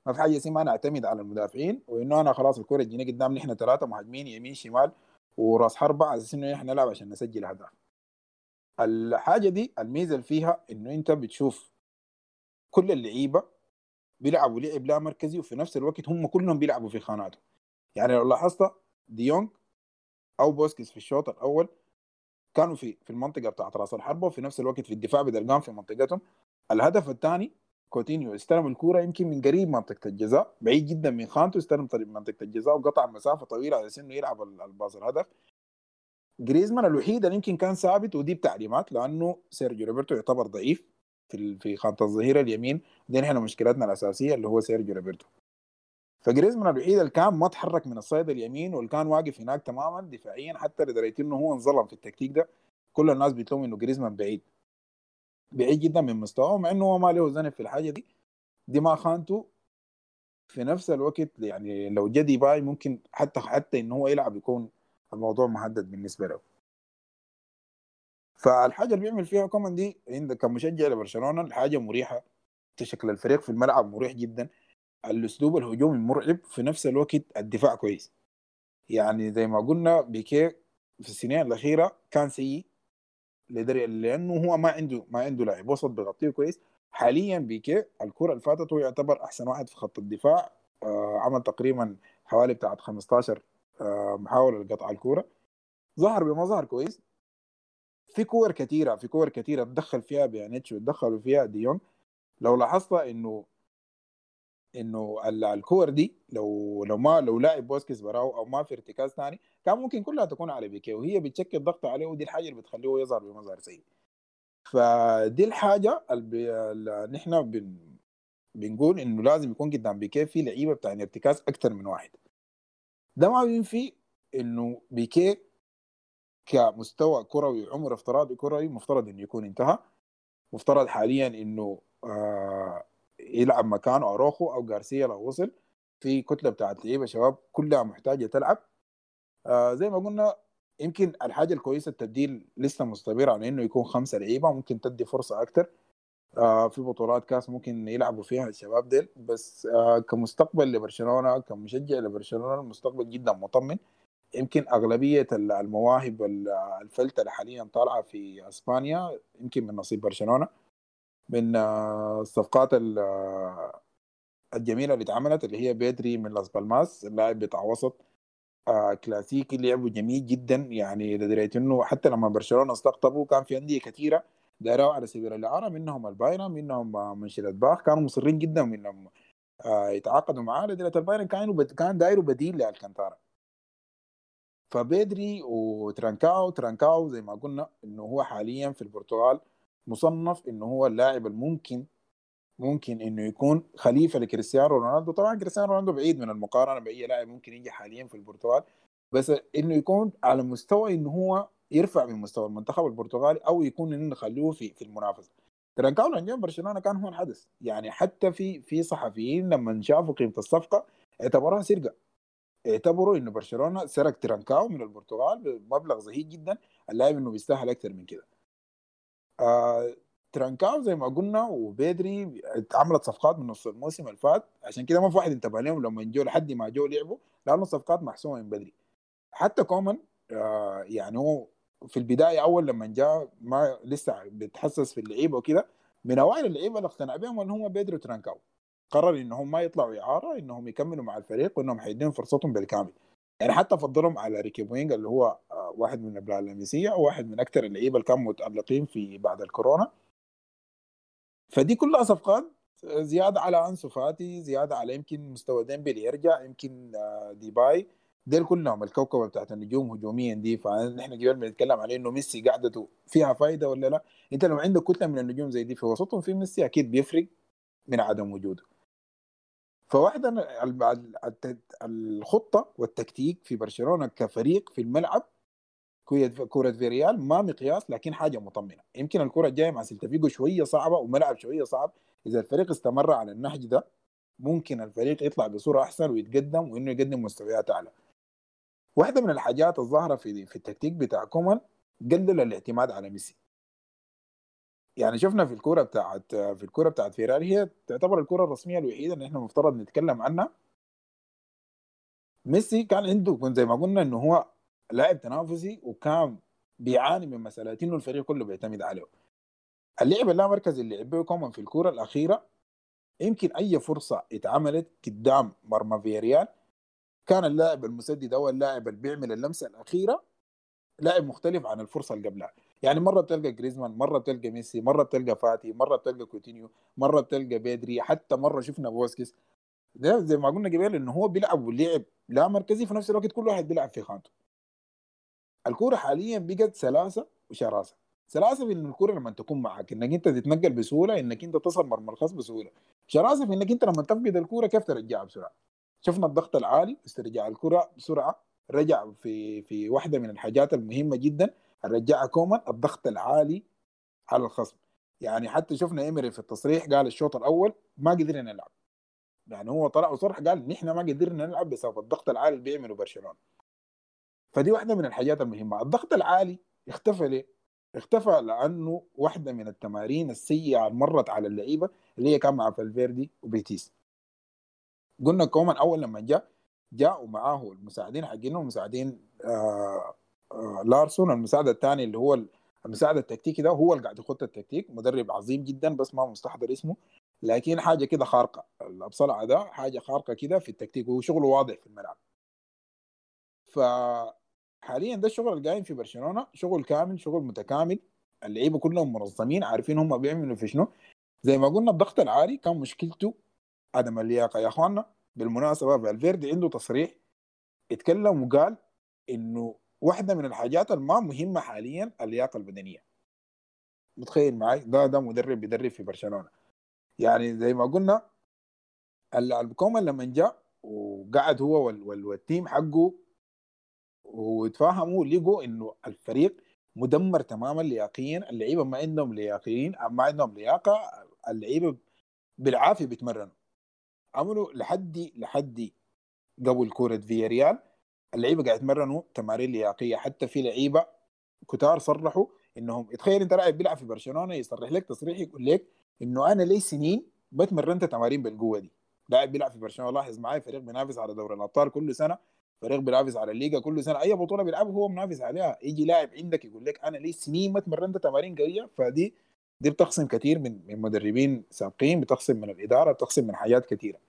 ما في حاجه اسمها انا اعتمد على المدافعين وانه انا خلاص الكره تجيني قدام نحن 3 مهاجمين يمين شمال وراس حربة على اساس انه احنا نلعب عشان نسجل اهداف. الحاجه دي الميزه اللي فيها انه انت بتشوف كل اللعيبه بيلعبوا لعب لا مركزي وفي نفس الوقت هم كلهم بيلعبوا في خاناتهم. يعني لو لاحظت ديونج او بوسكيس في الشوط الاول كانوا في المنطقه بتاعت راس الحربه وفي نفس الوقت في الدفاع بدلقان في منطقتهم. الهدف الثاني كوتينيو استلم الكوره يمكن من قريب منطقه الجزاء بعيد جدا من خانته استلم منطقه الجزاء وقطع مسافه طويله على اساس انه يلعب الباص الهدف. جريزمان الوحيد اللي يمكن كان ثابت ودي بتعليمات لانه سيرجيو روبرتو يعتبر ضعيف في خانه الظهير اليمين. دي نحن مشكلتنا الاساسيه اللي هو سيرجيو روبرتو. فجريزمان الوحيد اللي كان ما تحرك من الصيد اليمين واللي كان واقف هناك تماما دفاعيا حتى لدرجه انه هو انظلم في التكتيك ده. كل الناس بتلوم انه جريزمان بعيد جدا من مستواه مع انه هو ما له ذنب في الحاجه دي ما خانته. في نفس الوقت يعني لو جدي باي ممكن حتى انه هو يلعب يكون الموضوع محدد بالنسبه له. فالحاجه اللي بيعمل فيها كومان دي عندك كمشجع لبرشلونه الحاجه مريحه. شكل الفريق في الملعب مريح جدا. الاسلوب الهجومي مرعب في نفس الوقت الدفاع كويس. يعني زي ما قلنا بيكي في السنين الاخيره كان سيء لانه هو ما عنده لاعب وسط بيغطيه كويس. حاليا بيكي الكره اللي فاتت هو يعتبر احسن واحد في خط الدفاع. عمل تقريبا حوالي بتاعت 15 محاوله لقطع الكوره. ظهر بمظهر كويس. في كور كثيره تدخل فيها بيانيتش وتدخلوا فيها ديونج. لو لاحظت انه الكور دي لو لاعب بوسكيس براو او ما في ارتكاز ثاني كان ممكن كلها تكون على بيكي وهي بتشكل ضغط عليه ودي الحاجه اللي بتخليه يظهر بمظهر سيء. فدي الحاجه اللي نحن بنقول انه لازم يكون قدام بيكي في لعيبه بتاع ارتكاز اكثر من واحد. ده ما بينفي انه بيكي كمستوى كروي عمر افتراضي كروي مفترض انه يكون انتهى. مفترض حاليا انه يلعب مكانه اروخو او غارسيا لو وصل. في كتله بتاعت لعيبه شباب كلها محتاجه تلعب. زي ما قلنا يمكن الحاجه الكويسه التبديل لسه مستمر على انه يكون 5 لعيبه ممكن تدي فرصه اكثر. في بطولات كاس ممكن يلعبوا فيها الشباب ديل بس كمستقبل لبرشلونه كمشجع لبرشلونه المستقبل جدا مطمن. يمكن اغلبيه المواهب الفلتة اللي حاليا طالعه في اسبانيا يمكن من نصيب برشلونه من الصفقات الجميله اللي اتعملت اللي هي بيدري من لاس بالماس اللاعب بتاع وسط كلاسيكي لعبه جميل جدا. يعني لدرجه انه حتى لما برشلونه استقطبوا كان في انديه كثيره دايروا على سبيل الاعاره منهم البايرن منهم منشيلات باخ كانوا مصرين جدا منهم يتعاقدوا معاه لدرجه البايرن كان دايروا بديل لالكانتارا. فبيدري ترانكاو زي ما قلنا انه هو حاليا في البرتغال مصنف انه هو اللاعب ممكن انه يكون خليفه لكريستيانو رونالدو. طبعا كريستيانو رونالدو بعيد من المقارنه باي لاعب ممكن يجي حاليا في البرتغال بس انه يكون على مستوى انه هو يرفع من مستوى المنتخب البرتغالي او يكون انه نخليه في المنافسه. ترانكاو لما جاء برشلونه كان هو الحدث. يعني حتى في صحفيين لما شافوا قيمه الصفقه اعتبروها سرقه. اعتبروا انه برشلونه سرق ترانكاو من البرتغال بمبلغ زهيد جدا. اللاعب انه بيستاهل اكثر من كده. ترانكاو زي ما قلنا وبيدري اتعملت صفقات من نص الموسم اللي فات عشان كده ما في واحد انتبه لهم لما جو لحد ما جو لعبوا لانه الصفقات محسومه من بدري. حتى كومان يعني هو في البدايه اول لما جاء ما لسه بيتحسس في اللعيبه وكده من اوائل اللعيبه اللي اقتنع بهم ان هم بيدري وترانكاو. قرر انهم ما يطلعوا اعاره انهم يكملوا مع الفريق وانهم حيديهم فرصتهم بالكامل. يعني حتى فضلهم على ريكي بوينغ اللي هو واحد من ابناء اللمسيه وواحد من اكثر اللعيبه اللي كانوا متالقين في بعد الكورونا. فدي كلها صفقات زياده على انسو فاتي زياده على يمكن مستوى ديمبلي يرجع يمكن ديباي. ديل كلهم الكوكبه بتاعت النجوم هجوميا دي. فنحن قبل بنتكلم عليه انه ميسي قعدته فيها فايده ولا لا. انت لو عندك كتله من النجوم زي دي في وسطهم في ميسي اكيد بيفرق من عدم وجوده. فواحده الخطه والتكتيك في برشلونه كفريق في الملعب كرة فيريال ما مقياس لكن حاجة مطمنة. يمكن الكرة الجاية مع سيلتا فيجو شوية صعبة وملعب شوية صعب. إذا الفريق استمر على النهج ده ممكن الفريق يطلع بصورة أحسن ويتقدم وإنه يقدم مستويات أعلى. واحدة من الحاجات الظاهرة في التكتيك بتاع كومان قلل الاعتماد على ميسي. يعني شفنا في الكوره بتاعت فيراري، هي تعتبر الكوره الرسميه الوحيده اللي احنا المفترض نتكلم عنها. ميسي كان عنده، كنت زي ما قلنا انه هو لاعب تنافسي، وكان بيعاني من مسألة انه الفريق كله بيعتمد عليه. اللعب اللامركزي اللي لعبه كومان في الكوره الاخيره، يمكن اي فرصه اتعملت قدام مرمى فيريال كان اللاعب المسدد او اللاعب اللي بيعمل اللمسه الاخيره لاعب مختلف عن الفرصه اللي قبلها. يعني مره بتلقى جريزمان، مره بتلقى ميسي، مره بتلقى فاتي، مره بتلقى كوتينيو، مره بتلقى بيدري، حتى مره شفنا بوسكيس. ده زي ما قلنا قبل انه هو بيلعب واللعب لا مركزي، في نفس الوقت كل واحد بيلعب في خانته. الكوره حاليا بقت سلاسه وشراسه. سلاسه في ان الكوره لما تكون معك انك انت تتنقل بسهوله، انك انت تصل مرمى الخصم بسهوله. شراسه في انك انت لما تفقد الكوره كيف ترجعها بسرعه. شفنا الضغط العالي، استرجاع الكره بسرعه، رجع في واحده من الحاجات المهمه جدا رجعها كومان، الضغط العالي على الخصم. يعني حتى شفنا ايمري في التصريح قال الشوط الاول ما قدرنا نلعب. يعني هو طلع وصرح قال نحن ما قدرنا نلعب بسبب الضغط العالي اللي بيعمله برشلونه. فدي واحده من الحاجات المهمه. الضغط العالي اختفى ليه؟ اختفى لانه واحده من التمارين السيئه اللي مرت على اللعيبه اللي هي كان مع فالفيردي وبيتيس. قلنا كومان اول لما جاء ومعاه المساعدين حقينه، مساعدين لارسون، المساعد الثاني اللي هو المساعد التكتيكي ده، هو اللي قاعد يخط التكتيك، مدرب عظيم جدا بس ما مستحضر اسمه، لكن حاجه كده خارقه. الابصلعه ده حاجه خارقه كده في التكتيك، وشغله واضح في الملعب. فحاليا ده الشغل اللي قايم في برشلونه، شغل كامل، شغل متكامل. اللعيبه كلهم منظمين، عارفين هم بيعملوا في شنو. زي ما قلنا الضغط العالي كان مشكلته عدم اللياقه يا اخواننا. بالمناسبه فالفيردي عنده تصريح اتكلم وقال انه واحده من الحاجات الما مهمه حاليا اللياقه البدنيه. متخيل معي؟ ده مدرب بيدرب في برشلونه. يعني زي ما قلنا الكومان لما جاء وقعد هو والتيم حقه وتفاهموا، لقوا انه الفريق مدمر تماما لياقيا. اللعيبه ما عندهم لياقيين، ما عندهم لياقه. اللعيبه بالعافيه بيتمرنوا. عملوا لحد قبل كوره فيا ريال اللعيبه قاعد يتمرنوا تمارين لياقيه. حتى في لعيبه كتار صرحوا انهم، تخيل انت لاعب بيلعب في برشلونه يصرح لك تصريح يقول لك انه انا لي سنين بتمرنت تمارين بالقوه دي. لاعب بيلعب في برشلونه، لاحظ معي، فريق بينافس على دوري الابطال كل سنه، فريق بينافس على الليغا كل سنه، اي بطوله بيلعبها هو منافس عليها. يجي لاعب عندك يقول لك انا لي سنين ما تمرنت تمارين قويه. دي بتخصم كثير من مدربين سابقين، بتخصم من الاداره، بتخصم من حاجات كثيره.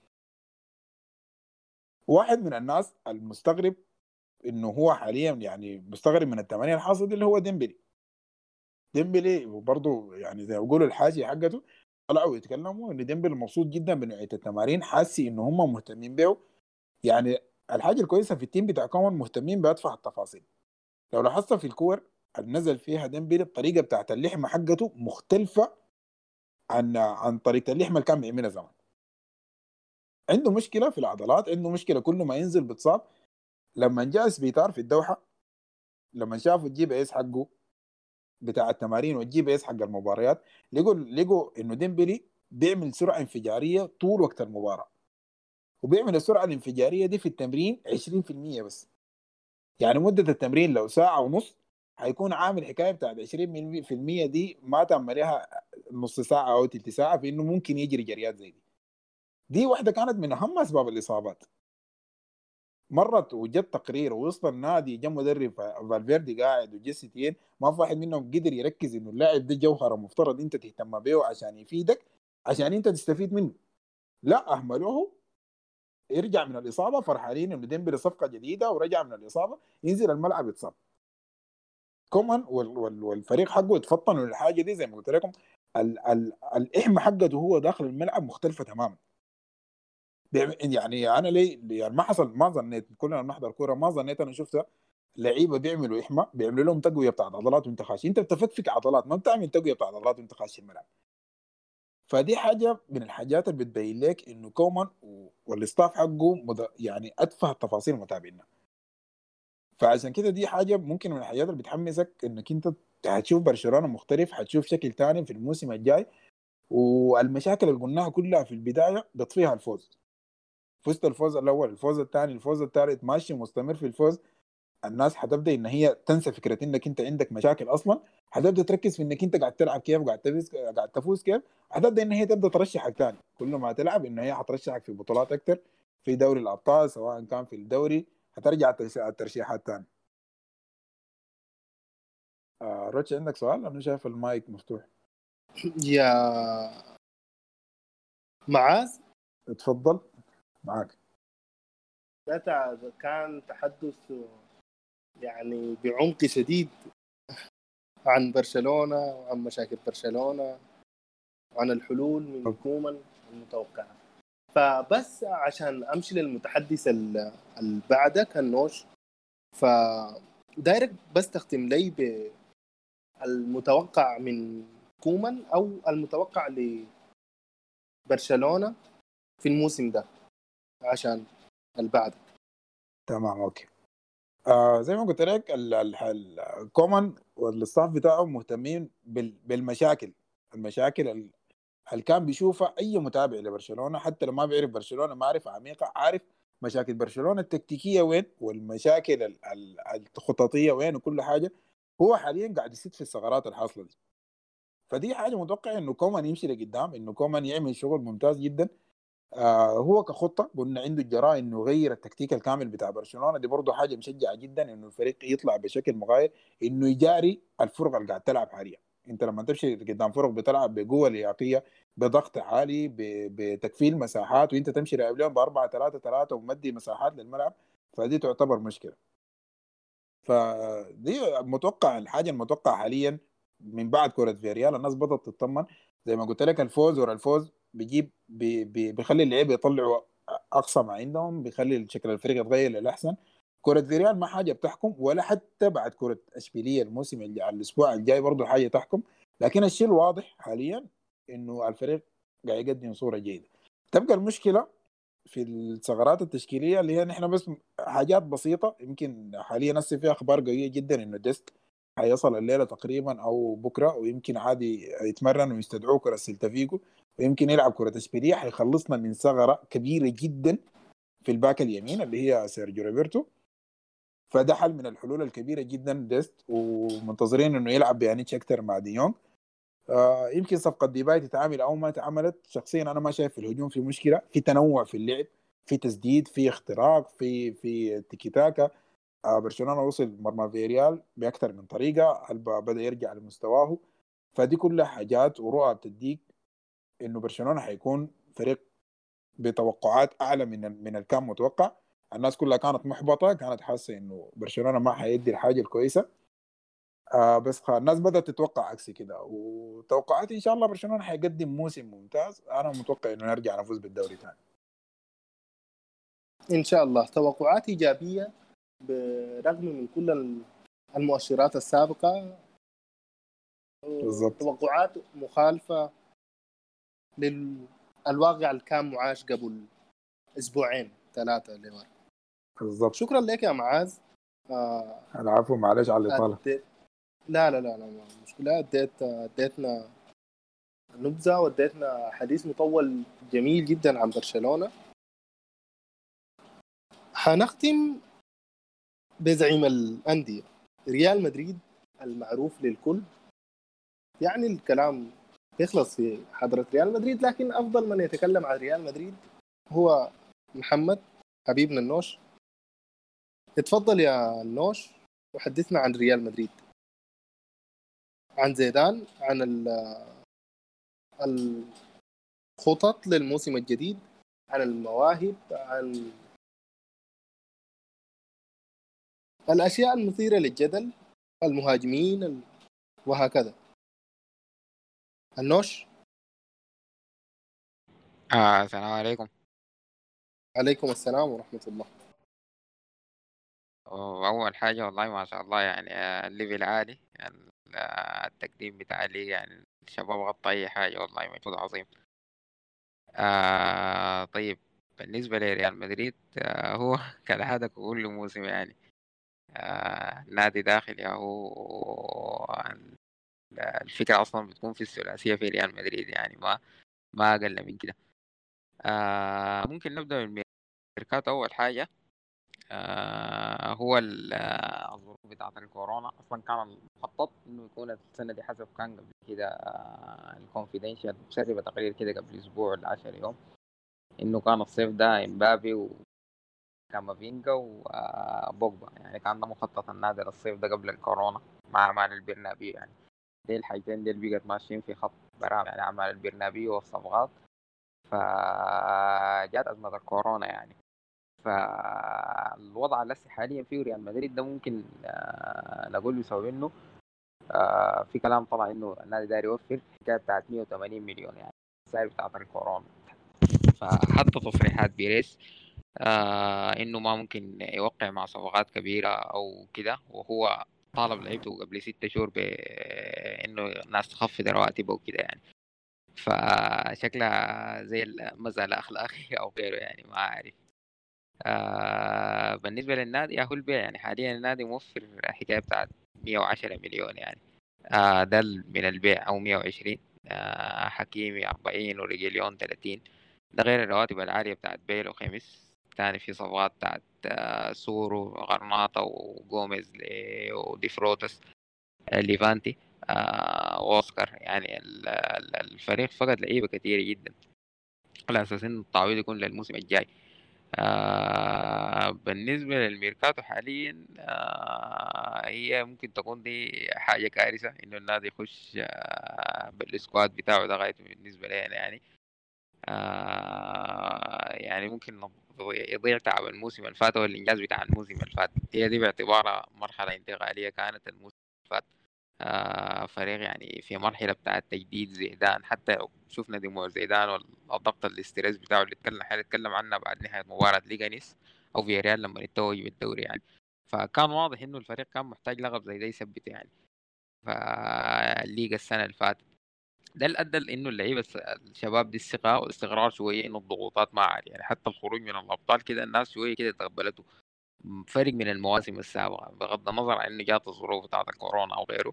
واحد من الناس المستغرب انه هو حاليا يعني مستغرب من التمارين الحاصله اللي هو ديمبلي وبرضه يعني زي ما بيقولوا الحاجه حقته طلعوا يتكلموا ان ديمبلي مبسوط جدا بنوعيه التمارين، حاسي ان هم مهتمين به. يعني الحاجه الكويسه في التيم بتاع كومان مهتمين بادفع التفاصيل. لو لاحظت في الكور اللي نزل فيها ديمبلي الطريقه بتاعت اللحمه حقته مختلفه عن طريقه اللحمه اللي كان بيعملها زمان. عنده مشكله في العضلات، عنده مشكله كل ما ينزل بتصاب. لما جاء سبيتار في الدوحه، لما شافوا الجي بي اس حقه بتاع التمارين والجي بي اس حق المباريات، لقوا انه ديمبلي بيعمل سرعه انفجاريه طول وقت المباراه، وبيعمل السرعه الانفجاريه دي في التمرين 20% بس. يعني مده التمرين لو ساعه ونص هيكون عامل حكايه بتاعت 20% دي ما تعملها نص ساعه او تلت ساعه في انه ممكن يجري جريات زي دي واحده كانت من اهم اسباب الاصابات. مرت وجد تقرير وسط النادي، جا مدرب فالفيردي قاعد وجيسي تين، ما في واحد منهم قدر يركز انه اللاعب ده جوهره مفترض انت تهتم به عشان يفيدك، عشان انت تستفيد منه. لا، اهملوه. يرجع من الاصابه فرحانين انه ديمبلي صفقه جديده، ورجع من الاصابه ينزل الملعب يتصاب. كومان والفريق حقه يتفطنوا للحاجه دي. زي ما قلت لكم الاحمى حقته هو داخل الملعب مختلفه تماما. يعني انا ليه يعني ما حصل، ما ظنيت، كلنا بنحضر كوره ما ظنيت انا شفتها لعيبه بيعملوا احماء، بيعملوا لهم تقويه بتاعت عضلات وانت خاشي. انت بتفكفك عضلات، ما بتعمل تقويه بتاعت عضلات وانت خاشي الملعب. فدي حاجه من الحاجات اللي بتبين لك انه كومان والاستاف حقه يعني اتفه التفاصيل متابعينها. فعشان كده دي حاجه ممكن من الحاجات اللي بتحمسك انك انت هتشوف برشلونه مختلف، هتشوف شكل تاني في الموسم الجاي. والمشاكل اللي قلناها كلها في البدايه بيطفيها الفوز. فزت الفوز الاول، الفوز الثاني، الفوز الثالث، ماشي مستمر في الفوز. الناس حتبدا ان هي تنسى فكره انك انت عندك مشاكل اصلا، حتبدا تركز في انك انت قاعد تلعب كيف، قاعد تفوز كيف. حتبدا ان هي تبدا ترشحك تاني، كل ما تلعب ان هي حترشحك في بطولات اكتر، في دوري الابطال سواء كان في الدوري، حترجع الترشيحات تاني. روتش عندك سؤال؟ انا شايف المايك مفتوح. يا معاذ، اتفضل معاك. ده كان تحدث يعني بعمق شديد عن برشلونة وعن مشاكل برشلونة وعن الحلول من كومان المتوقعة. فبس عشان أمشي للمتحدث اللي بعدك النوش، فدايركت بس تختم لي بالمتوقع من كومان أو المتوقع لبرشلونة في الموسم ده عشان البعد. تمام اوكي. زي ما قلت لك الكومان والستاف بتاعه مهتمين بالمشاكل، المشاكل اللي كان بيشوفها اي متابع لبرشلونه، حتى لو ما بيعرف برشلونه معرفه عميقه، عارف مشاكل برشلونه التكتيكيه وين، والمشاكل الخططيه وين، وكل حاجه. هو حاليا قاعد يسد في الثغرات الحاصله دي. فدي حاجه متوقع انه كومان يمشي لقدام، انه كومان يعمل شغل ممتاز جدا. هو كخطه قلنا عنده الجراءه انه يغير التكتيك الكامل بتاع برشلونه، دي برضه حاجه مشجعه جدا، انه الفريق يطلع بشكل مغاير، انه يجاري الفرق اللي قاعد تلعب حاليا. انت لما تمشي قدام فرق بتلعب بقوه لياقيه، بضغط عالي، بتكفيل مساحات، وانت تمشي لعب لهم ب 4-3-3 ومدي مساحات للملعب، فدي تعتبر مشكله. فدي متوقع، الحاجه المتوقع حاليا من بعد كره فياريال الناس بدات تطمن. زي ما قلت لك الفوز ورا الفوز بيجيب بيخلي اللعيبه يطلعوا اقصى ما عندهم، بيخلي شكل الفريق يتغير للاحسن. كره فياريال ما حاجه بتحكم، ولا حتى بعد كره اشبيليه الموسم الاسبوع الجاي برضه حاجه تحكم. لكن الشيء الواضح حاليا انه الفريق قاعد يقدم صوره جيده. تبقى المشكله في الثغرات التشكيليه اللي هي نحن بس حاجات بسيطه. يمكن حاليا هسه في اخبار قويه جدا انه ديست هيصل الليله تقريبا او بكره، ويمكن عادي يتمرن ويستدعوه كره سيلتا فيجو، ويمكن يلعب كره اشبيليه، حيخلصنا من ثغره كبيره جدا في الباك اليمين اللي هي سيرجيو روبرتو. فده حل من الحلول الكبيره جدا ديست، ومنتظرين انه يلعب بيانيتش اكثر مع ديونج. يمكن صفقه ديباي تتعامل او ما تعملت، شخصيا انا ما شايف في الهجوم في مشكله، في تنوع في اللعب، في تسديد، في اختراق، في تيكي تاكا. برشلونه وصل مرمى فيريال باكثر من طريقه، بدا يرجع لمستواه. فدي كلها حاجات ورؤى بتديك انه برشلونه حيكون فريق بتوقعات اعلى من الكان متوقع. الناس كلها كانت محبطه، كانت حاسه انه برشلونه ما حيدي الحاجه الكويسه. بس الناس بدأت تتوقع عكس كده، وتوقعاتي إن شاء الله برشلونة حيقدم موسم ممتاز. أنا متوقع إنه نرجع نفوز بالدوري تاني إن شاء الله. توقعات إيجابية برغم من كل المؤشرات السابقة، بالضبط. توقعات مخالفة للواقع اللي كان معاش قبل أسبوعين 3 لورا. بالضبط. شكرا لك يا معاذ. العفو، معلش على الإطالة. لا مشكلة. اديتنا نبذة واديتنا حديث مطول جميل جدا عن برشلونة. هنختم بزعيم الأندية ريال مدريد المعروف للكل. يعني الكلام يخلص في حضرة ريال مدريد، لكن أفضل من يتكلم عن ريال مدريد هو محمد حبيبنا النوش. اتفضل يا النوش وحدثنا عن ريال مدريد، عن زيدان، عن الخطط للموسم الجديد، عن المواهب، عن الأشياء المثيرة للجدل، المهاجمين وهكذا. النوش. السلام عليكم. عليكم السلام ورحمة الله. أول حاجة والله ما شاء الله يعني الليفل عالي، التقديم بتاع الليجا يعني الشباب غطى أي حاجة، والله مجهود عظيم. طيب، بالنسبة لريال مدريد هو كالعادة كل موسم يعني نادي داخلي هو الفكرة أصلا بتكون في الثلاثية في ريال مدريد، يعني ما أقل من كده. ممكن نبدأ من الميركاتو أول حاجة. هو الظروف بتاعة الكورونا أصلا كان المخطط إنه يكون السنة دي حسب كان قبل كده الكونفيدنشال مسربة تقرير كده قبل أسبوع ل 10 يوم إنه كان الصيف ده إمبابي وكامافينجا وبوجبا، يعني كان ده مخطط النادي للصيف ده قبل الكورونا مع أعمال البرنابيو. يعني دي الحاجتين دي اللي بقت ماشيين في خط برامج، يعني أعمال البرنابيو والصفقات. فجات أزمة الكورونا يعني، فالوضع لسه حاليا فيه ريال مدريد ده ممكن نقول بسبب انه في كلام طبعا انه النادي داير يوفر حكايه بتاعت 180 مليون يعني السعر بتاعت الكورونا. فحتى تصريحات بيريز انه ما ممكن يوقع مع صفقات كبيره او كده، وهو طالب لعيبته قبل 6 شهور بانه الناس تخفض رواتبه وكده يعني. فشكلها زي المزال الاخلاقي او غيره يعني ما عارف. بالنسبة للنادي هو البيع، يعني حاليا النادي موفر حكاية بتاعت 110 مليون يعني. ده من البيع أو 120. حكيمي 40 وريجيليون 30. ده غير الرواتب العالية بتاعت بيل وخيمس. تاني في صفقات بتاعت سورو وغرناطة وغوميز ودي فروتس ليفانتي وأوسكار. يعني الفريق فقد لعيبة كتيرة جدا على أساس إن التعويض يكون للموسم الجاي. بالنسبة للميركاتو حاليا هي ممكن تكون دي حاجة كارثة إنه النادي يخش بالسكواد بتاعه ده غايته بالنسبة لي أنا يعني. يعني ممكن يضيع تعب الموسم اللي فات والإنجاز بتاع الموسم اللي فات. هي دي باعتبارها مرحلة انتقالية كانت الموسم اللي فات. فريق يعني في مرحلة بتاعة تجديد زيدان، حتى لو شفنا دموع زيدان والضغط الاسترس بتاعه اللي حنتكلم عنه بعد نهاية مباراة ليجانيس أو فياريال لما يتوج بالدوري يعني. فكان واضح إنه الفريق كان محتاج لقب زي ده يثبته يعني. فالليغا السنة اللي فاتت ده اللي أدى لإنه اللعيبة الشباب دي الثقة والاستقرار شوية، إنه الضغوطات ما عالية يعني. حتى الخروج من الأبطال كده الناس شوية كده تقبلته، فرق من المواسم السابقة بغض النظر عن إنه جات الظروف بتاعت الكورونا أو غيره.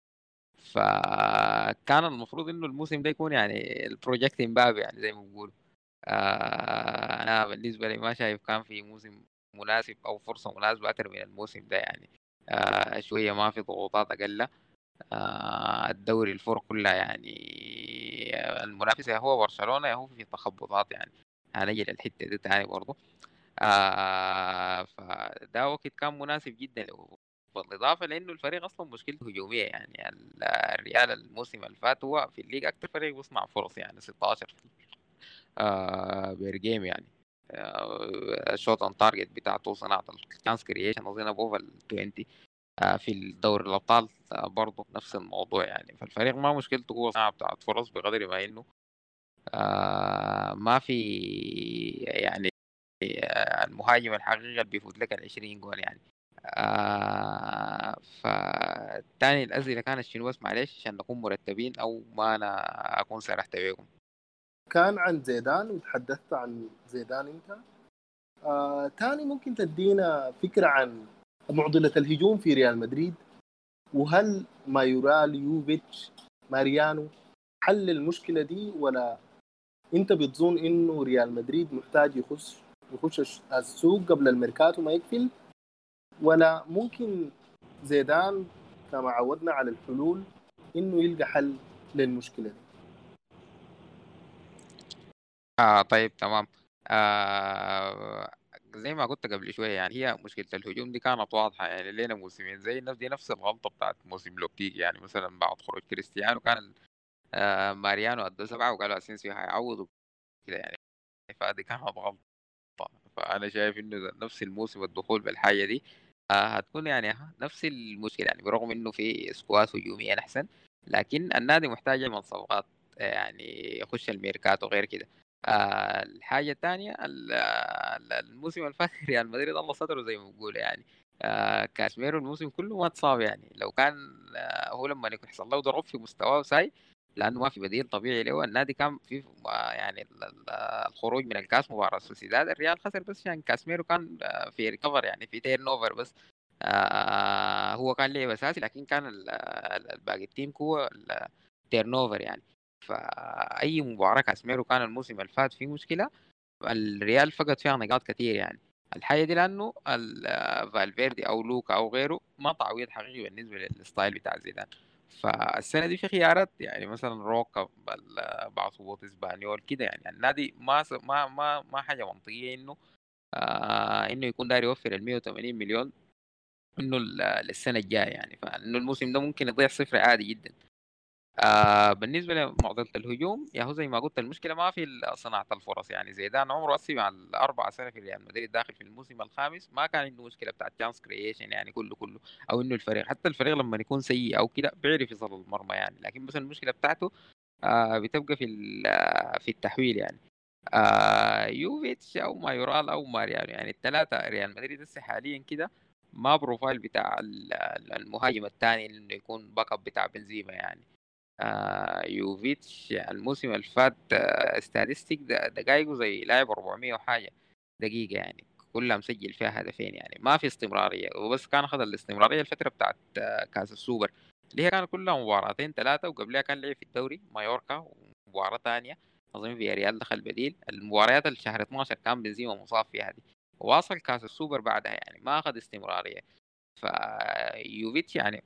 فكان المفروض انه الموسم ده يكون يعني البروجكت امبابي يعني زي ما بيقولوا. انا بالنسبه لي ما شايف كان في موسم مناسب او فرصه مناسبه اكثر من الموسم ده يعني. شويه ما في ضغوطات اقل. الدوري الفرق كلها يعني المنافس يا هو برشلونه يا هو في تخبطات يعني. هنجي للحته دي تاني برضه. فده وقت كان مناسب جدا. بالإضافة لأنه الفريق أصلا مشكلته هجومية يعني. الريال الموسم اللي فات هو في الليج أكتر فريق بيصنع فرص يعني 16 بير جيم يعني. الشوت اون تارجت بتاعته صناعة الشانس كرييشن أظن أبوف ال 20. في الدوري الأبطال برضه نفس الموضوع يعني. فالفريق ما مشكلته هو صناعة بتاعت فرص بقدر ما إنه ما في يعني المهاجم الحقيقي اللي بيفوت لك ال 20 جول يعني. فتاني الأسئلة كانت شنو بس معلش عشان نكون مرتبين أو ما أنا أكون سرحت بيكم. كان عن زيدان وتحدثت عن زيدان انت. تاني ممكن تدينا فكرة عن معضلة الهجوم في ريال مدريد، وهل مايورال يوفيتش ماريانو حل المشكلة دي، ولا انت بتظن انه ريال مدريد محتاج يخش السوق قبل الميركاتو ما يقفل، ولا ممكن زيدان كما عودنا على الحلول انه يلقى حل للمشكلة دي؟ طيب تمام. زي ما قلت قبل شوية يعني هي مشكلة الهجوم دي كانت واضحة يعني لنا موسمين زي نفس الغلطة بتاعت موسم لوبتيجي يعني. مثلا بعد خروج كريستيانو كان ماريانو أدى 7 وقالوا أسينسيو هيعوضوا كده يعني. فدي كانت غلطة. فأنا شايف إنه نفس الموسم الدخول بالحاجة دي هتكون يعني نفس المشكلة يعني. برغم إنه في سكواد هجوميا أحسن لكن النادي محتاج يعمل صفقات يعني يخش الميركاتو غير كده. الحاجة الثانية الموسم اللي فات ريال مدريد الله ستره زي ما بقول يعني. كاسميرو الموسم كله ما اتصاب يعني. لو كان هو لما يحصل له ضرب في مستواه ساي لانه ما في بديل طبيعي له. النادي كان في يعني الخروج من الكاس مباراة سوسيداد الريال خسر بس عشان كاسميرو كان في ريكفر يعني في تيرن اوفر بس. هو كان لعب اساسي لكن كان الباقي التيم هو التيرن اوفر يعني. فاي مباراة كاسميرو كان الموسم اللي فات فيه مشكلة الريال فقد فيها نقاط كثير يعني. الحاجة دي لأنه فالفيردي أو لوكا أو غيره ما تعويض حقيقي بالنسبة للستايل بتاع زيدان. فالسنة دي في خيارات يعني مثلا روكا بعصوبة اسبانيول كده، يعني النادي ما حاجة منطقية إنه إنه يكون داير يوفر ال 180 مليون إنه للسنة الجاية يعني، فإنه الموسم ده ممكن يضيع صفر عادي جدا. بالنسبة لمعضلة الهجوم يا هو زي ما قلت المشكلة ما في صناعة الفرص، يعني زيدان عمره أصلا مع الأربع سنة في ريال مدريد داخل في الموسم الخامس ما كان عنده مشكلة بتاعت تشانس كرييشن يعني كله أو إنه الفريق حتى الفريق لما يكون سيء أو كده بيعرف يصل المرمى يعني، لكن بس المشكلة بتاعته بتبقى في التحويل يعني. يوفيتش أو مايورال أو ماريانو يعني الثلاثة ريال مدريد هسه حاليا كده ما بروفايل بتاع المهاجم الثاني إنه يكون باك اب بتاع بنزيما يعني. يوفيتش الموسم اللي فات ستاتستيك دقايقه زي لاعب 400 وحاجة دقيقة يعني، كلها مسجل فيها هدفين يعني ما في استمرارية، وبس كان أخذ الاستمرارية الفترة بتاعت كأس السوبر اللي هي كانت كلها مباراتين ثلاثة، وقبلها كان لعب في الدوري مايوركا ومباراة ثانية أظن في ريال دخل بديل. المباريات الشهر 12 كان بنزيما مصاب فيها دي، وواصل كأس السوبر بعدها يعني ما أخذ استمرارية. فيوفيتش يعني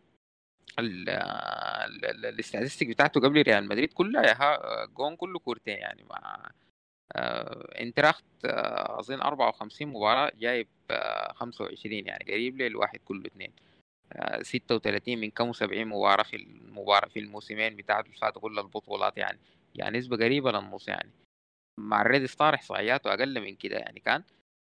الاستاتستيك بتاعته قبل ريال مدريد كلها يا جون كله كورتين يعني مع انتراخت اظن 54 مباراة جايب 25 يعني قريب للواحد كله اثنين. 36 من كم 70 مباراة في الموسمين بتاعته اللي فاتوا كل البطولات يعني، يعني نسبة قريبة للنص يعني. مع الريد ستار احصائياته اقل من كده يعني كان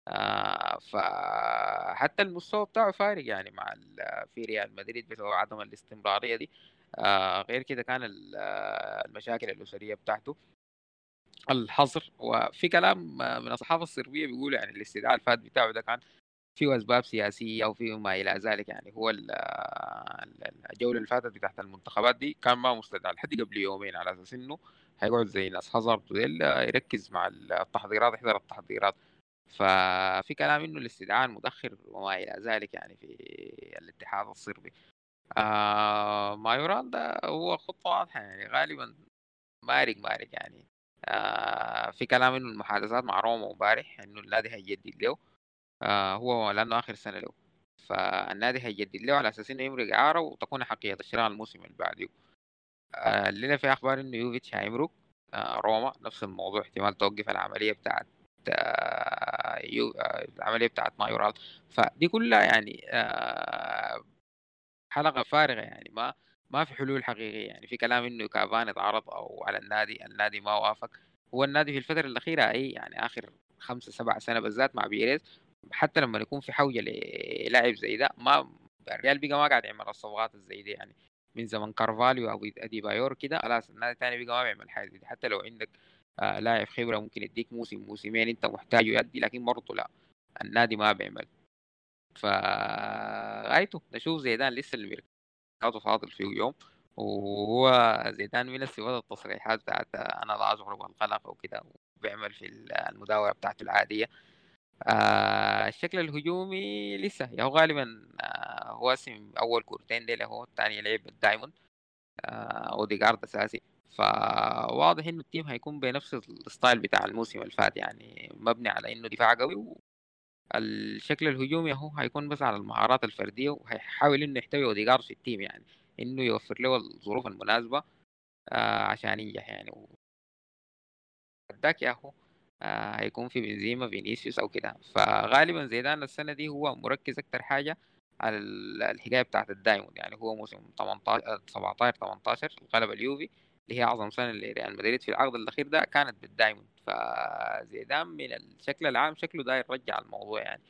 فحتى المستوى بتاعه فارق يعني مع في ريال مدريد بسبب عدم الاستمرارية دي. غير كده كان المشاكل الأسرية بتاعته الحظر، وفي كلام من الصحافة الصربية بيقولوا يعني الاستدعاء الفات بتاعه ده كان فيه أسباب سياسية أو فيه ما إلى ذلك يعني. هو الجولة اللي فاتت بتاعت المنتخبات دي كان ما مستدعى لحد قبل يومين على أساس إنه هيقعد زي ناس هازارد وديل يركز مع التحضيرات يحضر التحضيرات. ففي كلام إنه الاستدعاء المتأخر وما إلى ذلك يعني في الاتحاد الصربي. مايورال ده هو خطة واضحة يعني غالبا مارق يعني. في كلام إنه المحادثات مع روما امبارح إنه النادي هيجدد له هو لأنه آخر سنة له، فالنادي هيجدد له على أساس إنه يمرق إعارة وتكون حقيقة الشراء الموسم اللي بعده. الليلة في أخبار إنه يوفيتش هيمرق روما نفس الموضوع احتمال توقف العملية بتاعت العملية بتاعت مايورال. فدي كلها يعني حلقة فارغة يعني ما في حلول حقيقية يعني. في كلام إنه كافاني اتعرض أو على النادي ما وافق. هو النادي في الفترة الأخيرة أي يعني آخر 5 7 سنة بالذات مع بيريز حتى لما يكون في حوجة للاعب زي ده ما الريال بقى ما قاعد يعمل الصفقات زي دي يعني. من زمن كارفاليو أو أديبايور كده خلاص النادي التاني بقى ما بيعمل حاجة زي دي، حتى لو عندك لاعب خبرة ممكن يديك موسمين أنت محتاجه يأدي، لكن برضه لا النادي ما بيعمل. فغايته نشوف زيدان لسه اللي بيركاته فاضل فيه يوم، وهو زيدان من الصفات التصريحات بتاعت انا لا اشعر بالقلق وكده، وبيعمل في المداوره بتاعته العاديه. الشكل الهجومي لسه يا هو غالبا هو اسم اول كورتين ديل هو الثاني لعب بالدايموند اوديجارد اساسي. فواضح انه التيم هيكون بنفس الستايل بتاع الموسم اللي فات يعني مبني على انه دفاع قوي. الشكل الهجومي هو هيكون بس على المهارات الفردية، وهيحاول إنه يحتوي أوديجارد في التيم يعني إنه يوفر له الظروف المناسبة عشان ينجح يعني. وداك يا أخو هيكون في بنزيما فينيسيوس أو كده. فغالبا زيدان السنة دي هو مركز أكتر حاجة على الحكاية بتاعت الدايموند يعني. هو موسم 18 17 18 غلب اليوفي اللي هي أعظم سنة لريال مدريد في العقد الأخير ده كانت بالدايموند. فزيدان من الشكل العام شكله داير يرجع الموضوع يعني.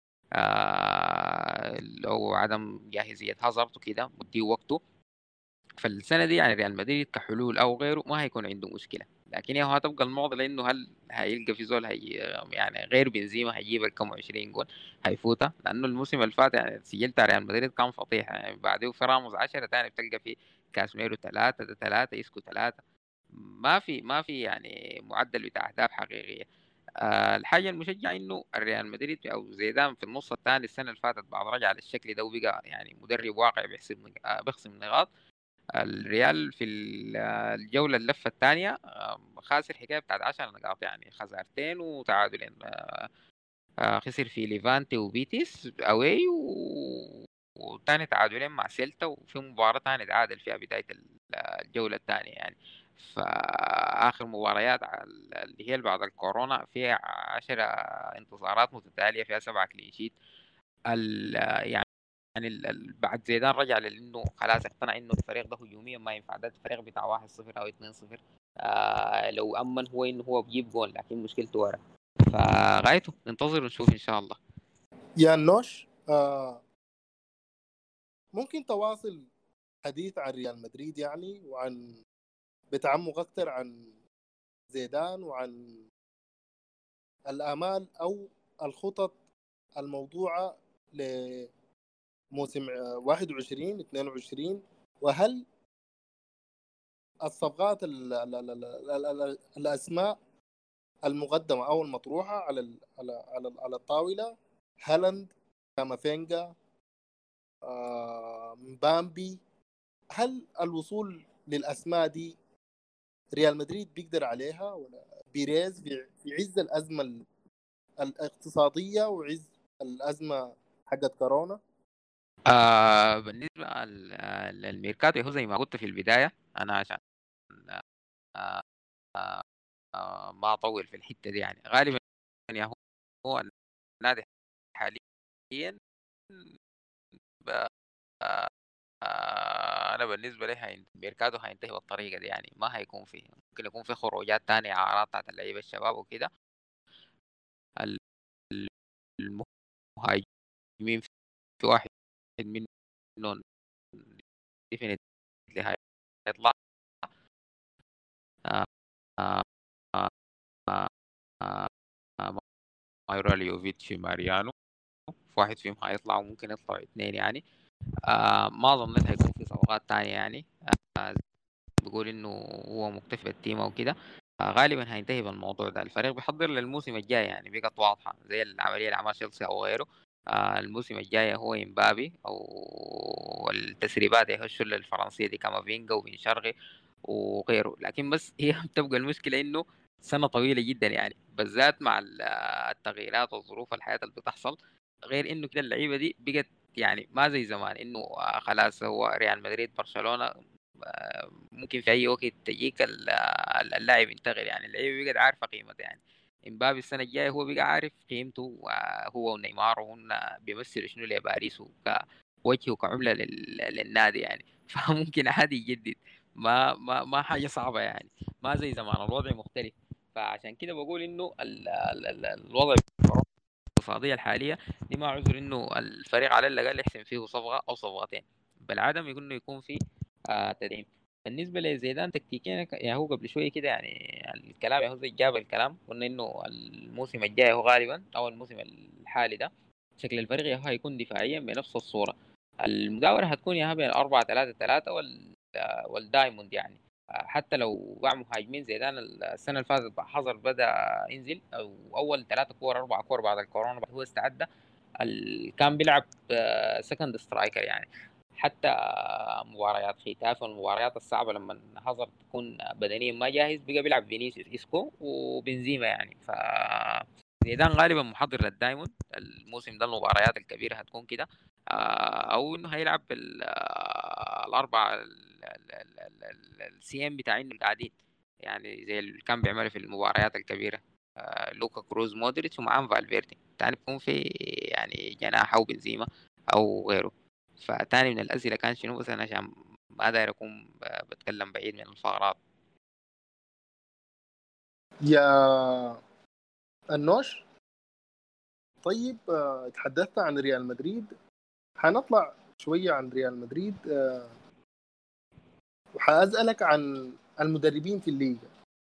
لو عدم جاهزية هازارد وكده مديه وقته. فالسنة دي يعني ريال مدريد كحلول أو غيره ما هيكون عنده مشكلة، لكن هي هتبقى المعضلة إنه هل هيلقى في زول يعني غير بنزيما هيجيب كم 20 جول هيفوتها، لأنه الموسم اللي فات يعني سجلت ريال مدريد كان فطيح يعني. بعده في راموس 10 تاني بتلقى في كاسميرو 3 ده 3 إسكو 3. ما في يعني معدل بتاع أهداف حقيقية. الحاجة المشجعة إنه الريال مدريد أو زيدان في النص الثاني السنة اللي فاتت بعد رجع للشكل ده وبقى يعني مدرب واقع بيخصم نقاط. الريال في الجولة اللفة الثانية خاسر حكاية بتاعت 10 نقاط يعني خسارتين وتعادلين. خسر في ليفانتي وبيتيس أواي وتاني تعادلين مع سيلتا، وفي مباراة تاني تعادل فيها بداية الجولة الثانية يعني. فآخر مباريات اللي هي بعد الكورونا فيها 10 انتصارات متتالية، فيها 7 كلينشيت. يعني بعد زيدان رجع لانه خلاص اقتنع انه الفريق ده هجوميا ما ينفع، ده الفريق بتاع 1-0 او 2-0. لو امن هو انه هو بيجيب جول، لكن مشكلته ورا. فغايته ننتظر ونشوف ان شاء الله. يا نوش، ممكن تواصل حديث عن ريال مدريد يعني، وعن بتعمق اكثر عن زيدان، وعن الآمال أو الخطط الموضوعة لموسم 21-22، وهل الصفقات الأسماء المقدمة أو المطروحة على الطاولة، هالاند، كامافينجا، مبامبي، هل الوصول للأسماء دي ريال مدريد بيقدر عليها، ولا بيريز في عز الأزمة الاقتصادية وعز الأزمة حقت كورونا؟ بالنسبة للميركاتو هو زي ما قلت في البداية، أنا عشان آه ما أطول في الحتة دي يعني. غالبا يعني هو النادي حاليا انا بالنسبه لي ميركاتو هينتهي بالطريقه دي يعني. ما هيكون فيه، ممكن يكون في خروجات تانية، اعراض بتاعت اللعيبه الشباب وكده. المهاجمين في واحد منهم ديفينتلي هيطلع. آه، آه، آه، آه، آه، مايراليوفيتش ماريانو، في واحد فيهم هيطلع، وممكن يطلعوا اثنين يعني. ما ظنيت هيكون في صفقات تانية يعني. بيقول انه هو مكتفي بالتيمة وكده. غالبا هينتهي بالموضوع ده. الفريق بيحضر للموسم الجاي يعني، بقت واضحة زي العملية اللي عملها تشيلسي او غيره. الموسم الجاي هو امبابي، او التسريبات يخشوا للفرنسية دي كامافينجا وبن شرقي وغيره. لكن بس هي بتبقى المشكلة انه سنة طويلة جدا يعني، بالذات مع التغييرات والظروف الحياة اللي بتحصل. غير انه كده اللعيبة دي بقت يعني ما زي زمان، انه خلاص هو ريال مدريد برشلونة ممكن في اي وقت تجيك اللاعب ينتقل يعني. اللعيبه بقت عارفه قيمته يعني. امبابي السنه الجايه هو بقى عارف قيمته، وهو ونيمار وهن بيمثلوا شنو لباريس كوجه وكعمله للنادي يعني. فممكن عادي يجدد، ما حاجه صعبه يعني. ما زي زمان، الوضع مختلف. فعشان كده بقول انه الوضع الاقتصاديه الحاليه دي ما عذر انه الفريق على الاقل يحسم فيه صفقه او صفقتين. بالعدم يقول انه يكون في تدعيم. بالنسبه لزيدان تكتيكيا يعني، هو قبل شويه كده يعني الكلام هو زي جاب الكلام، قلنا انه الموسم الجاي هو غالبا او الموسم الحالي ده شكل الفريق هو هيكون دفاعيا بنفس الصوره. المداوره هتكون يا بين 4-3-3 والدايموند يعني. حتى لو باع مهاجمين زيدان السنه اللي فاتت حصل بدا ينزل، او اول 3 كور 4 كور بعد الكورونا هو استعد. كان بيلعب سكند سترايكر يعني. حتى مباريات ختاف والمباريات الصعبة لما هازارد تكون بدنيا ما جاهز بقى بيلعب فينيسيوس اسكو وبنزيما يعني. ف زيدان غالبا محضر للدايموند الموسم ده. المباريات الكبيرة هتكون كده، او انه هيلعب الاربعة السي ام بتاعين القاعدين يعني، زي اللي كان بيعمله في المباريات الكبيرة. لوكا كروز مودريتش ومعاهم فالفيردي. تاني بيكون في يعني جناح او بنزيما او غيره. فتاني من الأسئلة كان شنو، بس أنا عشان ما داير أكون بتكلم بعيد من الفقرات. يا النوش، طيب تحدثت عن ريال مدريد، حنطلع شوية عن ريال مدريد وحأسألك عن المدربين في الليغا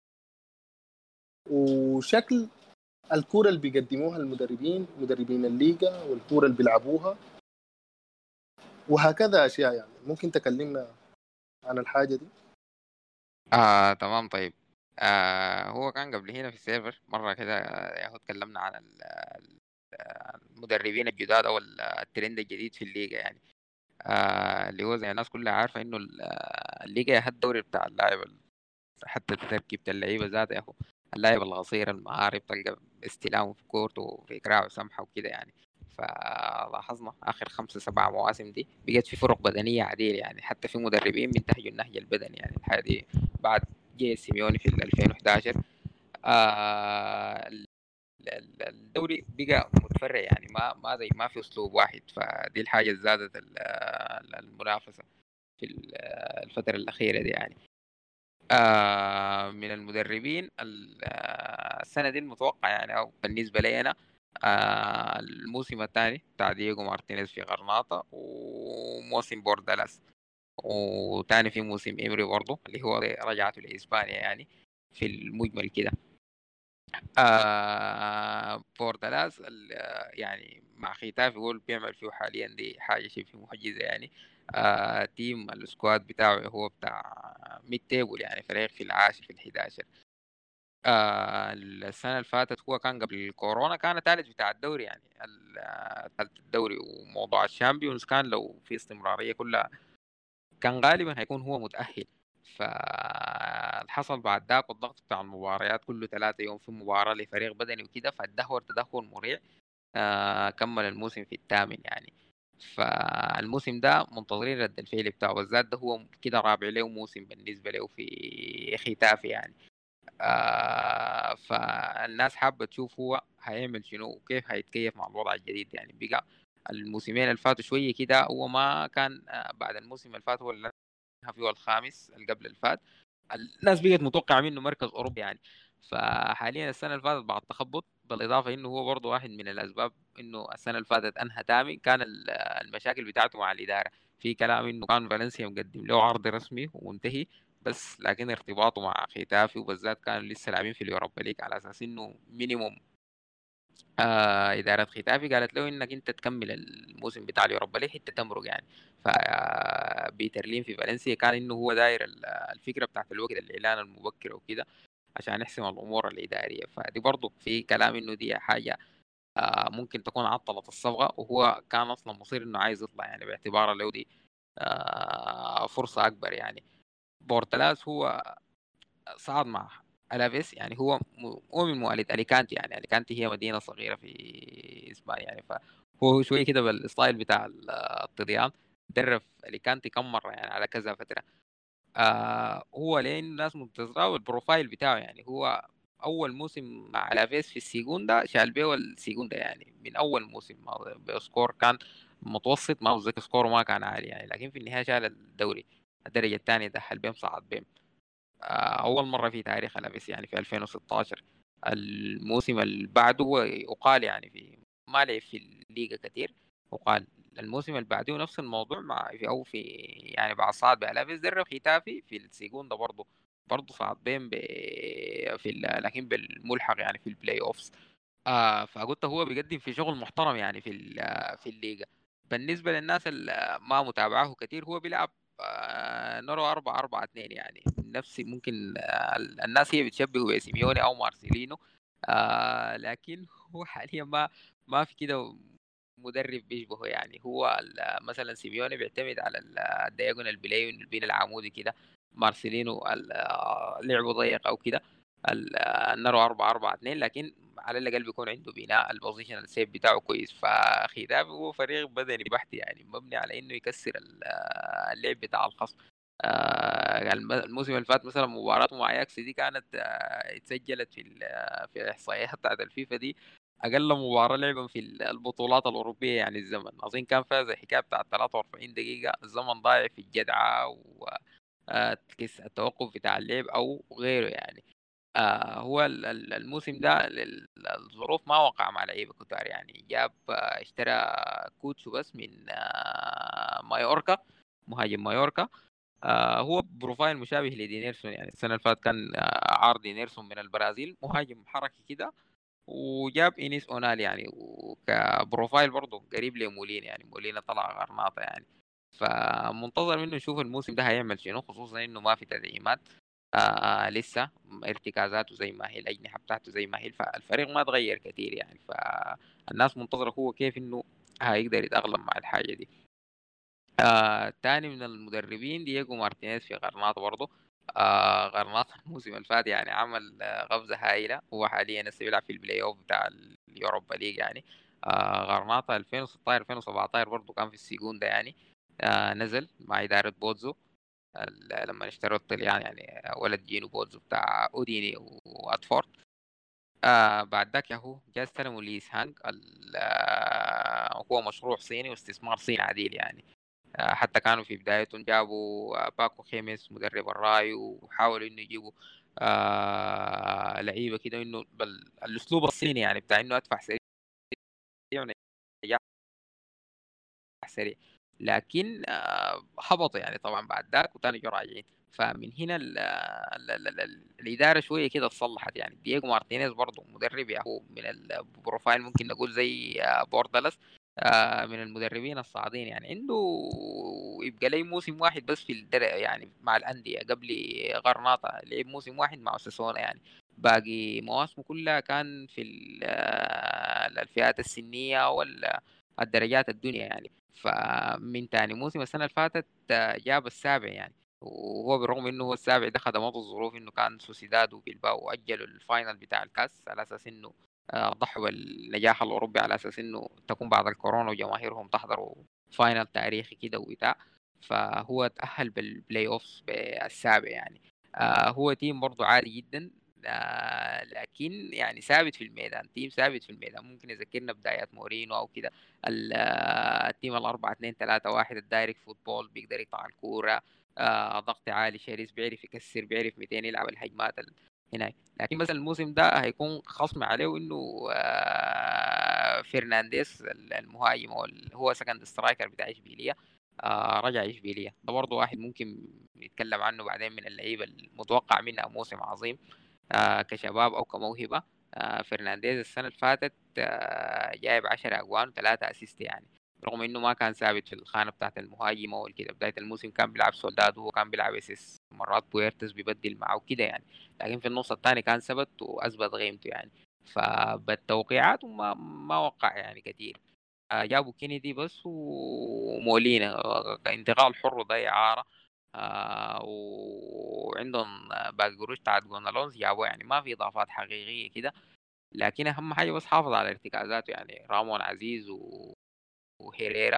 وشكل الكورة اللي بيقدموها مدربين الليغا، والكورة اللي بيلعبوها، وهكذا أشياء يعني. ممكن تكلمنا عن الحاجة دي؟ تمام طيب. هو كان قبل هنا في السيرفر مرة كده، ياهو اتكلمنا عن المدربين الجداد أو الترند الجديد في الليغا يعني. اللي هو زي الناس كلها عارفة إنه الليغا هي الدوري بتاع اللاعب، حتى تركيبة اللعيبة ذاتها ياهو. اللاعب القصير المهاري بتلقى استلامه في كورته وفي إقراعه سمحة وكده يعني. فلاحظنا آخر 5-7 مواسم دي بقت في فرق بدنية عديل يعني، حتى في مدربين بينتهجوا النهج البدني يعني. الحاجة دي بعد جي سيميوني في 2011 الدوري بقى متفرع يعني، ما زي ما في اسلوب واحد. فدي الحاجه اللي زادت المنافسه في الفتره الاخيره دي يعني. من المدربين السنه دي المتوقع يعني، او بالنسبه لي انا الموسم الثاني بتاع دييغو مارتينيز في غرناطه، وموسم بوردالاس، وتاني في موسم إمري برضه اللي هو رجعته لإسبانيا يعني. في المجمل كده بوردالاس يعني مع ختاف يقول بيعمل فيه حاليا دي حاجة شبه محجزة يعني. تيم السكواد بتاعه هو بتاع ميد تيبل يعني، فريق في العاشر في ال11. السنة اللي فاتت هو كان قبل الكورونا كان ثالث بتاع الدوري يعني، ثالث الدوري. وموضوع الشامبيونز كان لو في استمرارية كلها كان غالبا هيكون هو متأهل. فحصل بعد ذاك الضغط بتاع المباريات كله 3 يوم في مباراة لفريق بدني وكده، فالدهور تدهور مريع. كمل الموسم في الثامن يعني. فالموسم ده منتظرين رد الفعل بتاعه، بالذات ده هو كده رابع له موسم بالنسبة له في ختافي يعني. فالناس حابة تشوف هو هيعمل شنو وكيف هيتكيف مع الوضع الجديد يعني. بقى الموسمين اللي فاتوا شوية كده هو ما كان بعد الموسم اللي فات هو اللي فيه الخامس اللي قبل الفات، الناس بقت متوقعة منه مركز أوروبي يعني. فحاليا السنة اللي فاتت بعد تخبط، بالإضافة إنه هو برضه واحد من الأسباب إنه السنة اللي فاتت أنهى تامي كان المشاكل بتاعته مع الإدارة. في كلام إنه كان فالنسيا مقدم له عرض رسمي ومنتهي، بس لكن ارتباطه مع ختافي وبالذات كانوا لسه لاعبين في اليوروبا ليج على أساس إنه مينيموم. إدارة ختافي قالت له إنك أنت تكمل الموسم بتاع اليوروبا ليج حتى تمرق يعني. فبيتر لين في فالنسيا كان إنه هو داير الفكرة بتاعت الوقت الإعلان المبكر وكده عشان يحسم الأمور الإدارية. فدي برضه في كلام إنه دي حاجة ممكن تكون عطلت الصفقة، وهو كان أصلا مصير إنه عايز يطلع يعني، باعتباره له دي فرصة أكبر يعني. بورتلاس هو صعد مع الافيس يعني، هو من مواليد اليكانتي يعني. اليكانتي هي مدينه صغيره في اسبانيا يعني. فهو شويه كده بالستايل بتاع الطليان، درب اليكانتي كم مره يعني على كذا فتره. هو لين الناس منتظره والبروفايل بتاعه يعني. هو اول موسم مع الافيس في السيجوندا شال بيه السيجوندا يعني من اول موسم بسكور كان متوسط، ما بتذكر سكوره ما كان عالي يعني، لكن في النهايه شال الدوري الدرجه الثانيه، دخل بيهم صعد بيهم أول مرة في تاريخ الأمس يعني في 2016. الموسم اللي بعده وقال يعني في ما لعب في الليغا كتير، وقال الموسم اللي بعده نفس الموضوع مع في أو في يعني بعد صعد بألافيس درب ختافي في السيجوندا برضه صعد بين لكن بالملحق يعني في البلاي أوفس. فقلت هو بيقدم في شغل محترم يعني في الليغا. بالنسبة للناس اللي ما متابعه كتير، هو بيلعب نورو 4-4-2 يعني، نفس ممكن الناس هي بتشبهه بسيميوني او مارسيلينو. لكن هو حاليا ما في كده مدرب بيشبهه يعني. هو مثلا سيميوني بيعتمد على الدياجونال بلاي والبين العمودي كده، مارسيلينو لعبه ضيق او كده. النرو 4-4-2، لكن على الاقل بيكون عنده بناء البوزيشن السيف بتاعه كويس. فختافي هو فريق بدني بحت يعني، مبني على انه يكسر اللعب بتاع الخصم. الموسم اللي فات مثلا مباراته مع اياكس دي كانت اتسجلت في الاحصائيات بتاعت الفيفا دي اقل مباراه لعبا في البطولات الاوروبيه يعني. الزمن اظن كان فيها زي حكايه بتاعت 43 دقيقه، الزمن ضايع في الجدعه و التوقف بتاع اللعب او غيره يعني. هو الموسم ده الظروف ما وقع مع لعيبه كتار يعني. جاب اشترى كوتشو بس من مايوركا، مهاجم مايوركا. هو بروفايل مشابه لدينيرسون يعني. السنه اللي فاتت كان عارض دينيرسون من البرازيل، مهاجم حركي كده. وجاب إنيس أونالي يعني، وكبروفايل برضه قريب لمولين يعني. مولينا طلع غرناطة يعني. فمنتظر منه نشوف الموسم ده هيعمل شنو، خصوصا انه ما في تدعيمات لسه، ارتكازاته زي ما هي، الأجنحة بتاعته زي ما هي، فالفريق ما تغير كتير يعني. فالناس منتظرة هو كيف انه هيقدر يتأقلم مع الحاجة دي. تاني من المدربين دييغو مارتينيز في غرناطة برضه. غرناطة الموسم الفات يعني عمل قفزة هائلة. هو حاليا هسه بيلعب في البلاي اوف بتاع اليوروبا ليج يعني. غرناطة 2016 2017 برضه كان في السيجوندا يعني. نزل مع إدارة بوتزو لما اشتروا الطليان يعني ولد جينو بوتزو بتاع اوديني واتفورد. بعد ذاك ياهو جاء استلموا ليس هانج هو مشروع صيني واستثمار صيني عديل يعني. حتى كانوا في بدايتهم جابوا باكو خيمس مدرب الراي وحاولوا انه يجيبوا لعيبه كده انه الاسلوب الصيني يعني بتاع انه ادفع سريع ونجاح سريع. لكن هبطوا يعني طبعا بعد ذاك وتاني جو راجعين. فمن هنا الاداره شويه كده اتصلحت يعني. دييغو مارتينيز برضه مدرب هو من البروفايل ممكن نقول زي بوردالاس. من المدربين الصاعدين يعني. عنده يبقى لي موسم واحد بس في يعني مع الانديه قبل غرناطه لعب موسم واحد مع ساسونا يعني. باقي مواسمه كلها كان في الفئات السنيه والدرجات الدنيا يعني. فمن تاني موسم السنة اللي فاتت جاب السابع يعني. وهو بالرغم انه هو السابع ده خدمته الظروف انه كان سوسيداد وبيلباو اجلوا الفاينل بتاع الكاس على اساس انه ضحوا بالنجاح الاوروبي على اساس انه تكون بعد الكورونا وجماهيرهم تحضروا فاينل تاريخي كده وبتاع. فهو تأهل بالبلاي اوفs بالسابع يعني. هو تيم برضه عادي جدا. لكن يعني ثابت في الميدان. تيم ثابت في الميدان ممكن يذكرنا بدايات مورينو او كده. التيم 4-2-3-1 الدايركت فوتبول بيقدر يقطع الكوره. ضغط عالي شرس بيعرف يكسر بيعرف 200 يلعب الهجمات هناك. لكن مثلا الموسم ده هيكون خصم عليه انه فرنانديز المهاجم هو سكند سترايكر بتاع اشبيليه. رجع اشبيليه. ده برضه واحد ممكن نتكلم عنه بعدين من اللعيبه المتوقع منها موسم عظيم كشباب او كموهبه. فرنانديز السنه اللي فاتت جايب 10 اجوان و3 اسيست يعني. رغم انه ما كان ثابت في الخانه بتاعت المهاجمه والكده. بدايه الموسم كان بيلعب سولدادو وكان بيلعب اسيس مرات بويرتس بيبدل معه كده يعني. لكن في النص الثاني كان ثبت واثبت قيمته يعني. فبالتوقيعات ما وقع يعني كثير. جابوا كينيدي بس ومولينا انتقال حر وده اعاره. وعندهم باقي قروش بتاعت جونالونز جابوا يعني ما في اضافات حقيقيه كده. لكن اهم حاجه بس حافظ على ارتكازاته يعني. رامون عزيز وهيريرا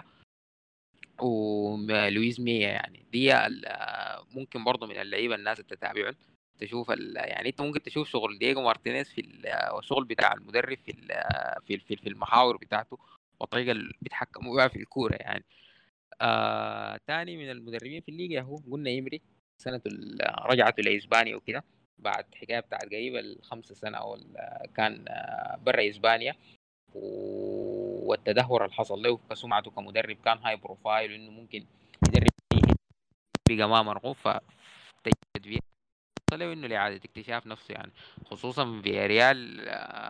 ولويز ميا يعني. دي ممكن برضه من اللعيبه الناس اللي تتابعهم تشوف يعني انت ممكن تشوف شغل دييغو مارتينيز في والشغل بتاع المدرب في المحاور بتاعته والطريقه اللي بيتحكموا بها في الكوره يعني. تاني من المدربين في الليجا هو قلنا إمري. سنة رجعته لإسبانيا وكده بعد حكاية بتاعت قريبة ال5 سنة أو كان برا إسبانيا. والتدهور اللي حصل له كسمعته كمدرب كان هاي بروفايل وإنه ممكن يدرب بقى ما مرغوب. فتجد فيه له إنه لإعادة اكتشاف نفسه يعني. خصوصا في ريال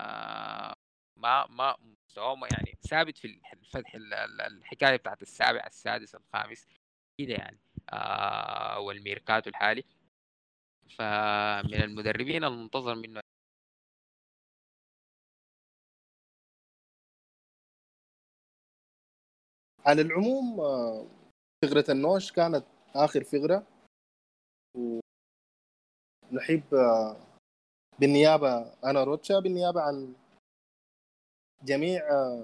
ما مستواه يعني ثابت في الفتح الحكاية بتاعت السابع السادس الخامس كده يعني. والميركاتو الحالي. فمن المدربين المنتظر منه. على العموم فقرة النوش كانت آخر فقرة. ونحب بالنيابة أنا روتشا بالنيابة عن جميع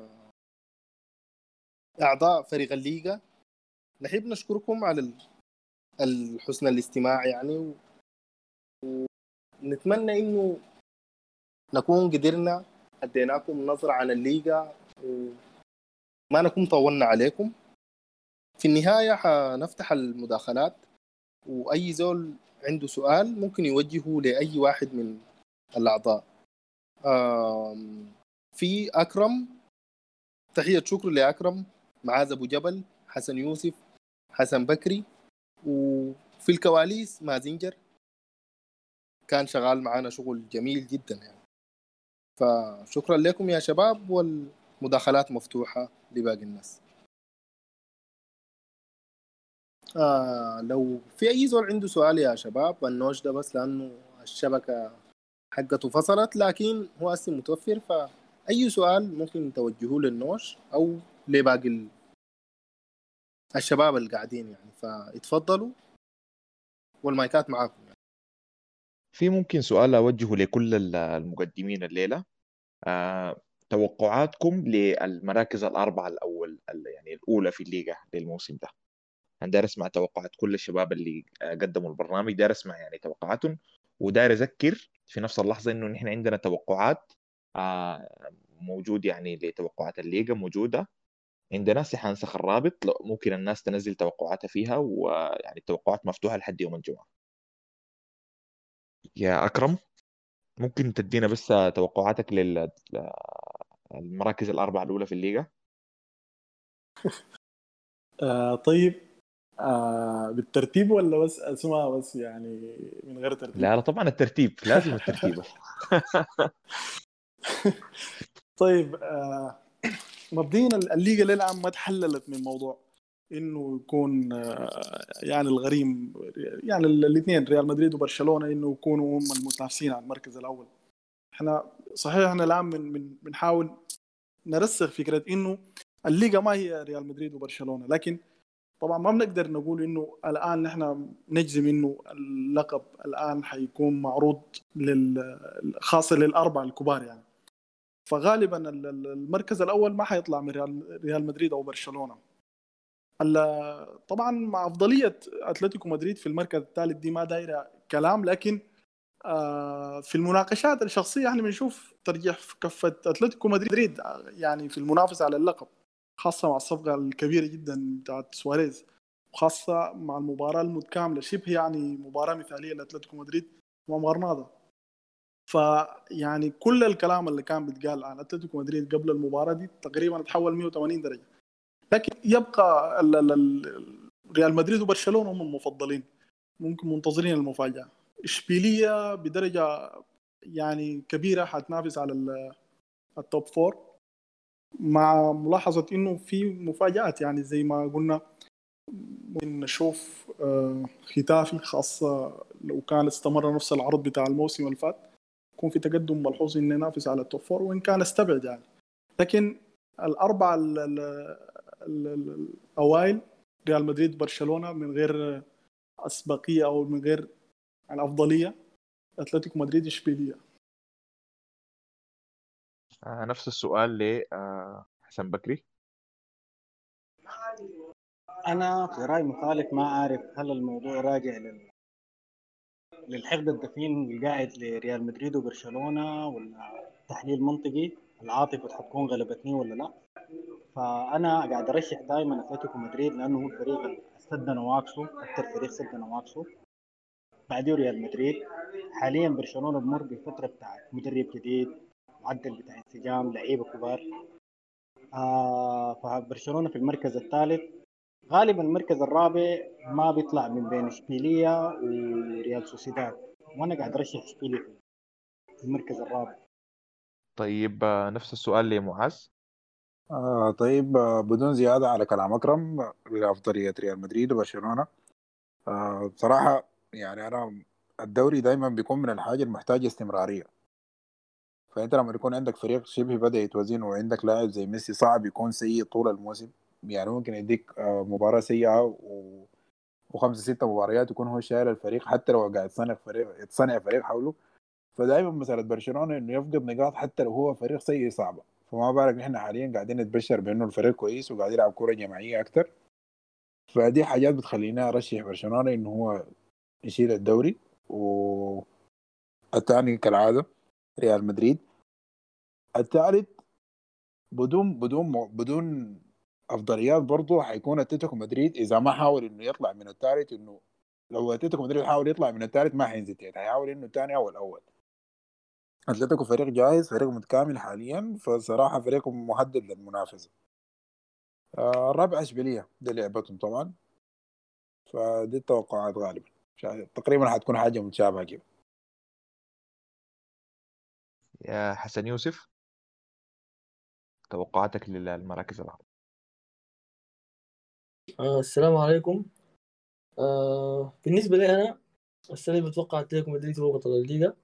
أعضاء فريق الليغا نحب نشكركم على الحسن الاستماع يعني. ونتمنى إنه نكون قدرنا أديناكم نظرة عن الليغا وما نكون طولنا عليكم. في النهاية حنفتح المداخلات وأي زول عنده سؤال ممكن يوجهه لأي واحد من الأعضاء. في أكرم، تحية شكر لأكرم، معاذ أبو جبل، حسن يوسف، حسن بكري، وفي الكواليس مازنجر كان شغال معنا شغل جميل جدا يعني. فشكرا لكم يا شباب والمداخلات مفتوحة لباقي الناس. لو في أي زول عنده سؤال يا شباب النوش ده بس لأنه الشبكة حقته فصلت لكن هو أصلا متوفر. فأي سؤال ممكن توجهوه للنوش أو لباقي الشباب اللي قاعدين يعني. فاتفضلوا والمايكات معاكم يعني. في ممكن سؤال أوجهه لكل المقدمين الليلة. توقعاتكم للمراكز الأربعة يعني الأولى في الليغا للموسم ده. أنا داير أسمع توقعات كل الشباب اللي قدموا البرنامج، داير أسمع يعني توقعاتهم، وداير أذكر في نفس اللحظة إنه نحن عندنا توقعات موجود يعني لتوقعات الليغا موجودة عندنا. سحنسخ الرابط ممكن الناس تنزل توقعاتها فيها، ويعني التوقعات مفتوحة لحد يوم الجمعة. يا أكرم ممكن تدينا بس توقعاتك للمراكز الأربعة الأولى في الليغا؟ طيب، بالترتيب ولا بس اسمها بس يعني من غير ترتيب؟ لا طبعا الترتيب لازم الترتيب. طيب، مبدئيا الليغا للعام ما تحللت من موضوع انه يكون يعني الغريم، يعني الاثنين ريال مدريد وبرشلونه انه يكونوا هم المتنافسين على المركز الاول. احنا صحيح احنا الان بنحاول نرسخ فكره انه الليغا ما هي ريال مدريد وبرشلونه، لكن طبعا ما بنقدر نقول انه الان نحن نجزم انه اللقب الان حيكون معروض خاصه للاربعه الكبار يعني. فغالبا المركز الاول ما حيطلع من ريال مدريد او برشلونه. طبعا مع افضليه اتلتيكو مدريد في المركز الثالث دي ما دايره كلام، لكن في المناقشات الشخصيه احنا بنشوف ترجيح في كفه اتلتيكو مدريد يعني في المنافسه على اللقب، خاصه مع الصفقه الكبيره جدا بتاعت سواريز، وخاصه مع المباراه المتكامله شبه يعني مباراه مثاليه لاتلتيكو مدريد امام غرناطه. فيعني كل الكلام اللي كان بيتقال عن اتلتيكو مدريد قبل المباراه دي تقريبا تحول 180 درجه. لكن يبقى ريال مدريد وبرشلونه هم المفضلين، ممكن منتظرين المفاجاه. اشبيليه بدرجه يعني كبيره حتنافس على التوب فور، مع ملاحظه انه في مفاجات يعني زي ما قلنا ممكن نشوف ختافي، خاصه لو كان استمر نفس العرض بتاع الموسم اللي فات يكون في تقدم ملحوظ انه ينافس على التوب فور، وان كان استبعد يعني. لكن الاربعه الاوائل ريال مدريد برشلونه من غير اسبقيه او من غير الافضليه اتلتيكو مدريد اشبيليه. نفس السؤال لحسن بكري. انا في رايي مخالف، ما عارف هل الموضوع راجع للحقد الدفين اللي قاعد لريال مدريد وبرشلونه، ولا تحليل منطقي العاطفه حتكون غلبتني ولا لا. فانا قاعد ارشح دائما اتلتيكو مدريد لانه هو الفريق اللي سد نواقصه، اكثر فريق سد نواقصه. بعديه ريال مدريد. حاليا برشلونه بمر بفتره بتاعت مدرب جديد، معدل بتاع انسجام، لعيبه كبار. فبرشلونه في المركز الثالث. غالبا المركز الرابع ما بيطلع من بين اشبيليه وريال سوسيداد، وانا قاعد ارشح اشبيليه في المركز الرابع. طيب نفس السؤال لمعاذ. طيب، بدون زيادة على كلام أكرم لأفضلية ريال مدريد وبرشلونة. بصراحة يعني أنا الدوري دايما بيكون من الحاجة المحتاجة استمرارية. فأنت لما يكون عندك فريق شبه بدأ يتوزن وعندك لاعب زي ميسي صعب يكون سيء طول الموسم. يعني ممكن يديك مباراة سيئة وخمسة ستة مباريات يكون هو شايل الفريق حتى لو قاعد يتصنع فريق حوله. فدائما مسألة برشلونة إنه يفقد نقاط حتى لو هو فريق سيء صعبة. فما بالك نحن حاليا قاعدين نتبشر بأنه الفريق كويس وقاعد يلعب كرة جماعية أكتر. فدي حاجات بتخليني أرشح برشلونة إنه هو يشيل الدوري. والثاني كالعادة ريال مدريد. الثالث بدون أفضليات برضه حيكون اتلتيكو مدريد إذا ما حاول إنه يطلع من الثالث. إنه لو اتلتيكو مدريد حاول يطلع من الثالث ما حينزل تاني، هيحاول إنه الثاني أو الأول. اتلتيكو فريق جاهز، فريق متكامل حاليا، فصراحة فريق مهدد للمنافسة. الرابع اشبيليه دي لعبتهم طبعا. فدي التوقعات غالبا تقريبا حتكون حاجة متشابهة كده. يا حسن يوسف توقعاتك للمراكز الأربعة. السلام عليكم. بالنسبة لي أنا السنة دي بتوقع أتلتيكو مدريد هو بطل الليغا،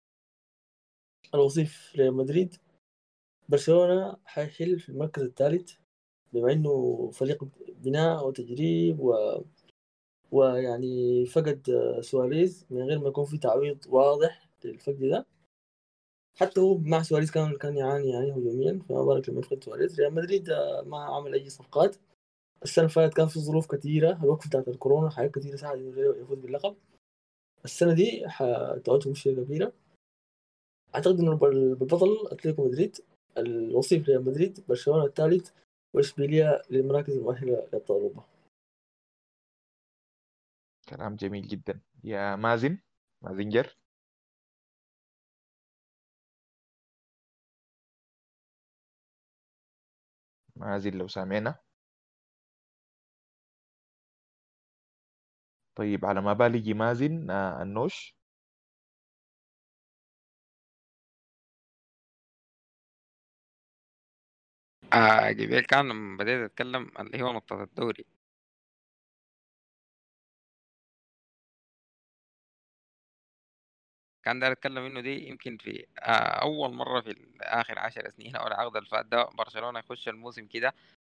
الوصيف ريال مدريد. برشلونة حيحل في المركز الثالث بما إنه فريق بناء وتجريب ويعني فقد سواريز من غير ما يكون في تعويض واضح للفقد ده. حتى هو مع سواريز كان يعاني هجوميا، فما بالك لما يفقد سواريز. ريال مدريد ما عمل اي صفقات. السنه اللي فاتت كان في ظروف كثيره، الوقت بتاعت الكورونا، حاجات كثيره ساعدت انه يفوز باللقب. السنه دي حتواجه مشكله كبيره. اعتقد انه البطل اتلتيكو مدريد، الوصيف ريال مدريد، برشلونه الثالث، واشبيليا للمراكز المؤهله لابطال اوروبا. كلام جميل جدا يا مازنجر. مازن لو سامعنا. طيب على ما بالي يجي مازن النوش. جبال كان لما بديت أتكلم اللي هو نقطة الدوري، كان داير أتكلم إنه دي يمكن في أول مرة في آخر 10 سنين أو العقد اللي فات ده برشلونة يخش الموسم كده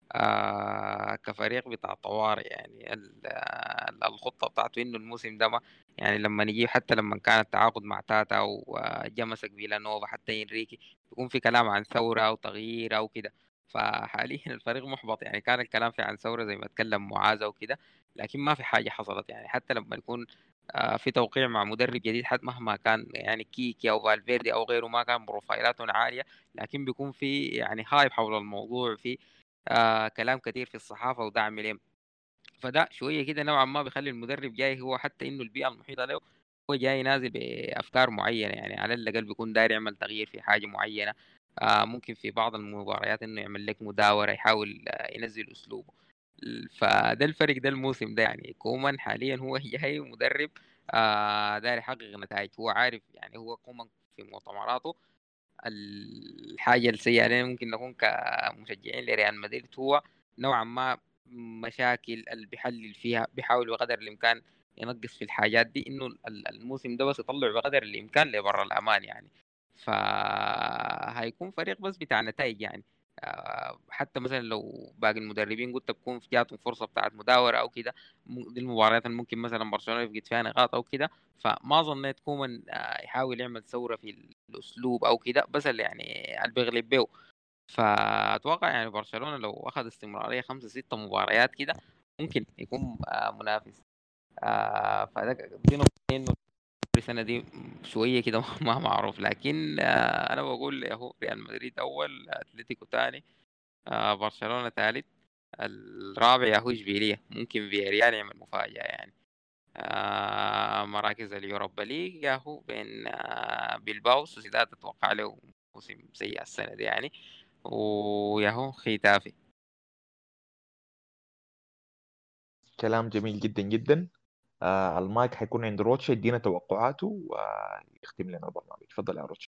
كفريق بتاع طوارئ. يعني الخطة بتاعته إنه الموسم ده ما يعني لما نجي حتى لما كان التعاقد مع تاتا وجمسك فيلانوفا حتى إنريكي يكون في كلام عن ثورة أو تغيير أو كده. فحاليا الفريق محبط. يعني كان الكلام في عن ثورة زي ما اتكلم معاذ وكده، لكن ما في حاجة حصلت. يعني حتى لما يكون في توقيع مع مدرب جديد، حتى مهما كان يعني كيكي أو فالفيردي أو غيره ما كان بروفايلاتهم عالية، لكن بيكون في يعني هايب حول الموضوع، في كلام كتير في الصحافة ودعم لهم. فده شوية كده نوعا ما بيخلي المدرب جاي هو حتى إنه البيئة المحيطة له هو جاي نازل بأفكار معينة. يعني على الأقل بيكون داير يعمل تغيير في حاجة معينة. ممكن في بعض المباريات إنه يعمل لك مداورة، يحاول ينزل أسلوبه. فده الفرق ده الموسم ده. يعني كومان حاليا هو جاي مدرب داير يحقق نتائج. هو عارف يعني هو كومان في مؤتمراته الحاجة السيئة علينا ممكن نكون كمشجعين لريال مدريد هو نوعا ما مشاكل اللي بيحلل فيها، بيحاول بقدر الإمكان ينقص في الحاجات دي، إنه الموسم ده بس يطلع بقدر الإمكان لبر الأمان. يعني فهيكون فريق بس بتاع نتائج. يعني حتى مثلا لو باقي المدربين قلت بكون في جاتهم فرصة بتاعت مداورة أو كده، دي المباريات اللي ممكن مثلا برشلونة يفقد فيها نقاط أو كده. فما ظنيت كومان يحاول يعمل ثورة في الأسلوب أو كده، بس اللي يعني اللي بيغلب بيه. فأتوقع يعني برشلونة لو أخذ استمرارية 5-6 مباريات كده ممكن يكون منافس. فده دي نقطة إنه السنة دي شوية كده ما معروف. لكن أنا بقول ياهو ريال مدريد أول، أتلتيكو تاني، برشلونة ثالث، الرابع ياهو إشبيلية. ممكن فياريال يعمل مفاجأة يعني. مراكز اليوروبا ليج ياهو بين بيلباو سوسيداد أتوقع له موسم سيء السنة دي يعني، وياهو ختافي. كلام جميل جدا جدا. المايك حيكون عند روتشا يدينا توقعاته ويختم لنا البرنامج. تفضل يا روتشا.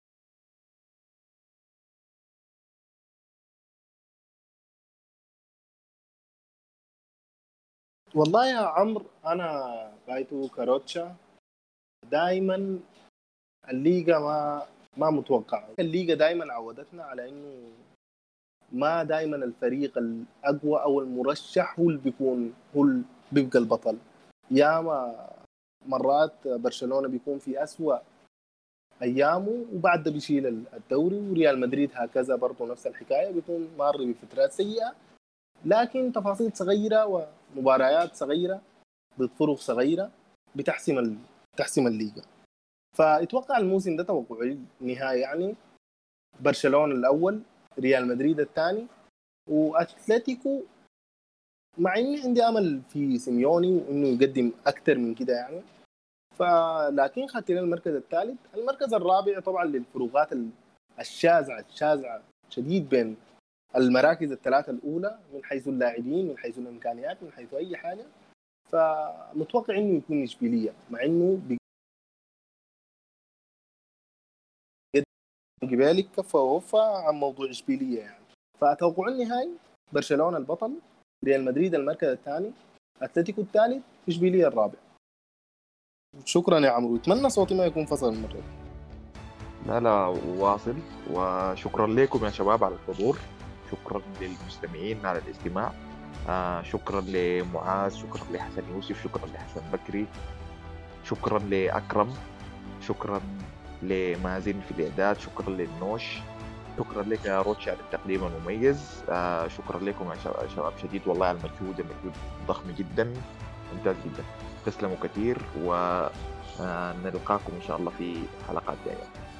والله يا عمرو انا بايتو كاروتشا دائما الليغا ما متوقع. الليغا دائما عودتنا على انه ما دائما الفريق الاقوى او المرشح هو اللي بيكون هو اللي بيبقى البطل. ياما مرات برشلونة بيكون في أسوأ ايامه وبعد ده بيشيل الدوري، وريال مدريد هكذا برضه نفس الحكايه، بيكون مار بفترات سيئه لكن تفاصيل صغيره ومباريات صغيره ضد فرق صغيره بتحسم الليغا. فاتوقع الموسم ده توقعي نهائي يعني برشلونه الاول، ريال مدريد الثاني، واتلتيكو مع اني عندي امل في سيميوني وانه يقدم اكثر من كده يعني. فلكن خدت لنا المركز الثالث. المركز الرابع طبعا للفروقات الشاذعه شديد بين المراكز الثلاثه الاولى من حيث اللاعبين، من حيث الامكانيات، من حيث اي حاجه. فمتوقع انه يكون اشبيليه، مع انه بالك كفى ووفى عن موضوع اشبيليه يعني. فاتوقع النهائي برشلونه البطل، ريال مدريد المركز الثاني، اتلتيكو الثالث، اشبيليه الرابع. شكرا يا عمرو، اتمنى صوتي ما يكون فصل المره دي. لا واصل. وشكرا لكم يا شباب على الحضور، شكرا للمستمعين على الاستماع. شكرا لمعاذ، شكرا لحسن يوسف، شكرا لحسن بكري، شكرا لأكرم، شكرا لمازن في الإعداد، شكرا للنوش، شكرا لك يا روتشي على التقديم المميز. شكرا لكم يا شباب شديد والله على المجهود ضخم جدا، ممتاز جدا. تسلموا كثير ونلقاكم إن شاء الله في حلقات جاية.